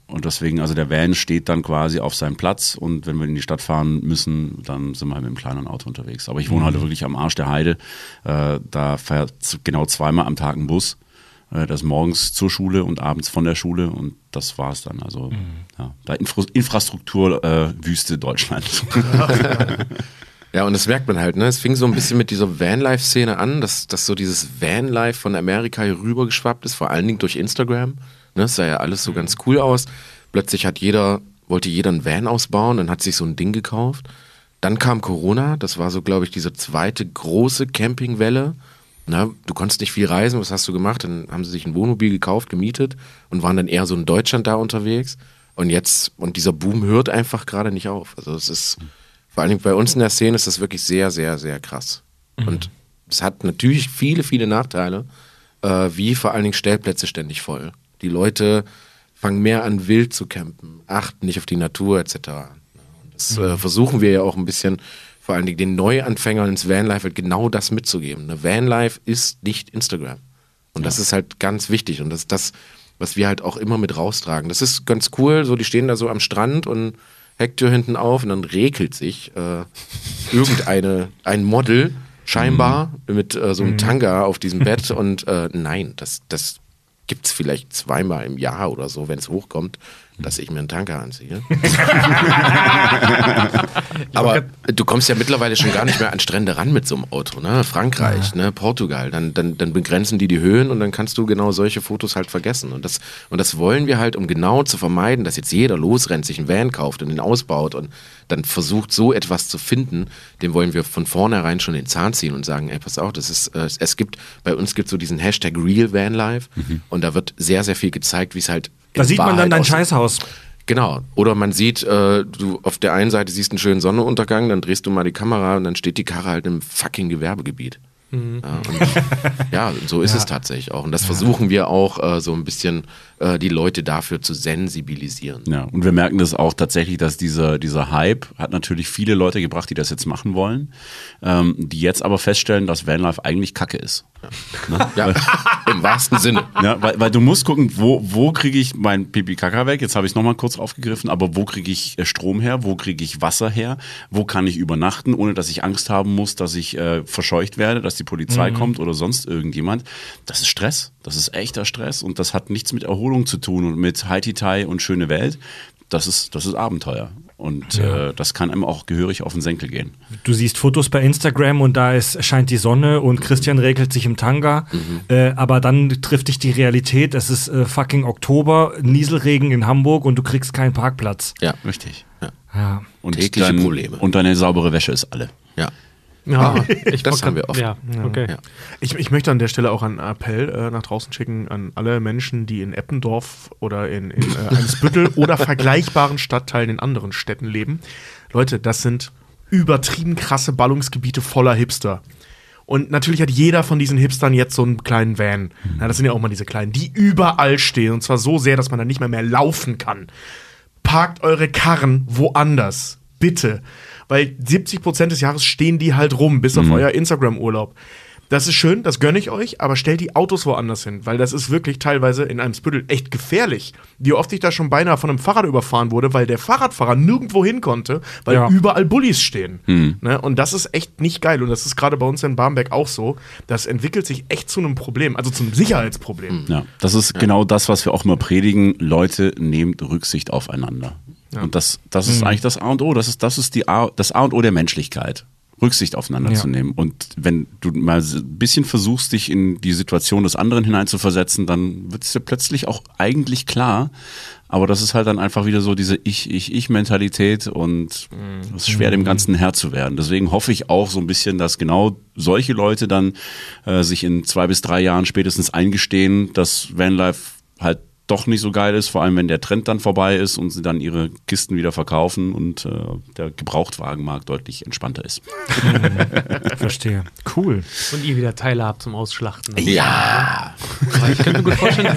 Und deswegen, also der Van steht dann quasi auf seinem Platz und wenn wir in die Stadt fahren müssen, dann sind wir halt mit einem kleinen Auto unterwegs. Aber ich wohne halt wirklich am Arsch der Heide. Da fährt genau 2-mal am Tag ein Bus. Das morgens zur Schule und abends von der Schule und das war's dann. Also da Infrastrukturwüste Deutschland. Ja, und das merkt man halt, ne? Es fing so ein bisschen mit dieser Vanlife-Szene an, dass so dieses Vanlife von Amerika hier rübergeschwappt ist, vor allen Dingen durch Instagram. Ne? Das sah ja alles so ganz cool aus. Plötzlich wollte jeder einen Van ausbauen und hat sich so ein Ding gekauft. Dann kam Corona, das war so, glaube ich, diese zweite große Campingwelle. Na, du konntest nicht viel reisen, was hast du gemacht? Dann haben sie sich ein Wohnmobil gekauft, gemietet und waren dann eher so in Deutschland da unterwegs. Und dieser Boom hört einfach gerade nicht auf. Also es ist, vor allem bei uns in der Szene ist das wirklich sehr, sehr, sehr krass. Und es hat natürlich viele, viele Nachteile, wie vor allen Dingen Stellplätze ständig voll. Die Leute fangen mehr an, wild zu campen, achten nicht auf die Natur etc. Und das versuchen wir ja auch ein bisschen, vor allen Dingen den Neuanfängern ins Vanlife halt genau das mitzugeben. Ne? Vanlife ist nicht Instagram. Und das ist halt ganz wichtig. Und das ist das, was wir halt auch immer mit raustragen. Das ist ganz cool, so die stehen da so am Strand und Hecktür hinten auf und dann regelt sich ein Model scheinbar mit so einem Tanga auf diesem Bett und nein, das gibt's vielleicht 2-mal im Jahr oder so, wenn es hochkommt, dass ich mir einen Tanga anziehe. Aber du kommst ja mittlerweile schon gar nicht mehr an Strände ran mit so einem Auto, ne? Frankreich, ne? Portugal, dann begrenzen die Höhen und dann kannst du genau solche Fotos halt vergessen. Und das wollen wir halt, um genau zu vermeiden, dass jetzt jeder losrennt, sich einen Van kauft und ihn ausbaut und dann versucht, so etwas zu finden, dem wollen wir von vornherein schon den Zahn ziehen und sagen, ey, pass auf, bei uns gibt so diesen Hashtag RealVanlife und da wird sehr, sehr viel gezeigt, wie es halt da sieht man dann dein Scheißhaus. Genau. Oder man sieht, du auf der einen Seite siehst einen schönen Sonnenuntergang, dann drehst du mal die Kamera und dann steht die Karre halt im fucking Gewerbegebiet. Und so ist es tatsächlich auch. Und das versuchen wir auch so ein bisschen die Leute dafür zu sensibilisieren. Ja, und wir merken das auch tatsächlich, dass dieser Hype hat natürlich viele Leute gebracht, die das jetzt machen wollen, die jetzt aber feststellen, dass Vanlife eigentlich Kacke ist. Ne? Ja, im wahrsten Sinne. Ja, weil du musst gucken, wo kriege ich mein Pipi-Kaka weg? Jetzt habe ich es nochmal kurz aufgegriffen, aber wo kriege ich Strom her? Wo kriege ich Wasser her? Wo kann ich übernachten, ohne dass ich Angst haben muss, dass ich verscheucht werde, dass die Polizei kommt oder sonst irgendjemand? Das ist Stress. Das ist echter Stress und das hat nichts mit Erholung zu tun und mit Haiti-Tai und schöne Welt. Das ist Abenteuer. Und das kann einem auch gehörig auf den Senkel gehen. Du siehst Fotos bei Instagram und da scheint die Sonne und Christian regelt sich im Tanga. Aber dann trifft dich die Realität. Es ist fucking Oktober, Nieselregen in Hamburg und du kriegst keinen Parkplatz. Ja, richtig. Ja. Und tägliche Probleme. Und deine saubere Wäsche ist alle. Ja. Ja, das haben wir oft. Ja, okay. Ja. Ich möchte an der Stelle auch einen Appell nach draußen schicken an alle Menschen, die in Eppendorf oder in Eimsbüttel oder vergleichbaren Stadtteilen in anderen Städten leben. Leute, das sind übertrieben krasse Ballungsgebiete voller Hipster. Und natürlich hat jeder von diesen Hipstern jetzt so einen kleinen Van. Ja, das sind ja auch mal diese kleinen, die überall stehen. Und zwar so sehr, dass man dann nicht mehr laufen kann. Parkt eure Karren woanders. Bitte. Weil 70% des Jahres stehen die halt rum, bis auf euer Instagram-Urlaub. Das ist schön, das gönne ich euch, aber stellt die Autos woanders hin, weil das ist wirklich teilweise in Eimsbüttel echt gefährlich. Wie oft ich da schon beinahe von einem Fahrrad überfahren wurde, weil der Fahrradfahrer nirgendwo hin konnte, weil überall Bullis stehen. Ne? Und das ist echt nicht geil. Und das ist gerade bei uns in Barmbek auch so. Das entwickelt sich echt zu einem Problem, also zum Sicherheitsproblem. Ja, das ist genau das, was wir auch immer predigen. Leute, nehmt Rücksicht aufeinander. Ja. Und das ist eigentlich das A und O. Das ist das A und O der Menschlichkeit. Rücksicht aufeinander zu nehmen. Und wenn du mal ein bisschen versuchst, dich in die Situation des anderen hineinzuversetzen, dann wird es dir plötzlich auch eigentlich klar. Aber das ist halt dann einfach wieder so diese Ich-Mentalität und es ist schwer, dem Ganzen Herr zu werden. Deswegen hoffe ich auch so ein bisschen, dass genau solche Leute dann sich in 2 bis 3 Jahren spätestens eingestehen, dass Vanlife halt doch nicht so geil ist, vor allem wenn der Trend dann vorbei ist und sie dann ihre Kisten wieder verkaufen und der Gebrauchtwagenmarkt deutlich entspannter ist. Verstehe. Cool. Und ihr wieder Teile habt zum Ausschlachten. Ja. Ich könnte mir gut vorstellen,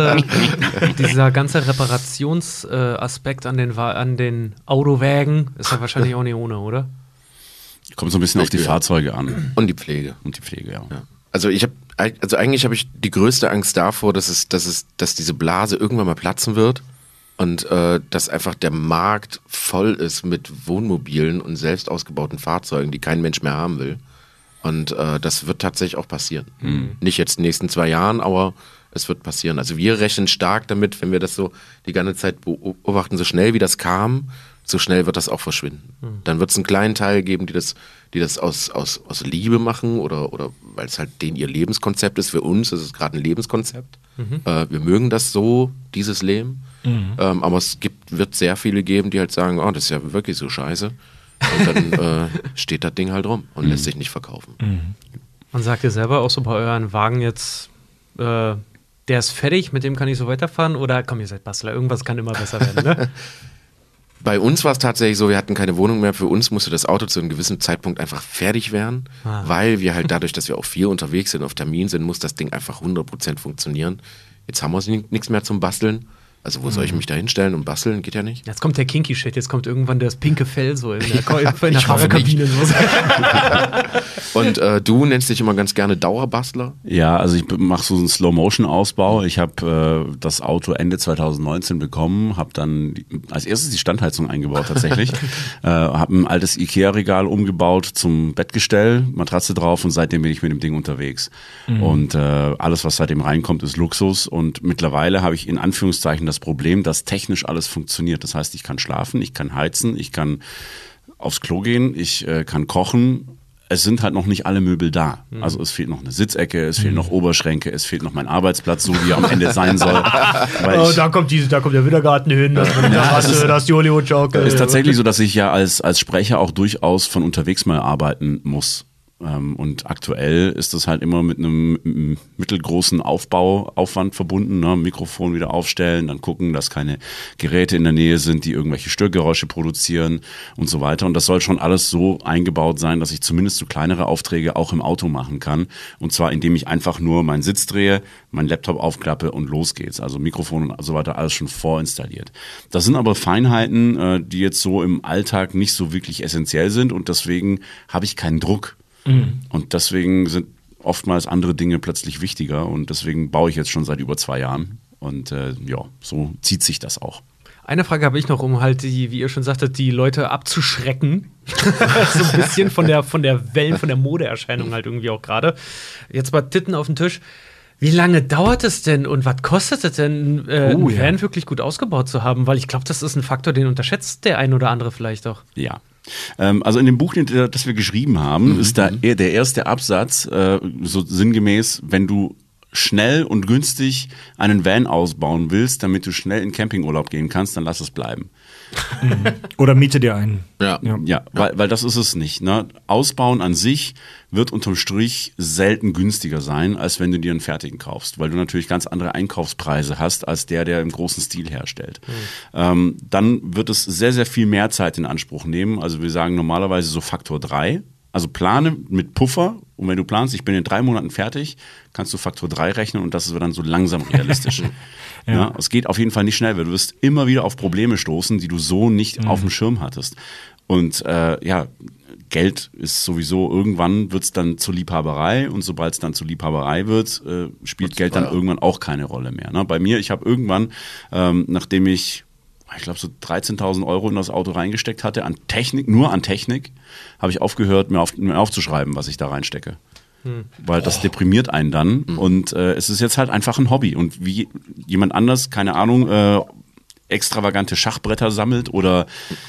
dieser ganze Reparationsaspekt an den Autowägen ist ja wahrscheinlich auch nicht ohne, oder? Kommt so ein bisschen auf die Fahrzeuge an. Und die Pflege. Ja. Also eigentlich habe ich die größte Angst davor, dass diese Blase irgendwann mal platzen wird Und dass einfach der Markt voll ist mit Wohnmobilen und selbst ausgebauten Fahrzeugen, die kein Mensch mehr haben will. Und das wird tatsächlich auch passieren. Nicht jetzt in den nächsten 2 Jahren, aber es wird passieren. Also wir rechnen stark damit, wenn wir das so die ganze Zeit beobachten, so schnell wie das kam, so schnell wird das auch verschwinden. Dann wird es einen kleinen Teil geben, die das aus Liebe machen oder weil es halt ihr Lebenskonzept ist. Für uns ist es gerade ein Lebenskonzept. Wir mögen das so, dieses Leben. Aber es wird sehr viele geben, die halt sagen, oh, das ist ja wirklich so scheiße. Und dann steht das Ding halt rum und lässt sich nicht verkaufen. Man sagt ja selber auch so bei euren Wagen jetzt, der ist fertig, mit dem kann ich so weiterfahren? Oder komm, ihr seid Bastler, irgendwas kann immer besser werden, ne? Bei uns war es tatsächlich so, wir hatten keine Wohnung mehr. Für uns musste das Auto zu einem gewissen Zeitpunkt einfach fertig werden, weil wir halt dadurch, dass wir auch viel unterwegs sind, auf Termin sind, muss das Ding einfach 100% funktionieren. Jetzt haben wir nichts mehr zum Basteln. Also wo soll ich mich da hinstellen und basteln? Geht ja nicht. Jetzt kommt der Kinky-Shit, jetzt kommt irgendwann das pinke Fell so in der Fahrerkabine. Und du nennst dich immer ganz gerne Dauerbastler? Ja, also ich mache so einen Slow-Motion-Ausbau. Ich habe das Auto Ende 2019 bekommen, habe dann als erstes die Standheizung eingebaut tatsächlich. Habe ein altes Ikea-Regal umgebaut zum Bettgestell, Matratze drauf und seitdem bin ich mit dem Ding unterwegs. Und alles, was seitdem reinkommt, ist Luxus und mittlerweile habe ich in Anführungszeichen das Problem, dass technisch alles funktioniert. Das heißt, ich kann schlafen, ich kann heizen, ich kann aufs Klo gehen, ich kann kochen. Es sind halt noch nicht alle Möbel da. Also es fehlt noch eine Sitzecke, es fehlen noch Oberschränke, es fehlt noch mein Arbeitsplatz, so wie er am Ende sein soll. Da kommt der Wintergarten hin, das ist die Hollywood-Joke. Es ist tatsächlich so, dass ich ja als Sprecher auch durchaus von unterwegs mal arbeiten muss. Und aktuell ist das halt immer mit einem mittelgroßen Aufbauaufwand verbunden, ne? Mikrofon wieder aufstellen, dann gucken, dass keine Geräte in der Nähe sind, die irgendwelche Störgeräusche produzieren und so weiter. Und das soll schon alles so eingebaut sein, dass ich zumindest so kleinere Aufträge auch im Auto machen kann. Und zwar, indem ich einfach nur meinen Sitz drehe, meinen Laptop aufklappe und los geht's. Also Mikrofon und so weiter, alles schon vorinstalliert. Das sind aber Feinheiten, die jetzt so im Alltag nicht so wirklich essentiell sind und deswegen habe ich keinen Druck. Und deswegen sind oftmals andere Dinge plötzlich wichtiger und deswegen baue ich jetzt schon seit über 2 Jahren und so zieht sich das auch. Eine Frage habe ich noch, um halt, wie ihr schon sagtet, die Leute abzuschrecken. So ein bisschen von der Modeerscheinung halt irgendwie auch gerade. Jetzt mal Titten auf den Tisch. Wie lange dauert es denn und was kostet es denn, einen Van wirklich gut ausgebaut zu haben? Weil ich glaube, das ist ein Faktor, den unterschätzt der ein oder andere vielleicht auch. Ja. Also in dem Buch, das wir geschrieben haben, ist da der erste Absatz so sinngemäß, wenn du schnell und günstig einen Van ausbauen willst, damit du schnell in Campingurlaub gehen kannst, dann lass es bleiben. Oder miete dir einen. Ja, weil das ist es nicht. Ne? Ausbauen an sich wird unterm Strich selten günstiger sein, als wenn du dir einen fertigen kaufst, weil du natürlich ganz andere Einkaufspreise hast, als der im großen Stil herstellt. Dann wird es sehr, sehr viel mehr Zeit in Anspruch nehmen. Also wir sagen normalerweise so Faktor 3. Also plane mit Puffer und wenn du planst, ich bin in 3 Monaten fertig, kannst du Faktor 3 rechnen und das ist dann so langsam realistisch. Ja, es geht auf jeden Fall nicht schnell, weil du wirst immer wieder auf Probleme stoßen, die du so nicht auf dem Schirm hattest. Und Geld ist sowieso, irgendwann wird es dann zur Liebhaberei und sobald es dann zur Liebhaberei wird, spielt Geld dann irgendwann auch keine Rolle mehr. Ne? Bei mir, ich habe irgendwann, nachdem ich glaube, so 13.000 € in das Auto reingesteckt hatte, nur an Technik, habe ich aufgehört, mir aufzuschreiben, was ich da reinstecke. Weil das deprimiert einen dann und es ist jetzt halt einfach ein Hobby und wie jemand anders, keine Ahnung, extravagante Schachbretter sammelt oder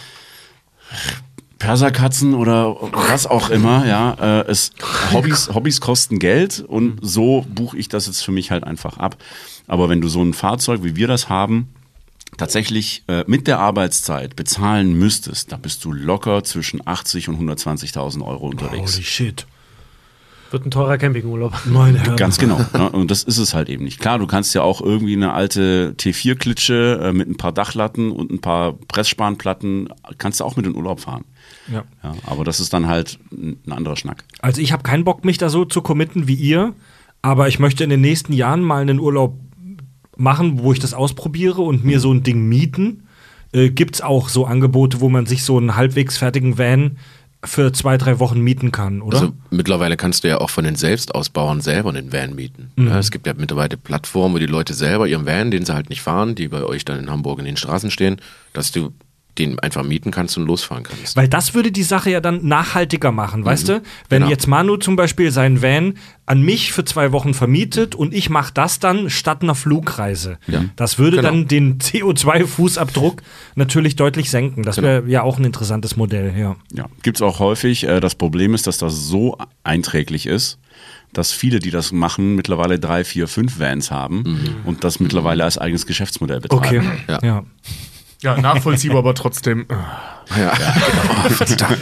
Perserkatzen oder was auch immer, ja, Hobbys kosten Geld und so buche ich das jetzt für mich halt einfach ab. Aber wenn du so ein Fahrzeug, wie wir das haben, tatsächlich mit der Arbeitszeit bezahlen müsstest, da bist du locker zwischen 80.000 und 120.000 € unterwegs. Holy shit. Wird ein teurer Campingurlaub. Meine Herren. Ganz genau. Ne? Und das ist es halt eben nicht. Klar, du kannst ja auch irgendwie eine alte T4-Klitsche mit ein paar Dachlatten und ein paar Pressspanplatten, kannst du auch mit in den Urlaub fahren. Ja, aber das ist dann halt ein anderer Schnack. Also ich habe keinen Bock, mich da so zu committen wie ihr, aber ich möchte in den nächsten Jahren mal einen Urlaub machen, wo ich das ausprobiere und mir so ein Ding mieten. Gibt's auch so Angebote, wo man sich so einen halbwegs fertigen Van für 2-3 Wochen mieten kann, oder? Also mittlerweile kannst du ja auch von den Selbstausbauern selber einen Van mieten. Ja, es gibt ja mittlerweile Plattformen, wo die Leute selber ihren Van, den sie halt nicht fahren, die bei euch dann in Hamburg in den Straßen stehen, dass du den einfach mieten kannst und losfahren kannst. Weil das würde die Sache ja dann nachhaltiger machen, weißt du? Wenn Genau. jetzt Manu zum Beispiel seinen Van an mich für 2 Wochen vermietet und ich mache das dann statt einer Flugreise. Ja. Das würde Genau. dann den CO2-Fußabdruck natürlich deutlich senken. Das wäre ja auch ein interessantes Modell, ja. Ja, gibt's auch häufig. Das Problem ist, dass das so einträglich ist, dass viele, die das machen, mittlerweile 3, 4, 5 Vans haben und das mittlerweile als eigenes Geschäftsmodell betreiben. Okay, Ja. ja. Ja, nachvollziehbar, aber trotzdem. Ja. Oh, verdammt.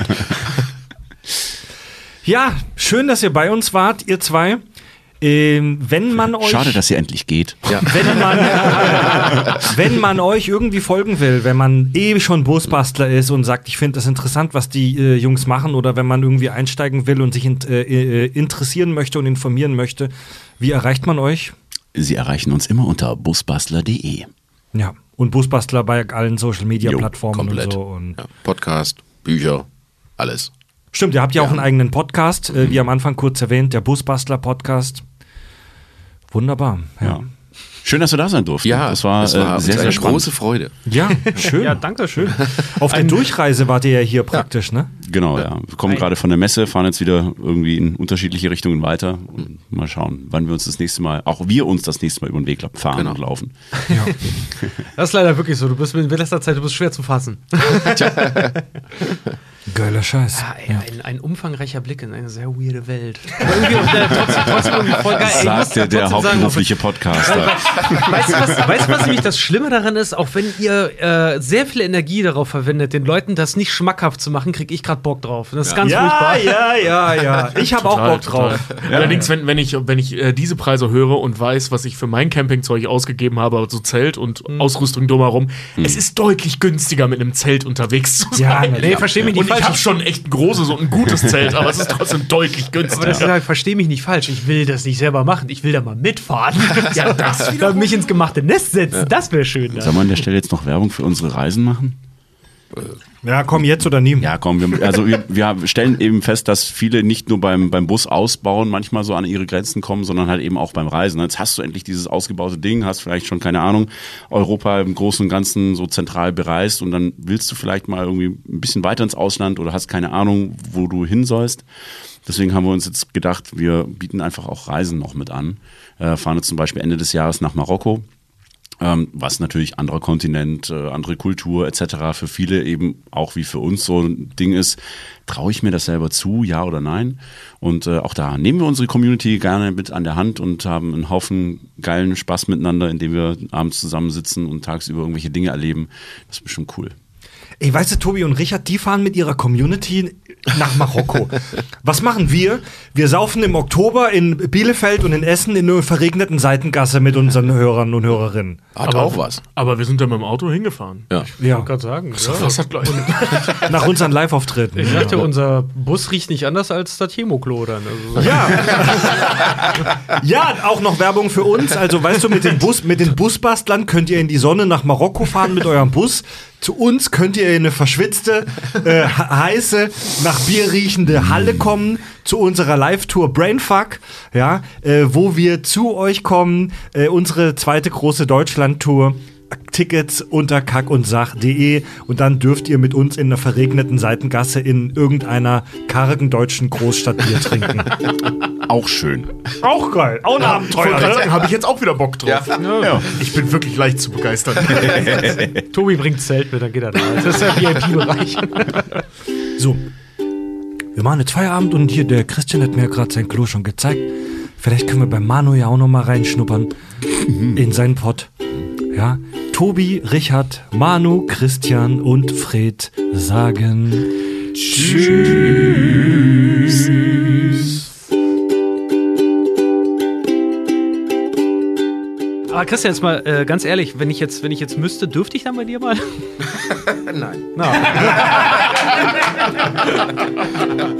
Ja, schön, dass ihr bei uns wart, ihr zwei. Wenn man euch... Schade, dass ihr endlich geht. Ja. Wenn man euch irgendwie folgen will, wenn man schon Busbastler ist und sagt, ich finde das interessant, was die Jungs machen, oder wenn man irgendwie einsteigen will und sich interessieren möchte und informieren möchte, wie erreicht man euch? Sie erreichen uns immer unter busbastler.de. Ja, und Busbastler bei allen Social-Media-Plattformen Komplett. und so. Und Ja. Podcast, Bücher, alles. Stimmt, ihr habt ja auch einen eigenen Podcast, wie am Anfang kurz erwähnt, der Busbastler-Podcast. Wunderbar. Ja. Schön, dass wir da sein durften. Ja, das war uns sehr, eine sehr spannend. große Freude. Ja, schön. Ja, danke schön. Auf der Durchreise wart ihr ja hier praktisch, ne? Genau, ja. Wir kommen gerade von der Messe, fahren jetzt wieder irgendwie in unterschiedliche Richtungen weiter und mal schauen, wann wir uns das nächste Mal, auch wir uns das nächste Mal über den Weg fahren Genau. und laufen. Das ist leider wirklich so. Du bist in letzter Zeit schwer zu fassen. Geiler Scheiß. Ein umfangreicher Blick in eine sehr weirde Welt. Aber irgendwie trotzdem irgendwie voll geil. Ich muss Sagte der trotzdem sagen, hauptberufliche Podcaster. Weißt du, was nämlich das Schlimme daran ist? Auch wenn ihr sehr viel Energie darauf verwendet, den Leuten das nicht schmackhaft zu machen, kriege ich gerade Bock drauf. Das ist ganz furchtbar. Ja. Ich habe auch Bock drauf. Allerdings, wenn ich diese Preise höre und weiß, was ich für mein Campingzeug ausgegeben habe, so Zelt und Ausrüstung drumherum, es ist deutlich günstiger, mit einem Zelt unterwegs zu sein. Ja, Nee, versteh mich nicht Und ich falsch. habe schon echt ein großes und ein gutes Zelt, aber es ist trotzdem deutlich Aber das günstiger. ist halt, versteh mich nicht falsch. Ich will das nicht selber machen. Ich will da mal mitfahren. Ja, das Da mich ins gemachte Nest setzen. Das wäre schön. Sollen wir an der Stelle jetzt noch Werbung für unsere Reisen machen? Ja, komm, jetzt oder nie. Ja, komm, wir stellen eben fest, dass viele nicht nur beim Bus ausbauen manchmal so an ihre Grenzen kommen, sondern halt eben auch beim Reisen. Jetzt hast du endlich dieses ausgebaute Ding, hast vielleicht schon, keine Ahnung, Europa im Großen und Ganzen so zentral bereist und dann willst du vielleicht mal irgendwie ein bisschen weiter ins Ausland oder hast keine Ahnung, wo du hin sollst. Deswegen haben wir uns jetzt gedacht, wir bieten einfach auch Reisen noch mit an. Fahren jetzt zum Beispiel Ende des Jahres nach Marokko. Was natürlich anderer Kontinent, andere Kultur etc. für viele eben auch wie für uns so ein Ding ist. Traue ich mir das selber zu, ja oder nein? Und auch da nehmen wir unsere Community gerne mit an der Hand und haben einen Haufen geilen Spaß miteinander, indem wir abends zusammensitzen und tagsüber irgendwelche Dinge erleben. Das ist bestimmt cool. Ey, weißt du, Tobi und Richard, die fahren mit ihrer Community nach Marokko. Was machen wir? Wir saufen im Oktober in Bielefeld und in Essen in einer verregneten Seitengasse mit unseren Hörern und Hörerinnen. Hat auch was. Aber wir sind da mit dem Auto hingefahren. Ja. Ja, Ich kann sagen. Das hat gleich. nach unseren Live-Auftritten. Ich dachte, unser Bus riecht nicht anders als das Chemoklo dann. Also, Ja, auch noch Werbung für uns. Also, weißt du, mit den Busbastlern könnt ihr in die Sonne nach Marokko fahren mit eurem Bus. Zu uns könnt ihr in eine verschwitzte, heiße, nach Bier riechende Halle kommen, zu unserer Live-Tour Brainfuck, ja, wo wir zu euch kommen, unsere zweite große Deutschland-Tour. Tickets unter kackundsach.de und dann dürft ihr mit uns in einer verregneten Seitengasse in irgendeiner kargen deutschen Großstadt Bier trinken. Auch schön. Auch geil, auch ein Abenteuer. Ne? Habe ich jetzt auch wieder Bock drauf. Ja. Ich bin wirklich leicht zu begeistern. Tobi bringt Zelt mit, dann geht er da. Das ist der VIP-Bereich. So, wir machen jetzt Feierabend und hier, der Christian hat mir gerade sein Klo schon gezeigt. Vielleicht können wir bei Manu ja auch noch mal reinschnuppern in seinen Pott. Ja, Tobi, Richard, Manu, Christian und Fred sagen Tschüss. Aber Christian, jetzt mal ganz ehrlich, wenn ich jetzt müsste, dürfte ich dann bei dir mal? Nein. Na.